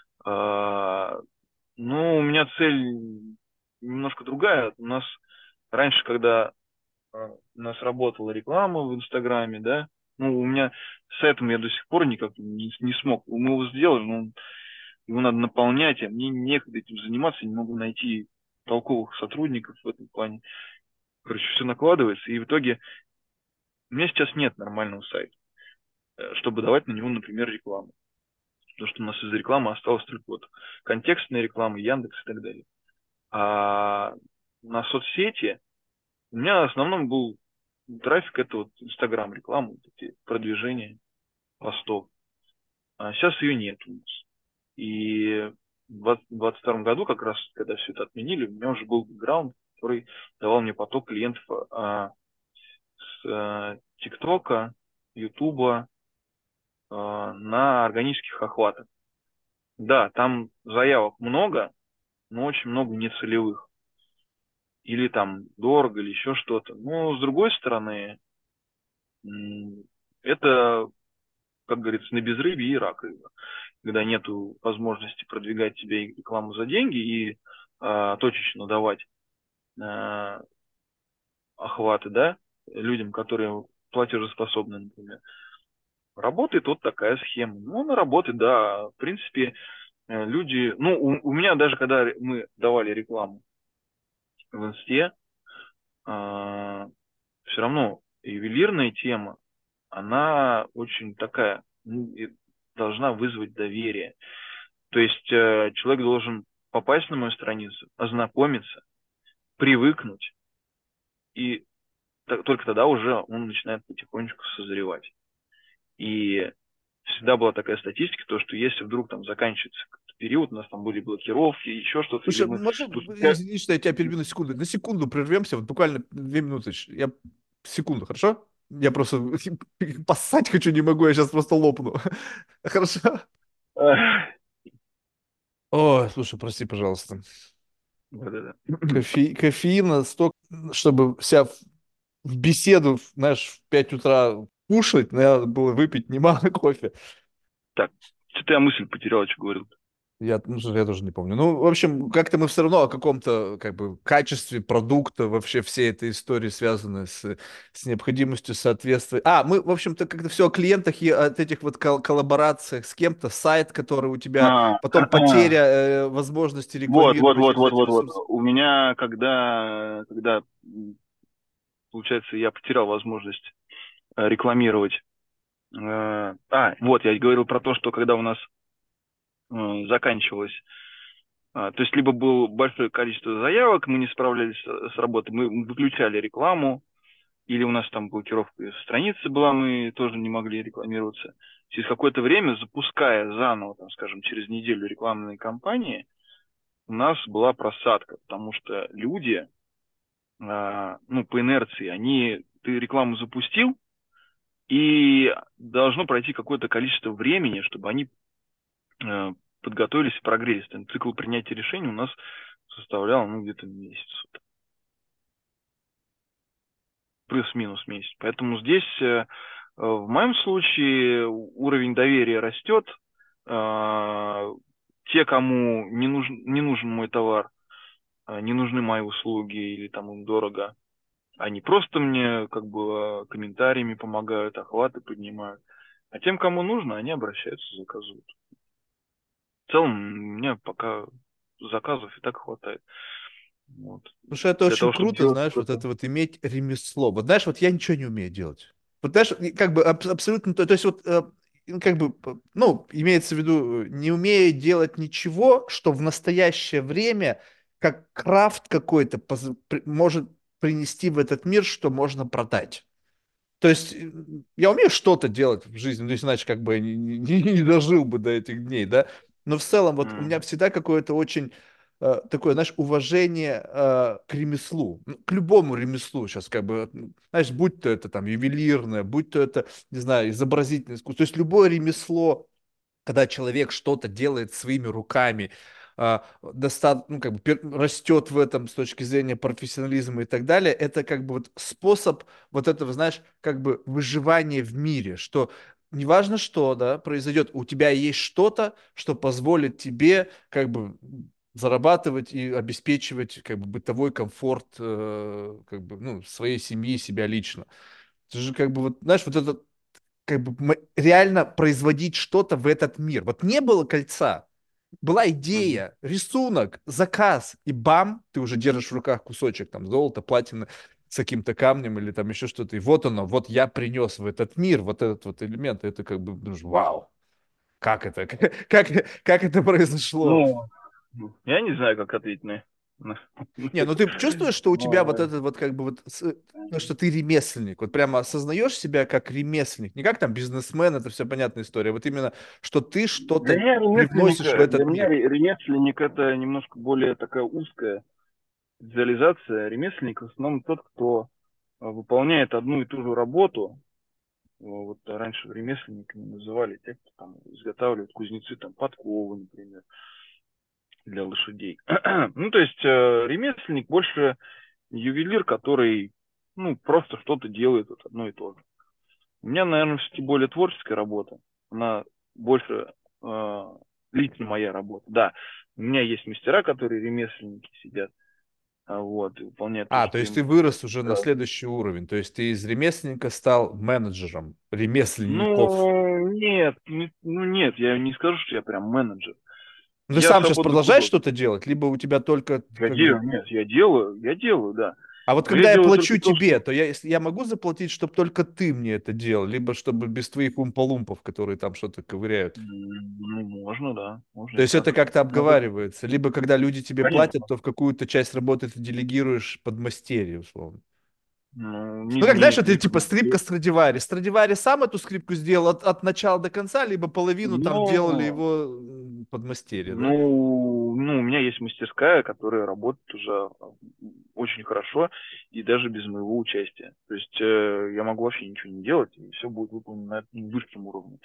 А, ну, у меня цель немножко другая. У нас раньше, когда а, у нас работала реклама в Инстаграме, да, ну, у меня с этим я до сих пор никак не, не смог. Мы его сделали, но его надо наполнять, а мне некогда этим заниматься, не могу найти толковых сотрудников в этом плане. Короче, все накладывается, и в итоге у меня сейчас нет нормального сайта, э, чтобы давать на него, например, рекламу. Потому что у нас из рекламы осталось только вот контекстная реклама, Яндекс и так далее. А на соцсети у меня в основном был трафик, это вот Инстаграм реклама, вот эти продвижения постов. А сейчас ее нет у нас. И в двадцать втором году, как раз когда все это отменили, у меня уже был бэкграунд, который давал мне поток клиентов а, с а, ТикТока, Ютуба а, на органических охватах. Да, там заявок много, но очень много нецелевых. Или там дорого, или еще что-то. Но с другой стороны, м, это, как говорится, на безрыбье и раковина. Когда нету возможности продвигать тебе рекламу за деньги и а, точечно давать а, охваты, да, людям, которые платежеспособны, например. Работает вот такая схема. Ну, она работает, да. В принципе, э, люди... Ну, у, у меня даже, когда мы давали рекламу в инсте, а, все равно ювелирная тема, она очень такая, ну, и должна вызвать доверие. То есть э, человек должен попасть на мою страницу, ознакомиться, привыкнуть, и т- только тогда уже он начинает потихонечку созревать. И всегда была такая статистика, то, что если вдруг там заканчивается период, у нас там были блокировки, еще что-то, или Слушай, мы... можно, выпуска- извини, что я тебя перебью на секунду, на секунду прервемся, вот буквально две минуты. Я секунду, хорошо? Я просто поссать хочу, не могу, я сейчас просто лопну. Хорошо? Эх, Ой, слушай, прости, пожалуйста. да-да-да. Кофе, кофеина столько, чтобы вся в, в беседу, знаешь, в пять утра кушать, надо было выпить немало кофе. Так, что-то я мысль потерял, что говорил. Я, ну, слушай, я тоже не помню. Ну, в общем, как-то мы все равно о каком-то, как бы, качестве продукта, вообще всей этой истории связаны с, с необходимостью соответствовать. А, мы, в общем-то, как-то все о клиентах и от этих вот кол- коллаборациях с кем-то, сайт, который у тебя, А, потом потеря э, возможности вот, вот, рекламировать вот, через вот, эти вот, вот. ресурсы. У меня, когда, когда, м, получается, я потерял возможность э, рекламировать. э, А, вот, я говорил про то, что когда у нас э, заканчивалось, а, то есть либо было большое количество заявок, мы не справлялись с, с работой, мы выключали рекламу, или у нас там блокировка страницы была, мы тоже не могли рекламироваться. Через какое-то время, запуская заново, там, скажем, через неделю рекламные кампании, у нас была просадка, потому что люди, а, ну, по инерции, они, ты рекламу запустил, и должно пройти какое-то количество времени, чтобы они э, подготовились и прогрелись. Там цикл принятия решений у нас составлял, ну, где-то месяц. Плюс-минус месяц. Поэтому здесь, э, в моем случае, уровень доверия растет. Э, те, кому не нужен, не нужен мой товар, э, не нужны мои услуги или там им дорого, они просто мне как бы э, комментариями помогают, охваты поднимают. А тем, кому нужно, они обращаются, заказывают. В целом, у меня пока заказов и так хватает. Вот. Слушай, это Для очень того, чтобы круто, делать знаешь, вот что-то. это вот иметь ремесло. Вот знаешь, вот я ничего не умею делать. Вот знаешь, и как бы аб- абсолютно, то, то есть вот, э, ну, как бы, п- ну, имеется в виду, э, не умею делать ничего, что в настоящее время, как крафт какой-то, поз- при- может принести в этот мир, что можно продать. То есть э, я умею что-то делать в жизни, ну, то есть иначе как бы я не, не- не дожил бы до этих дней, да. Но в целом вот у меня М. всегда какое-то очень э, такое, знаешь, уважение э, к ремеслу, ну, к любому ремеслу сейчас как бы, ну, знаешь, будь то это там ювелирное, будь то это, не знаю, изобразительное искусство, то есть любое ремесло, когда человек что-то делает своими руками, а, доста- ну, как бы пер- растет в этом с точки зрения профессионализма и так далее, это как бы вот способ вот этого, знаешь, как бы выживания в мире, что неважно что, да, произойдет, у тебя есть что-то, что позволит тебе как бы зарабатывать и обеспечивать как бы бытовой комфорт э, как бы, ну, своей семьи, себя лично. Это же как бы вот, знаешь, вот это как бы м- реально производить что-то в этот мир. Вот не было кольца, была Мгм. идея, рисунок, заказ, и бам, ты уже держишь в руках кусочек там золота, платины с каким-то камнем или там еще что-то. И вот оно, вот я принес в этот мир вот этот вот элемент. И это как бы, думаешь, вау, как это, как, как это произошло? Ну, я не знаю, как ответить на на- Не, ну ты чувствуешь, что у тебя вот Ну, это вот как бы вот, с- ну, что ты ремесленник, вот прямо осознаешь себя как ремесленник, не как там бизнесмен, это все понятная история, вот именно, что ты для что-то меня ремесленник, привносишь в э, для этот меня мир. ре- ремесленник это немножко более такая узкая специализация. Ремесленник в основном тот, кто э, выполняет одну и ту же работу. Э, Вот раньше ремесленниками называли тех, кто там изготавливает кузнецы там подковы, например, для лошадей. Ну, то есть э, ремесленник больше ювелир, который ну, просто что-то делает вот одно и то же. У меня, наверное, все-таки более творческая работа. Она больше э, лично моя работа. Да, у меня есть мастера, которые ремесленники сидят, а, вот, и выполняют то, А, то что есть ты им вырос уже на нравится. следующий уровень, то есть ты из ремесленника стал менеджером ремесленников. Ну, нет, не- ну нет, я не скажу, что я прям менеджер. Ну, ты Я сам сейчас свободный продолжаешь художник. что-то делать, либо у тебя только Я как бы... делаю, нет, я делаю, я делаю, да. А вот Но я когда я делаю только плачу то, тебе, что... то я, если- я могу заплатить, чтобы только ты мне это делал, либо чтобы без твоих умполумпов, которые там что-то ковыряют. м, Ну, можно, да, можно То и есть это так. как-то Могу. обговаривается. Либо когда люди тебе платят, Конечно. то в какую-то часть работы ты делегируешь подмастерье, условно. Ну, не, Ну, как знаешь, не, это не типа скрипка подмастерье. Страдивари. Страдивари сам эту скрипку сделал от, от начала до конца, либо половину там делали Ну, его м, подмастерье, да? Ну, ну, у меня есть мастерская, которая работает уже очень хорошо и даже без моего участия. То есть э, я могу вообще ничего не делать, и все будет выполнено на высшем уровне.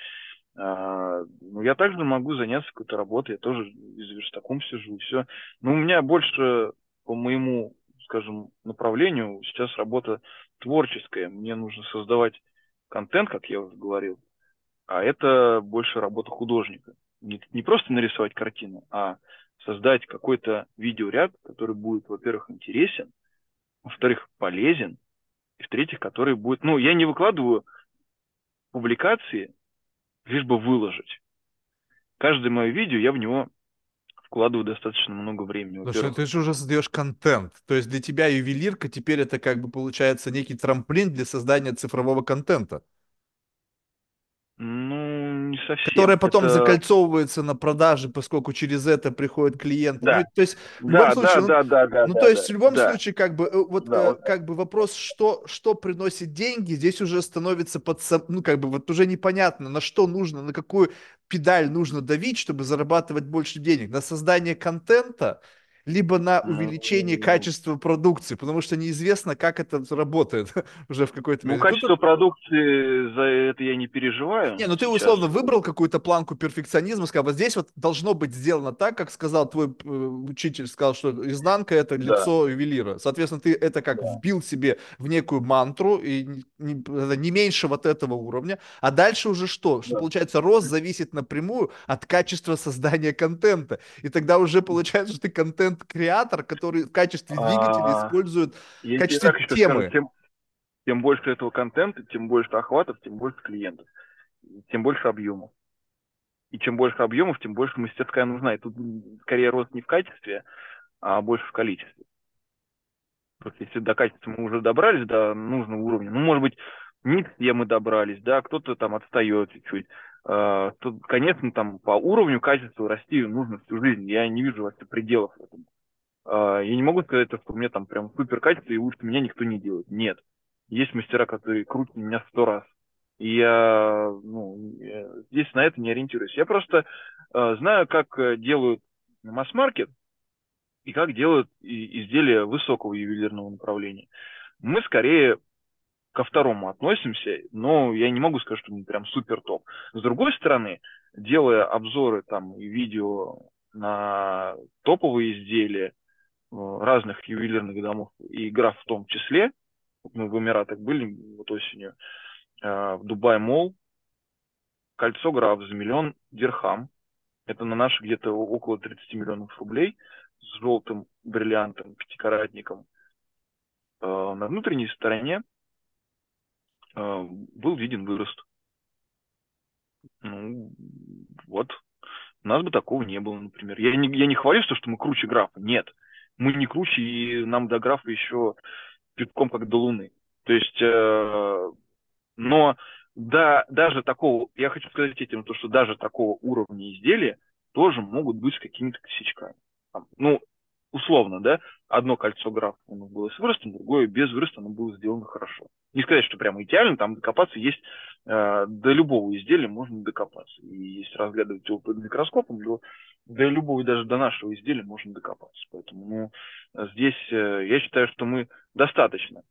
А, но я также могу заняться какой-то работой, я тоже с верстаком сижу, и все. Но у меня больше по моему, скажем, направлению сейчас работа творческая. Мне нужно создавать контент, как я уже говорил, а это больше работа художника. не, не просто нарисовать картину, а создать какой-то видеоряд, который будет, во-первых, интересен, во-вторых, полезен, и в-третьих, который будет... Ну, я не выкладываю публикации, лишь бы выложить. Каждое мое видео, я в него вкладываю достаточно много времени, Потому что во-первых. ты же уже создаешь контент. То есть для тебя ювелирка теперь это как бы получается некий трамплин для создания цифрового контента, Ну, не которая совсем. потом Это, закольцовывается на продаже, поскольку через это приходят клиенты. Ну, да, и, то есть в любом да, да, случае, ну, да, да, да, ну, то да, есть да, в любом да, случае, как бы, э, вот, да, э, вот, как бы вопрос, что, что приносит деньги, здесь уже становится под, сом- ну, как бы, вот уже непонятно, на что нужно, на какую педаль нужно давить, чтобы зарабатывать больше денег, на создание контента, либо на увеличение ну, качества продукции, потому что неизвестно, как это работает уже в какой-то ну, мере. Тут качество продукции за это я не переживаю не, ну ты сейчас. условно выбрал какую-то планку перфекционизма, сказал, вот здесь вот должно быть сделано так, как сказал твой э, учитель, сказал, что изнанка это Да, лицо ювелира. Соответственно, ты это как да, вбил себе в некую мантру, и не, не- это не меньше вот этого уровня. А дальше уже что? Что да. получается, рост зависит напрямую от качества создания контента. И тогда уже получается, что ты контент-креатор, который в качестве двигателя А, использует в я тебе качестве так еще скажу, темы. тем, тем больше этого контента, тем больше охватов, тем больше клиентов, тем больше объемов. И чем больше объемов, тем больше мастерская нужна. И тут скорее рост не в качестве, а больше в количестве. Просто если до качества мы уже добрались до нужного уровня, ну, может быть, не все мы добрались, да, кто-то там отстает чуть-чуть, э, то, конечно, там по уровню качества расти нужно всю жизнь. Я не вижу вообще пределов этому. Э, я не могу сказать, что у меня там прям супер качество, и лучше меня никто не делает. Нет. Есть мастера, которые крутят меня в сто раз. И я, ну, я здесь на это не ориентируюсь. Я просто э, знаю, как э, делают масс-маркет, и как делают изделия высокого ювелирного направления. Мы скорее ко второму относимся, но я не могу сказать, что мы прям супер топ. С другой стороны, делая обзоры там и видео на топовые изделия э, разных ювелирных домов и граф в том числе, мы в Эмиратах были вот осенью, э, в Дубай Молл, кольцо граф за миллион дирхам, это на наши где-то около тридцать миллионов рублей, с желтым бриллиантом, пятикаратником. Э, на внутренней стороне э, был виден вырост. Ну, вот. У нас бы такого не было, например. Я не, я не хвалюсь, то, что мы круче графа. Нет. Мы не круче, и нам до графа еще пятком как до луны. То есть, э, но да, даже такого, я хочу сказать этим, то, что даже такого уровня изделия тоже могут быть с какими-то косячками. Там, ну, условно, да, одно кольцо графа у нас было с выростом, другое без выроста, оно было сделано хорошо. Не сказать, что прямо идеально, там докопаться есть, э, до любого изделия можно докопаться. И если разглядывать его под микроскопом, до, до любого, даже до нашего изделия можно докопаться. Поэтому, ну, здесь э, я считаю, что мы достаточно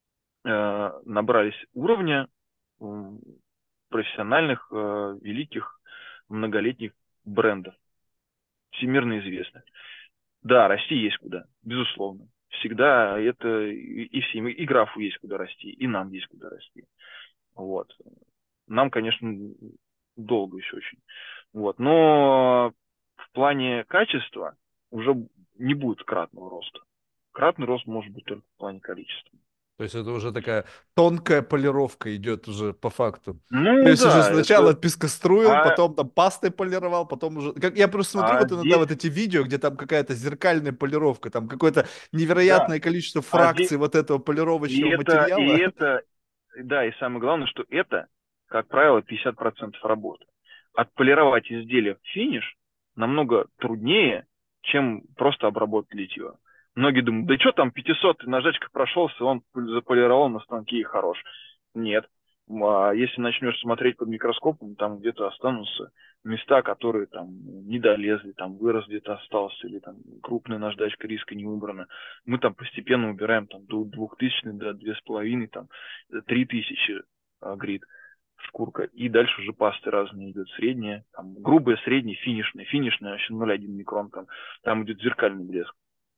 э, набрались уровня э, профессиональных, э, великих, многолетних брендов, всемирно известных. Да, расти есть куда, безусловно. Всегда это и, и всем, и графу есть куда расти, и нам есть куда расти. Вот. Нам, конечно, долго еще очень. Вот. Но в плане качества уже не будет кратного роста. Кратный рост может быть только в плане количества. То есть это уже такая тонкая полировка идет уже по факту. То Ну есть уже да, сначала это... пескоструил, А, потом там пастой полировал, потом уже... Как я просто смотрю а вот иногда здесь, вот эти видео, где там какая-то зеркальная полировка, там какое-то да, невероятное количество а здесь, фракций вот этого и полировочного это, и материала. это, да, и самое главное, что это, как правило, пятьдесят процентов работы. Отполировать изделие в финиш намного труднее, чем просто обработать литье. Многие думают, да что там, пятьсот нажатчиков прошелся, он заполировал на станке и хорош. Нет. А если начнешь смотреть под микроскопом, там где-то останутся места, которые там не долезли, там вырос где-то остался, или там крупная наждачка риска не убрана. Мы там постепенно убираем там до двух тысяч, до две с половиной, там три тысячи а, грит шкурка, и дальше уже пасты разные идет, средняя, там, грубая, средняя, финишная, финишная, вообще ноль целых одна микрон, там, там идет зеркальный блеск.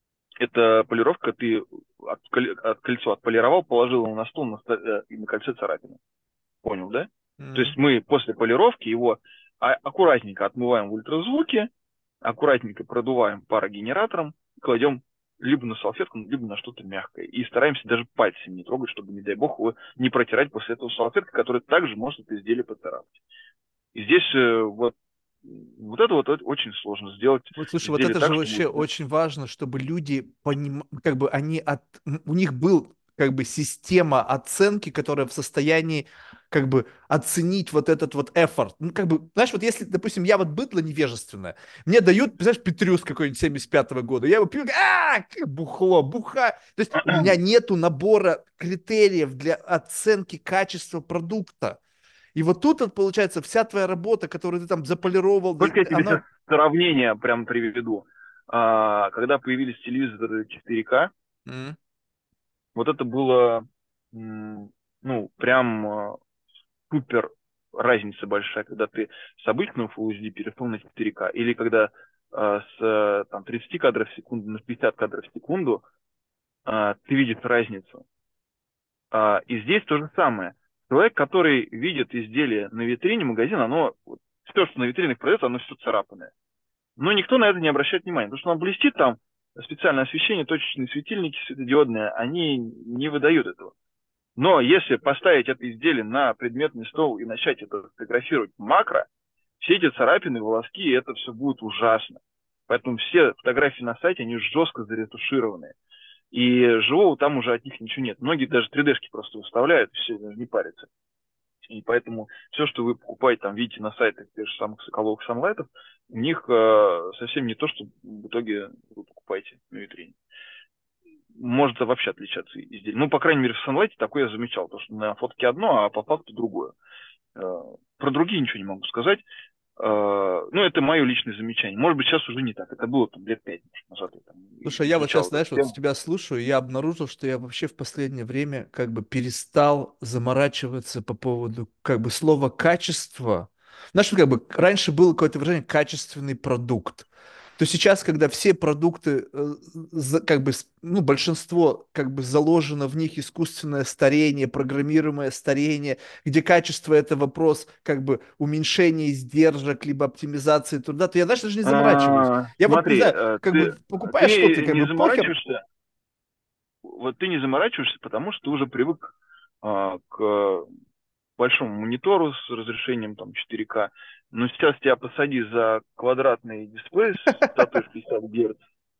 Это полировка, ты от, от кольцо отполировал, положил его на стол, на, и на кольце царапина. Понял, да? То есть М. мы после полировки его А аккуратненько отмываем в ультразвуке, аккуратненько продуваем парогенератором, кладем либо на салфетку, либо на что-то мягкое. И стараемся даже пальцем не трогать, чтобы, не дай бог, его не протирать после этого салфеткой, которая также может это изделие поцарапать. И здесь э, вот, вот это вот очень сложно сделать Вот слушай, вот изделие это же так, чтобы... вообще очень важно, чтобы люди поним... как бы они от... м, у них был как бы система оценки, которая в состоянии как бы оценить вот этот вот эфорт. Ну, как бы, знаешь, вот если, допустим, я вот быдло невежественное, мне дают, знаешь, Петрюс какой-нибудь семьдесят пятого года, я его пью, а, как бухло, буха. То есть у меня нету набора критериев для оценки качества продукта. И вот тут, вот, получается, вся твоя работа, которую ты там заполировал, да, Только я тебе сейчас она... сравнение прям приведу. А, когда появились телевизоры четыре ка, М. вот это было, м, ну, прям э, супер разница большая, когда ты с обычного Full эйч ди перешел на четыре ка, или когда э, с э, там, тридцати кадров в секунду на пятьдесят кадров в секунду э, ты видишь разницу. А, и здесь то же самое. Человек, который видит изделие на витрине магазина, оно, вот, все, что на витринах продается, оно все царапанное. Но никто на это не обращает внимания, потому что оно блестит там, специальное освещение, точечные светильники светодиодные, они не выдают этого. Но если поставить это изделие на предметный стол и начать это фотографировать макро, все эти царапины, волоски, это все будет ужасно. Поэтому все фотографии на сайте, они жестко заретушированные. И живого там уже от них ничего нет. Многие даже три дэ-шки просто выставляют, все, даже не парятся. И поэтому все, что вы покупаете, там, видите на сайтах тех же самых Соколовых, Санлайтов, у них э, совсем не то, что в итоге вы покупаете на витрине. Может вообще отличаться изделие. Ну, по крайней мере, в Sunlight такое я замечал, то что на фотке одно, а по факту другое. Э, Про другие ничего не могу сказать. Э, Ну, это мое личное замечание. Может быть, сейчас уже не так. Это было там лет пять назад. Я там Слушай, я вот сейчас, изучал эту знаешь, вот с тему. тебя слушаю, и я обнаружил, что я вообще в последнее время как бы перестал заморачиваться по поводу как бы слова качество. Знаешь, вот как бы раньше было какое-то выражение качественный продукт. То сейчас, когда все продукты, э, за- как бы, с- ну, большинство, как бы заложено в них искусственное старение, программируемое старение, где качество это вопрос, как бы, уменьшения издержек, либо оптимизации труда, то я, знаешь, даже не заморачиваюсь. А, Я вот, не Смотри, знаю, э, как бы ты, покупаешь что-то, ты как не бы похер. заморачиваешься, вот ты не заморачиваешься, потому что ты уже привык а, к большому монитору с разрешением там четыре ка. Но сейчас тебя посади за квадратный дисплей с частотой шестьдесят Гц,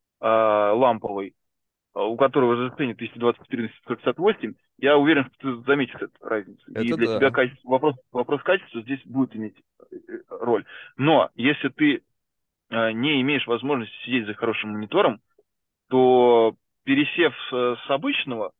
а, ламповый, а, у которого разрешение тысяча двадцать четыре на семьсот шестьдесят восемь, я уверен, что ты заметишь эту разницу. И Это для тебя да. качество, вопрос, вопрос качества здесь будет иметь э, роль. Но если ты э, не имеешь возможности сидеть за хорошим монитором, то пересев с, с обычного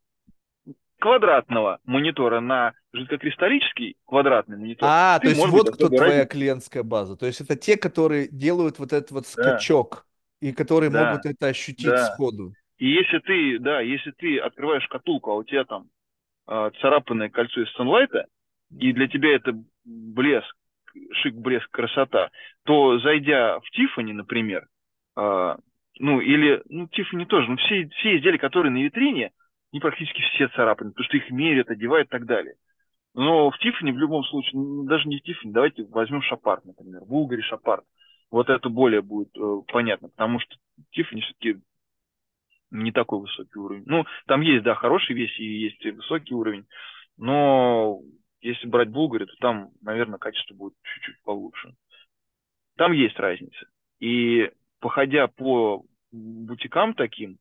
квадратного монитора на жидкокристаллический квадратный монитор, А, то ты, есть может быть, вот кто особой твоя разницы. клиентская база. То есть это те, которые делают вот этот вот Да, скачок и которые да, могут это ощутить да. сходу. И если ты, да, если ты открываешь шкатулку, а у тебя там э, царапанное кольцо из Sunlight, и для тебя это блеск, шик, блеск, красота, то зайдя в Тиффани, например, э, ну или, ну Тиффани тоже, ну все, все изделия, которые на витрине, они практически все царапаны, потому что их мерят, одевают и так далее. Но в Тиффани в любом случае, ну, даже не в Тиффани, давайте возьмем Шапарт, например, Булгари Шапарт. Вот это более будет э, понятно, потому что Тиффани все-таки не такой высокий уровень. Ну, там есть, да, хорошие вещи и есть и высокий уровень, но если брать Булгари, то там, наверное, качество будет чуть-чуть получше. Там есть разница. И походя по бутикам таким,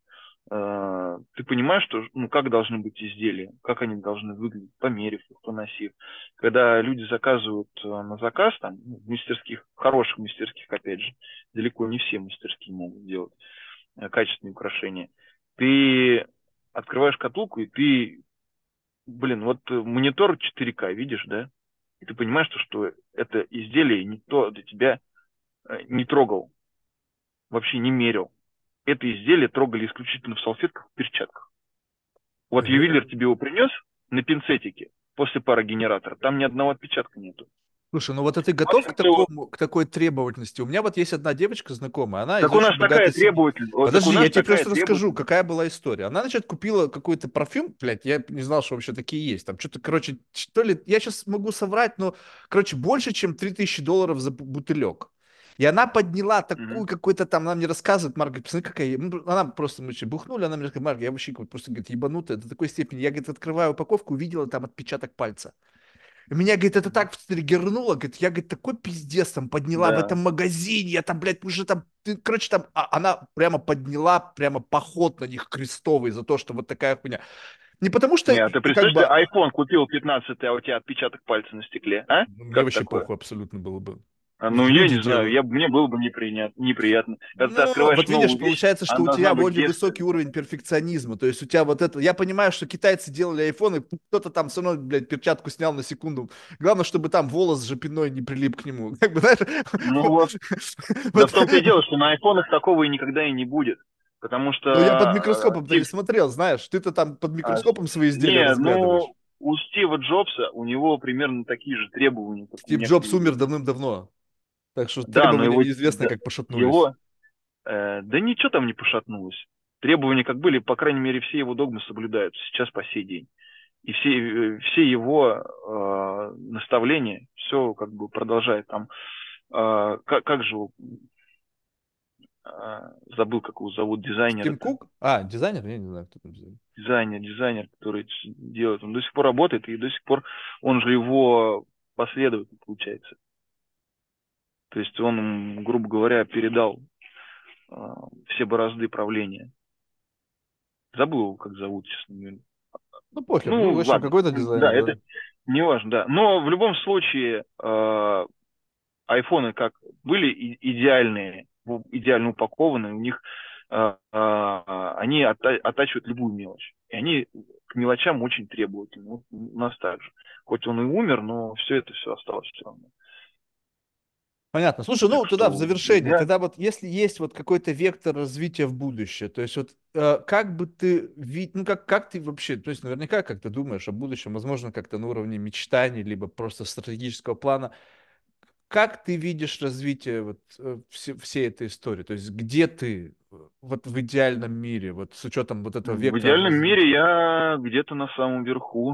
э, ты понимаешь, что, ну, как должны быть изделия, как они должны выглядеть, померив их, поносив. Когда люди заказывают э, на заказ, там, ну, в мастерских, хороших мастерских, опять же, далеко не все мастерские могут делать э, качественные украшения, ты открываешь шкатулку, и ты, блин, вот э, монитор четыре ка, видишь, да? И ты понимаешь, что, что это изделие никто до тебя э, не трогал, вообще не мерил. Это изделие трогали исключительно в салфетках, в перчатках. Вот Э, ювелир тебе его принес на пинцетике после парогенератора, там ни одного отпечатка нету. Слушай, ну вот а ты В готов к общем-то, вот- такому, к такой требовательности? У меня вот есть одна девочка знакомая, она из так у очень нас такая богатой семьи. требовательность, вот, так у Подожди, я нас тебе такая просто расскажу, требовательность. какая была история. Она, значит, купила какой-то парфюм, блядь, я не знал, что вообще такие есть. Там что-то, короче, что ли, я сейчас могу соврать, но, короче, больше, чем три тысячи долларов за бу- бутылек. И она подняла Мгм. такую какой-то там, она мне рассказывает, Марк, говорит, посмотри, какая... я». Ну, она просто, мы еще бухнули, она мне говорит, Марк, я вообще говорит, просто, говорит, ебанутая до такой степени. Я, говорит, открываю упаковку, увидела там отпечаток пальца. Меня, говорит, это Мгм. так встригернуло, говорит, я, говорит, такой пиздец там подняла в этом Да. магазине, я там, блядь, уже там, ты, короче, там, а, она прямо подняла, прямо поход на них крестовый за то, что вот такая хуйня. Не потому что, Не, а и- ты как представляешь, ты бы, iPhone купил пятнадцатый, а у тебя отпечаток пальца на стекле, а? ну, мне Как вообще такое? похуй абсолютно было бы. А, Это ну, я люди не знаю, делают. я, б- мне было бы неприятно, неприятно. Когда ты Ну, открываешь вот видишь, новую вещь, получается, что она у тебя должна быть более без... высокий уровень перфекционизма. То есть у тебя вот это... Я понимаю, что китайцы делали айфоны, кто-то там все равно, блядь, перчатку снял на секунду. Главное, чтобы там волос жопиной не прилип к нему. Как бы, знаешь, Ну вот, да вот. в том-то и дело, что на айфонах такого и никогда и не будет. Потому Но я под что э, микроскопом-то не Стив... смотрел, знаешь. Ты-то там под а, микроскопом свои изделия не, разглядываешь. ну, у Стива Джобса, у него примерно такие же требования, как у Стив меня к Джобс умер телевизору. давным-давно. Так что Да, но требования его, неизвестно, да, как пошатнулись. его Э, да ничего там не пошатнулось. Требования как были, по крайней мере, все его догмы соблюдаются сейчас по сей день. И все, э, все его э, наставления, все как бы продолжает там. Э, как, как же его, э, забыл, как его зовут, Тим дизайнер-то. Кук? А, дизайнер? Я не знаю, кто там дизайнер. Дизайнер, дизайнер, который делает. Он до сих пор работает, и до сих пор он же его последователь, получается. То есть он, грубо говоря, передал э, все борозды правления. Забыл его, как зовут, честно говоря. Ну, похер. Ну, в Ну, общем, ладно. какой-то Да, дизайнер, это да. не важно, да. Но в любом случае, э, айфоны как были и- идеальные, в- идеально упакованные, у них э, э, они ота- оттачивают любую мелочь. И они к мелочам очень требовательны. Вот у нас так же. Хоть он и умер, но все это все осталось все равно. Понятно. Слушай, Так ну тогда в что завершение, я, тогда вот если есть вот какой-то вектор развития в будущее, то есть вот э, как бы ты вид, ну как, как ты вообще, то есть наверняка как ты думаешь о будущем, возможно, как-то на уровне мечтаний, либо просто стратегического плана, как ты видишь развитие вот э, все- всей этой истории, то есть где ты э, вот в идеальном мире, вот с учетом вот этого в вектора идеальном мире развития? я где-то на самом верху.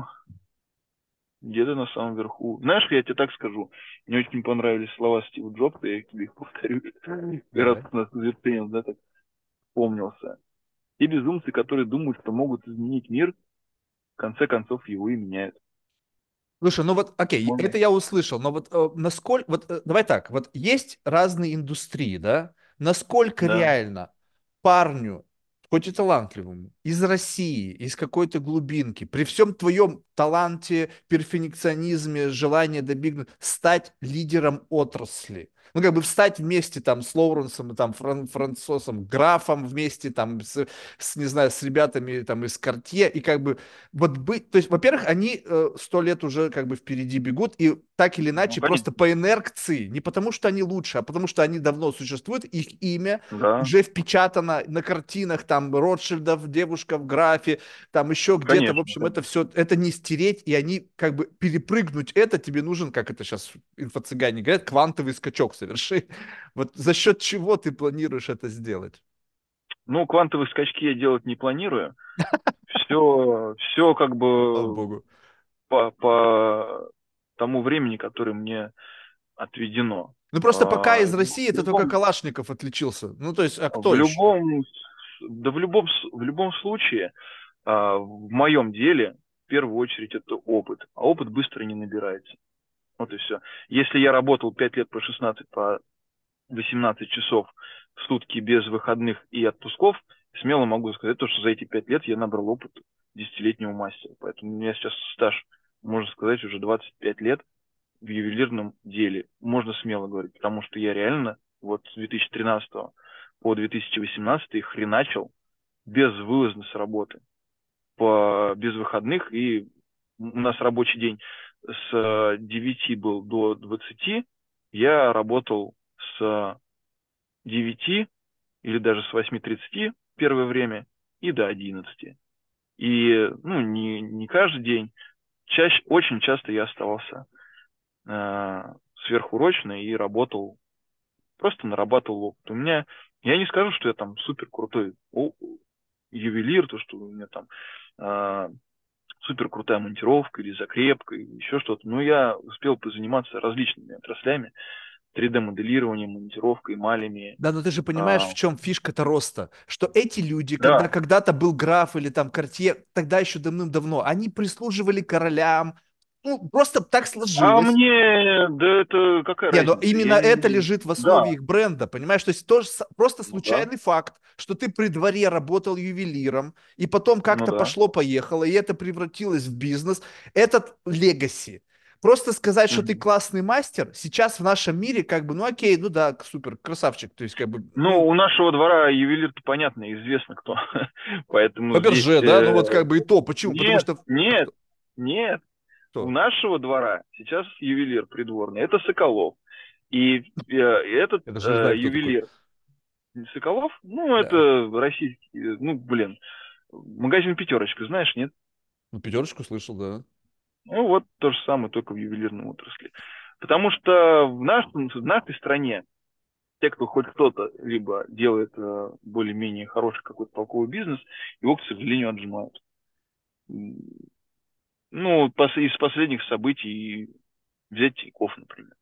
Где-то на самом верху. Знаешь, я тебе так скажу. Мне очень понравились слова Стива Джобса, я тебе их повторю. Раз Давай. у нас завершение, да, так помнился. Те безумцы, которые думают, что могут изменить мир, в конце концов его и меняют. Слушай, ну вот, окей, Помни. это я услышал, но вот э, насколько, вот э, давай так, вот есть разные индустрии, да, насколько Да, реально парню, хоть и талантливому, из России, из какой-то глубинки, при всем твоем таланте, перфекционизме, желании добиться, стать лидером отрасли, ну, как бы встать вместе там с Лоуренсом и там Фран Франсосом Графом вместе там с, с, не знаю, с ребятами там из Кортье и как бы вот быть, то есть, во-первых, они э, сто лет уже как бы впереди бегут, и так или ну, иначе, просто конечно. по инерции, не потому что они лучше, а потому что они давно существуют, их имя Да, уже впечатано на картинах, там, Ротшильдов, девушка в графе, там еще где-то, в конечно, общем, это конечно. все, это не стереть, и они как бы перепрыгнуть это, тебе нужен, как это сейчас инфо-цыгане говорят, квантовый скачок соверши. Вот за счет чего ты планируешь это сделать? Ну, квантовые скачки я делать не планирую. Все, все как Слава бы богу. по, по тому времени, которое мне отведено. Ну просто пока А, из В России это только любом, Калашников отличился. Ну то есть, а в кто еще? любом, да в любом, с- в любом случае, а, в моем деле, в первую очередь, это опыт. А опыт быстро не набирается. Вот и все. Если я работал пять лет по шестнадцать, по восемнадцать часов в сутки без выходных и отпусков, смело могу сказать, то, что за эти пять лет я набрал опыт десятилетнего мастера. Поэтому у меня сейчас стаж, можно сказать, уже двадцать пять лет в ювелирном деле. Можно смело говорить, потому что я реально вот с две тысячи тринадцатого по две тысячи восемнадцатый хреначил безвылазно с работы, по, без выходных, и у нас рабочий день с девяти был до двадцати, я работал с девяти или даже с восьми тридцати первое время и до одиннадцати. И ну, не, не каждый день, чаще, очень часто я оставался э, сверхурочно и работал, просто нарабатывал опыт. У меня, я не скажу, что я там супер крутой ювелир, то, что у меня там а, супер крутая монтировка или закрепка, или еще что-то. Но я успел позаниматься различными отраслями, три дэ-моделированием, монтировкой, эмалями. Да, но ты же понимаешь, А, в чем фишка-то роста, что эти люди, когда да. когда-то был граф или там Кортье, тогда еще давным-давно, они прислуживали королям, ну, просто так А сложилось. мне, да это какая Не, но разница? именно Я это не... лежит в Да, основе их бренда, понимаешь? То есть тоже с- просто ну да, случайный факт, что ты при дворе работал ювелиром, и потом ну как-то да. пошло-поехало, и это превратилось в бизнес. Этот легаси. Просто сказать, что ты Мгм. классный мастер, сейчас в нашем мире как бы, ну окей, ну да, супер, красавчик. То есть как бы, Ну, ну, у нашего двора ювелир-то понятно, известно кто. Поэтому здесь... Фаберже, да, ну э, вот как бы и то. Почему? Потому Нет, что... А нет, кто? нет. У Кто? нашего двора сейчас ювелир придворный. Это Соколов. И э, этот Я даже не э, знаю, кто такой. ювелир Соколов, ну, Да. это российский, э, ну, блин, магазин «Пятерочка», знаешь, нет? Ну, пятерочку слышал, да. Ну, вот то же самое, только в ювелирной отрасли. Потому что в, нашем, в нашей стране те, кто хоть кто-то либо делает э, более-менее хороший какой-то толковый бизнес, его, к сожалению, отжимают. М, Ну, пос- из последних событий взять Тинькофф, например.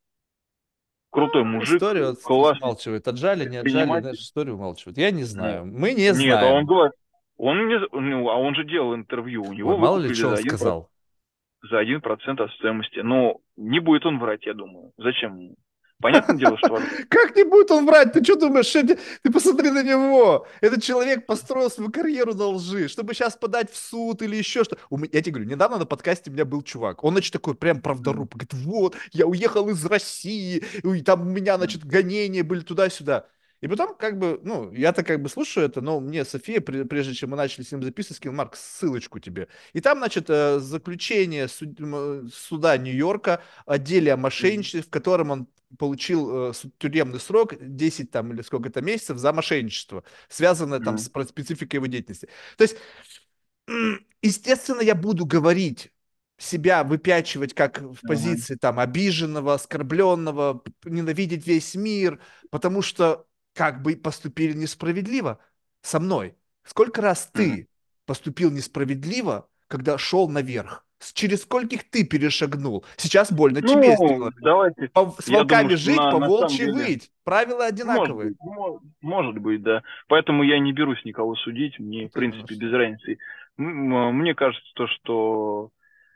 Крутой А, мужик, история вот здесь классный умалчивает. Отжали, не отжали, предприниматель. наша история умалчивает. Я не Нет, знаю. Мы не нет, а он знаем. говорит, он не, ну, а он же делал интервью, у Ой, него мало ли, выкупили что он за один, сказал. за один процент от стоимости. Но не будет он врать, я думаю. Зачем ему? Понятное дело, что вообще. Как не будет он врать? Ты что думаешь? Что ты, ты посмотри на него. Этот человек построил свою карьеру на лжи, чтобы сейчас подать в суд или еще что. У меня, я тебе говорю, недавно на подкасте у меня был чувак. Он, значит, такой прям М, правдоруб. Говорит, вот, я уехал из России, и там у меня, м, значит, гонения были туда-сюда. И потом, как бы, ну, я-то как бы слушаю это, но мне София, при- прежде чем мы начали с ним записывать, скинул, Марк, ссылочку тебе. И там, значит, э, заключение суд- м, суда Нью-Йорка о деле о м, мошенничестве, в котором он получил э, тюремный срок десять там или сколько-то месяцев за мошенничество, связанное там с м, про- спецификой его деятельности. То есть, естественно, я буду говорить, себя выпячивать как в м. позиции там обиженного, оскорбленного, ненавидеть весь мир, потому что как бы поступили несправедливо со мной. Сколько раз Мгм. ты поступил несправедливо, когда шел наверх? С- Через скольких ты перешагнул? Сейчас больно тебе Ну, сделали. давайте, По- с я думаю, волками что жить, на, по на самом волчьи деле, выть. Правила может одинаковые. быть, мо- может быть, да. Поэтому я не берусь никого судить, мне, в Вот именно принципе, без что. разницы. М, м, Мне кажется, то, что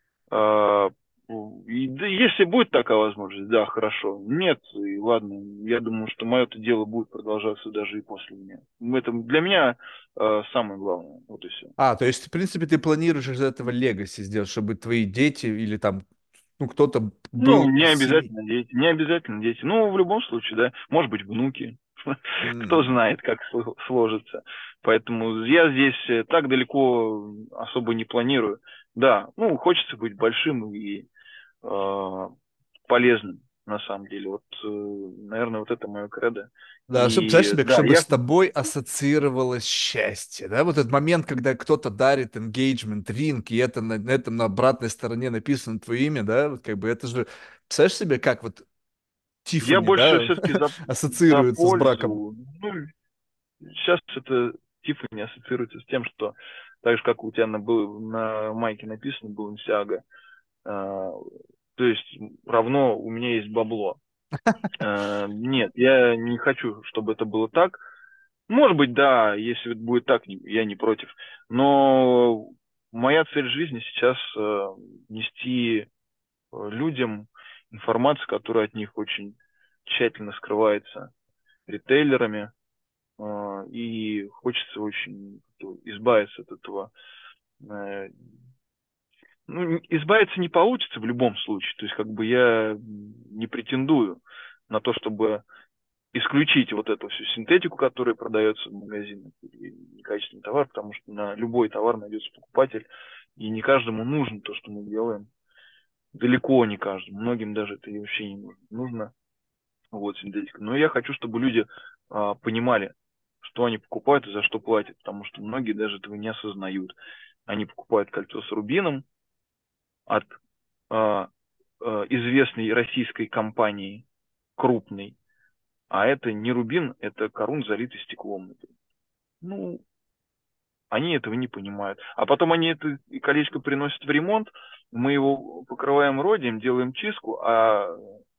А, и да, если будет такая возможность, да, хорошо. Нет, и ладно. Я думаю, что мое это дело будет продолжаться даже и после меня. Это для меня э, самое главное. Вот и все. А, то есть, в принципе, ты планируешь из этого легаси сделать, чтобы твои дети или там, ну, кто-то Ну, был не из семьи. обязательно дети. Не обязательно дети. Ну, в любом случае, да. Может быть, внуки. Кто М. знает, как сло- сложится. Поэтому я здесь э, так далеко особо не планирую. Да, ну, хочется быть большим и э, полезным, на самом деле. Вот, э, наверное, вот это мое кредо. Да, чтобы, представляешь И себе, да, чтобы я, с тобой ассоциировалось счастье, да, вот этот момент, когда кто-то дарит engagement, ринг, и это на, на этом на обратной стороне написано твое имя, да, вот как бы это же, представляешь себе, как вот я Тиффани, больше да, все-таки за, за ассоциируется с браком. пользу. Ну, сейчас это Тиффани ассоциируется с тем, что так же, как у тебя на, был, на майке написано, был Бalenciaga, а, то есть равно у меня есть бабло. А, нет, я не хочу, чтобы это было так. Может быть, да, если это будет так, не- я не против. Но моя цель жизни сейчас э, нести э, людям информацию, которая от них очень тщательно скрывается ритейлерами. э, И хочется очень избавиться от этого. э, Ну, избавиться не получится в любом случае. То есть, как бы я не претендую на то, чтобы исключить вот эту всю синтетику, которая продается в магазинах, или некачественный товар, потому что на любой товар найдется покупатель, и не каждому нужно то, что мы делаем. Далеко не каждому. Многим даже это и вообще не нужно. Нужно вот синтетика. Но я хочу, чтобы люди а, понимали, что они покупают и за что платят, потому что многие даже этого не осознают. Они покупают кольцо с рубином от а, э, известной российской компании, крупной, а это не рубин, это корун, залитый стеклом. Ну, они этого не понимают. А потом они это колечко приносят в ремонт, мы его покрываем родием, делаем чистку, а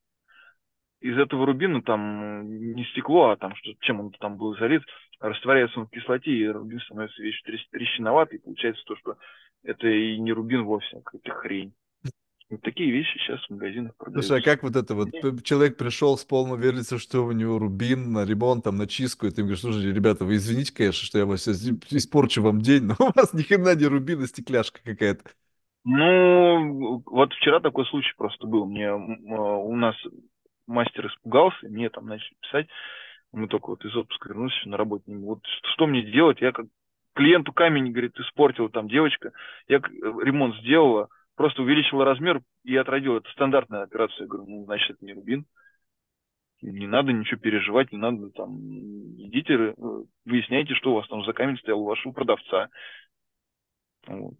из этого рубина там не стекло, а там что, чем он там был залит, растворяется он в кислоте, и рубин становится весь трещ- трещиноватый, и получается то, что это и не рубин вовсе, а какая-то хрень. Вот такие вещи сейчас в магазинах Слушай, а продаются. как вот это вот, п- человек пришел с полной уверенностью, что у него рубин на ремонт, там, на чистку, и ты ему говоришь, слушайте, ребята, вы извините, конечно, что я вас сейчас испорчу вам день, но у вас ни хрена не рубин, а стекляшка какая-то. Ну, вот вчера такой случай просто был. Мне м, э, у нас мастер испугался, мне там начали писать. Мы только вот из отпуска вернулись на работе. Вот что, что мне делать? Я как клиенту камень, говорит, испортила там девочка. Я к- ремонт сделала, просто увеличила размер и отrodила. Это стандартная операция. Я говорю, ну, значит, это не рубин. Не надо ничего переживать, не надо там, идите, э, выясняйте, что у вас там за камень стоял у вашего продавца. Вот.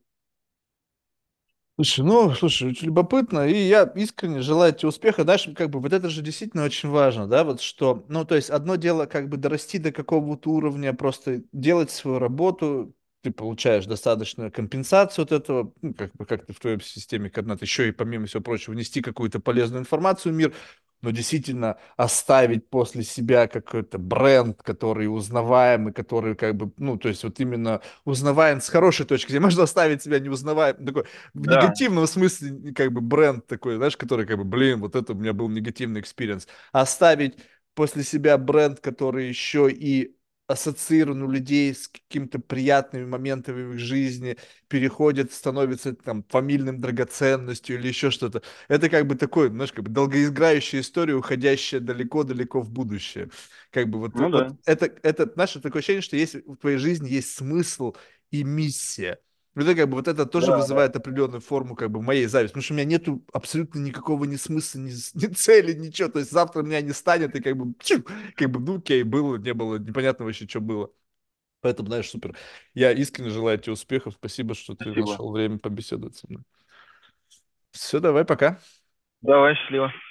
Слушай, ну, слушай, очень любопытно, и я искренне желаю тебе успеха. Знаешь, как бы вот это же действительно очень важно, да, вот что, ну, то есть одно дело как бы дорасти до какого-то уровня, просто делать свою работу, ты получаешь достаточную компенсацию от этого, ну, как бы как ты в твоей системе координат, еще и помимо всего прочего внести какую-то полезную информацию в мир, но действительно оставить после себя какой-то бренд, который узнаваемый, который как бы, ну, то есть вот именно узнаваем с хорошей точки зрения. Можно оставить себя неузнаваемым, такой в Да, негативном смысле, как бы бренд такой, знаешь, который как бы, блин, вот это у меня был негативный экспириенс. Оставить после себя бренд, который еще и ассоциирован у людей с какими-то приятными моментами в их жизни, переходит, становится там фамильным драгоценностью или еще что-то. Это как бы такой, знаешь, как бы долгоиграющая история, уходящая далеко-далеко в будущее. Как бы вот, ну вот да, это, это наше такое ощущение, что есть в твоей жизни есть смысл и миссия. Ну, это как бы вот это тоже да, да. вызывает определенную форму как бы моей зависти, потому что у меня нету абсолютно никакого ни смысла, ни, с- ни цели, ничего. То есть завтра меня не станет, и как бы, чу, как бы, ну, окей, было, не было, непонятно вообще, что было. Поэтому, знаешь, супер. Я искренне желаю тебе успехов. Спасибо, что ты Спасибо. нашел время побеседовать со мной. Все, давай, пока. Давай, счастливо.